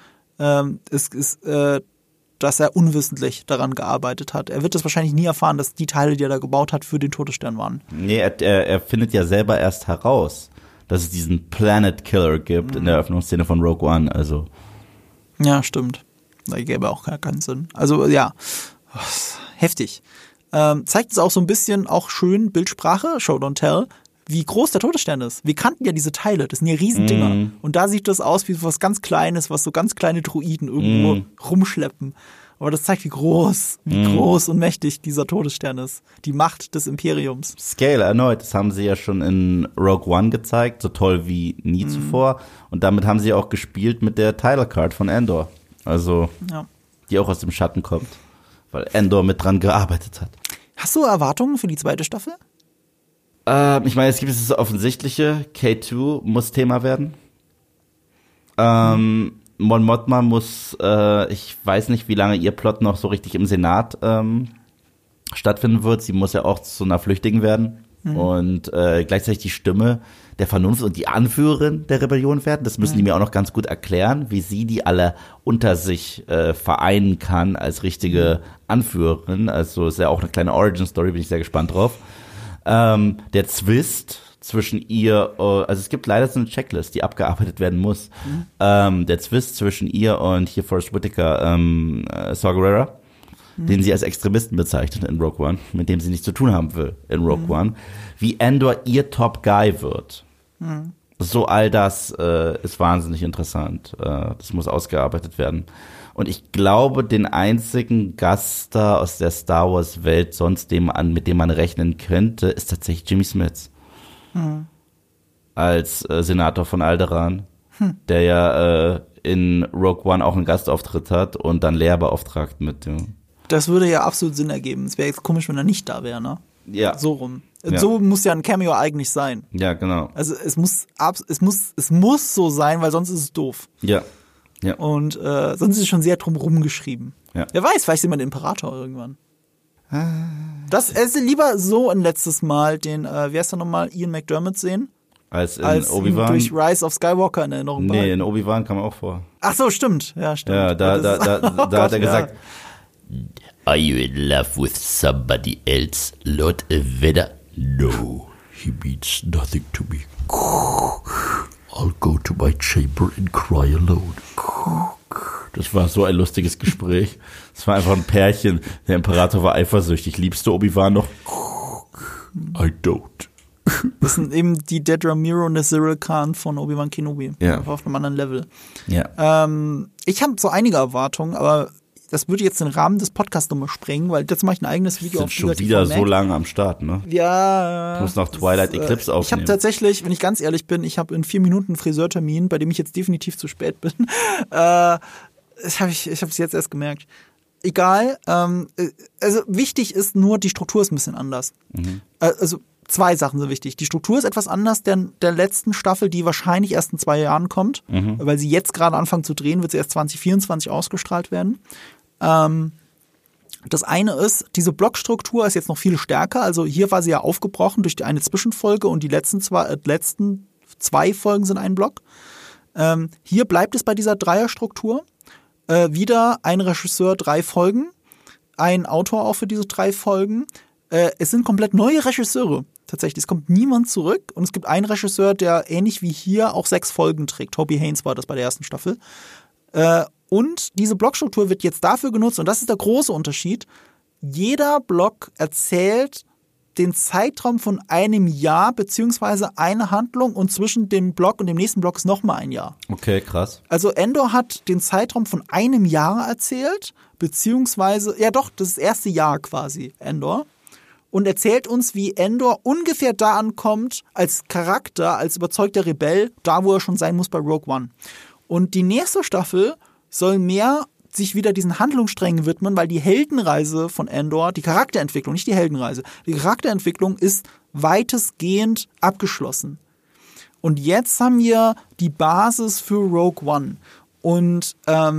dass er unwissentlich daran gearbeitet hat. Er wird es wahrscheinlich nie erfahren, dass die Teile, die er da gebaut hat, für den Todesstern waren. Nee, er findet ja selber erst heraus, dass es diesen Planet Killer gibt in der Eröffnungsszene von Rogue One. Also. Ja, stimmt. Da gäbe auch keinen Sinn. Also ja, heftig. Zeigt es auch so ein bisschen, auch schön Bildsprache, Show Don't Tell, wie groß der Todesstern ist. Wir kannten ja diese Teile, das sind ja Riesendinger. Und da sieht das aus wie was ganz Kleines, was so ganz kleine Droiden irgendwo rumschleppen. Aber das zeigt, wie groß und mächtig dieser Todesstern ist. Die Macht des Imperiums. Scale erneut, das haben sie ja schon in Rogue One gezeigt, so toll wie nie zuvor. Und damit haben sie auch gespielt mit der Title Card von Andor. Also, die auch aus dem Schatten kommt. Weil Andor mit dran gearbeitet hat. Hast du Erwartungen für die zweite Staffel? Ich meine, es gibt das Offensichtliche. K2 muss Thema werden. Mon Mothma muss, ich weiß nicht, wie lange ihr Plot noch so richtig im Senat stattfinden wird. Sie muss ja auch zu einer Flüchtigen werden. Und gleichzeitig die Stimme der Vernunft und die Anführerin der Rebellion werden. Das müssen die mir auch noch ganz gut erklären, wie sie die alle unter sich vereinen kann als richtige Anführerin. Also ist ja auch eine kleine Origin-Story, bin ich sehr gespannt drauf. Der Zwist zwischen ihr, also es gibt leider so eine Checklist, die abgearbeitet werden muss. Der Zwist zwischen ihr und hier Forrest Whitaker, Saw Gerrera, den sie als Extremisten bezeichnet in Rogue One, mit dem sie nichts zu tun haben will in Rogue One, wie Andor ihr Top Guy wird. So all das ist wahnsinnig interessant. Das muss ausgearbeitet werden. Und ich glaube, den einzigen Gaststar aus der Star Wars Welt sonst mit dem man rechnen könnte, ist tatsächlich Jimmy Smits. Als Senator von Alderaan, der ja in Rogue One auch einen Gastauftritt hat und dann Leia beauftragt mit dem. Das würde ja absolut Sinn ergeben. Es wäre jetzt komisch, wenn er nicht da wäre, ne? Ja. So rum. Ja. So muss ja ein Cameo eigentlich sein. Ja, genau. Also es muss so sein, weil sonst ist es doof. Ja. Und sonst ist es schon sehr drumherum geschrieben. Ja. Wer weiß, vielleicht sind wir der Imperator irgendwann. Das lieber so ein letztes Mal den, wie heißt der nochmal, Ian McDermott sehen, als in als Obi-Wan. durch Rise of Skywalker in Erinnerung Nee, behalten. in Obi-Wan kam er auch vor. Ach so, stimmt. Ja, stimmt. Ja, da hat er gesagt, Are you in love with somebody else, Lord Vader? No, he means nothing to me. I'll go to my chamber and cry alone. das war so ein lustiges Gespräch. Es war einfach ein Pärchen. Der Imperator war eifersüchtig. Liebst du Obi-Wan noch? I don't. Das sind eben die Dedra Meero und der Cyril Khan von Obi-Wan Kenobi. Ja. Auf einem anderen Level. Ja. Ich habe so einige Erwartungen, aber das würde jetzt den Rahmen des Podcasts nochmal sprengen, weil jetzt mache ich ein eigenes Video Sind auf schon wieder so lange am Start, ne? Ja. Ich muss noch Twilight Eclipse aufnehmen. Ich habe tatsächlich, wenn ich ganz ehrlich bin, ich habe in 4 Minuten einen Friseurtermin, bei dem ich jetzt definitiv zu spät bin. Ich habe es jetzt erst gemerkt. Egal. Also wichtig ist nur, die Struktur ist ein bisschen anders. Also 2 Sachen sind wichtig. Die Struktur ist etwas anders der letzten Staffel, die wahrscheinlich erst in 2 Jahren kommt, weil sie jetzt gerade anfangen zu drehen, wird sie erst 2024 ausgestrahlt werden. Das eine ist, diese Blockstruktur ist jetzt noch viel stärker. Also hier war sie ja aufgebrochen durch eine Zwischenfolge und die letzten 2 Folgen sind ein Block. Hier bleibt es bei dieser Dreierstruktur. Wieder ein Regisseur, 3 Folgen, ein Autor auch für diese 3 Folgen. Es sind komplett neue Regisseure. Tatsächlich, es kommt niemand zurück und es gibt einen Regisseur, der ähnlich wie hier auch 6 Folgen trägt. Toby Haynes war das bei der ersten Staffel. Und diese Blockstruktur wird jetzt dafür genutzt, und das ist der große Unterschied. Jeder Block erzählt den Zeitraum von einem Jahr, beziehungsweise eine Handlung, und zwischen dem Block und dem nächsten Block ist nochmal ein Jahr. Okay, krass. Also Endor hat den Zeitraum von einem Jahr erzählt, beziehungsweise, ja doch, das erste Jahr quasi, Endor. Und erzählt uns, wie Endor ungefähr da ankommt, als Charakter, als überzeugter Rebell, da wo er schon sein muss bei Rogue One. Und die nächste Staffel soll mehr sich wieder diesen Handlungssträngen widmen, weil die Heldenreise von Endor, die Charakterentwicklung, nicht die Heldenreise, die Charakterentwicklung ist weitestgehend abgeschlossen. Und jetzt haben wir die Basis für Rogue One. Und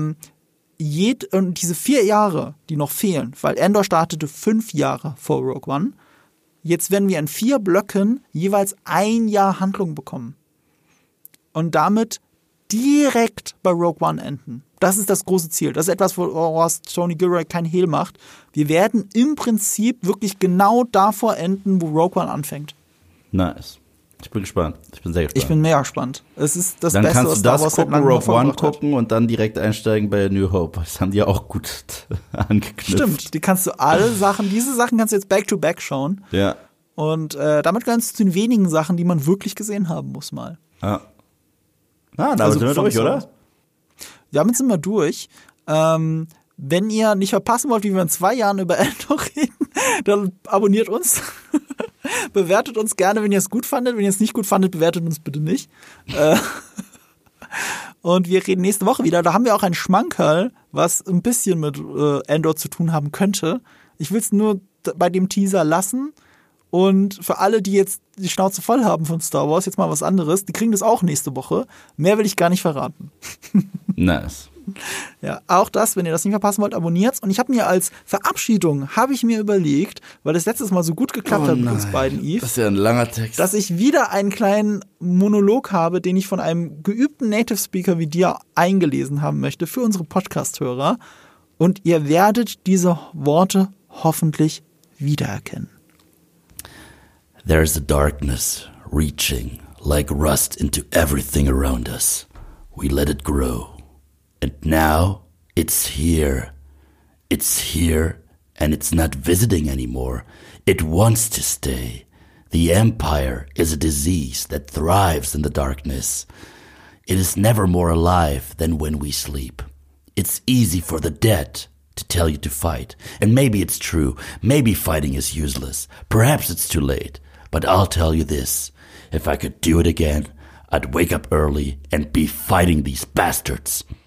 diese 4 Jahre, die noch fehlen, weil Endor startete 5 Jahre vor Rogue One, jetzt werden wir in 4 Blöcken jeweils 1 Jahr Handlung bekommen. Und damit direkt bei Rogue One enden. Das ist das große Ziel. Das ist etwas, woraus Tony Gilroy kein Hehl macht. Wir werden im Prinzip wirklich genau davor enden, wo Rogue One anfängt. Nice. Ich bin gespannt. Ich bin sehr gespannt. Ich bin mega gespannt. Es ist das dann Beste, kannst was du Star das Wars seit gucken, langem Rogue One hervorgebracht hat. gucken und dann direkt einsteigen bei New Hope. Das haben die ja auch gut angeknüpft. Stimmt, diese Sachen kannst du jetzt back-to-back schauen. Ja. Und damit gehörst du zu den wenigen Sachen, die man wirklich gesehen haben muss mal. Ja. Damit sind wir durch, oder? Damit sind wir durch. Wenn ihr nicht verpassen wollt, wie wir in 2 Jahren über Endor reden, dann abonniert uns. Bewertet uns gerne, wenn ihr es gut fandet. Wenn ihr es nicht gut fandet, bewertet uns bitte nicht. Und wir reden nächste Woche wieder. Da haben wir auch ein Schmankerl, was ein bisschen mit Endor zu tun haben könnte. Ich will es nur bei dem Teaser lassen. Und für alle, die jetzt die Schnauze voll haben von Star Wars, jetzt mal was anderes, die kriegen das auch nächste Woche. Mehr will ich gar nicht verraten. Nice. Ja, auch das, wenn ihr das nicht verpassen wollt, abonniert's. Und ich habe mir als Verabschiedung, überlegt, weil das letztes Mal so gut geklappt hat mit uns beiden, Yves. Das ist ja ein langer Text. Dass ich wieder einen kleinen Monolog habe, den ich von einem geübten Native Speaker wie dir eingelesen haben möchte für unsere Podcast-Hörer. Und ihr werdet diese Worte hoffentlich wiedererkennen. There's a darkness reaching like rust into everything around us. We let it grow. And now it's here. It's here and it's not visiting anymore. It wants to stay. The Empire is a disease that thrives in the darkness. It is never more alive than when we sleep. It's easy for the dead to tell you to fight. And maybe it's true. Maybe fighting is useless. Perhaps it's too late. But I'll tell you this. If I could do it again, I'd wake up early and be fighting these bastards.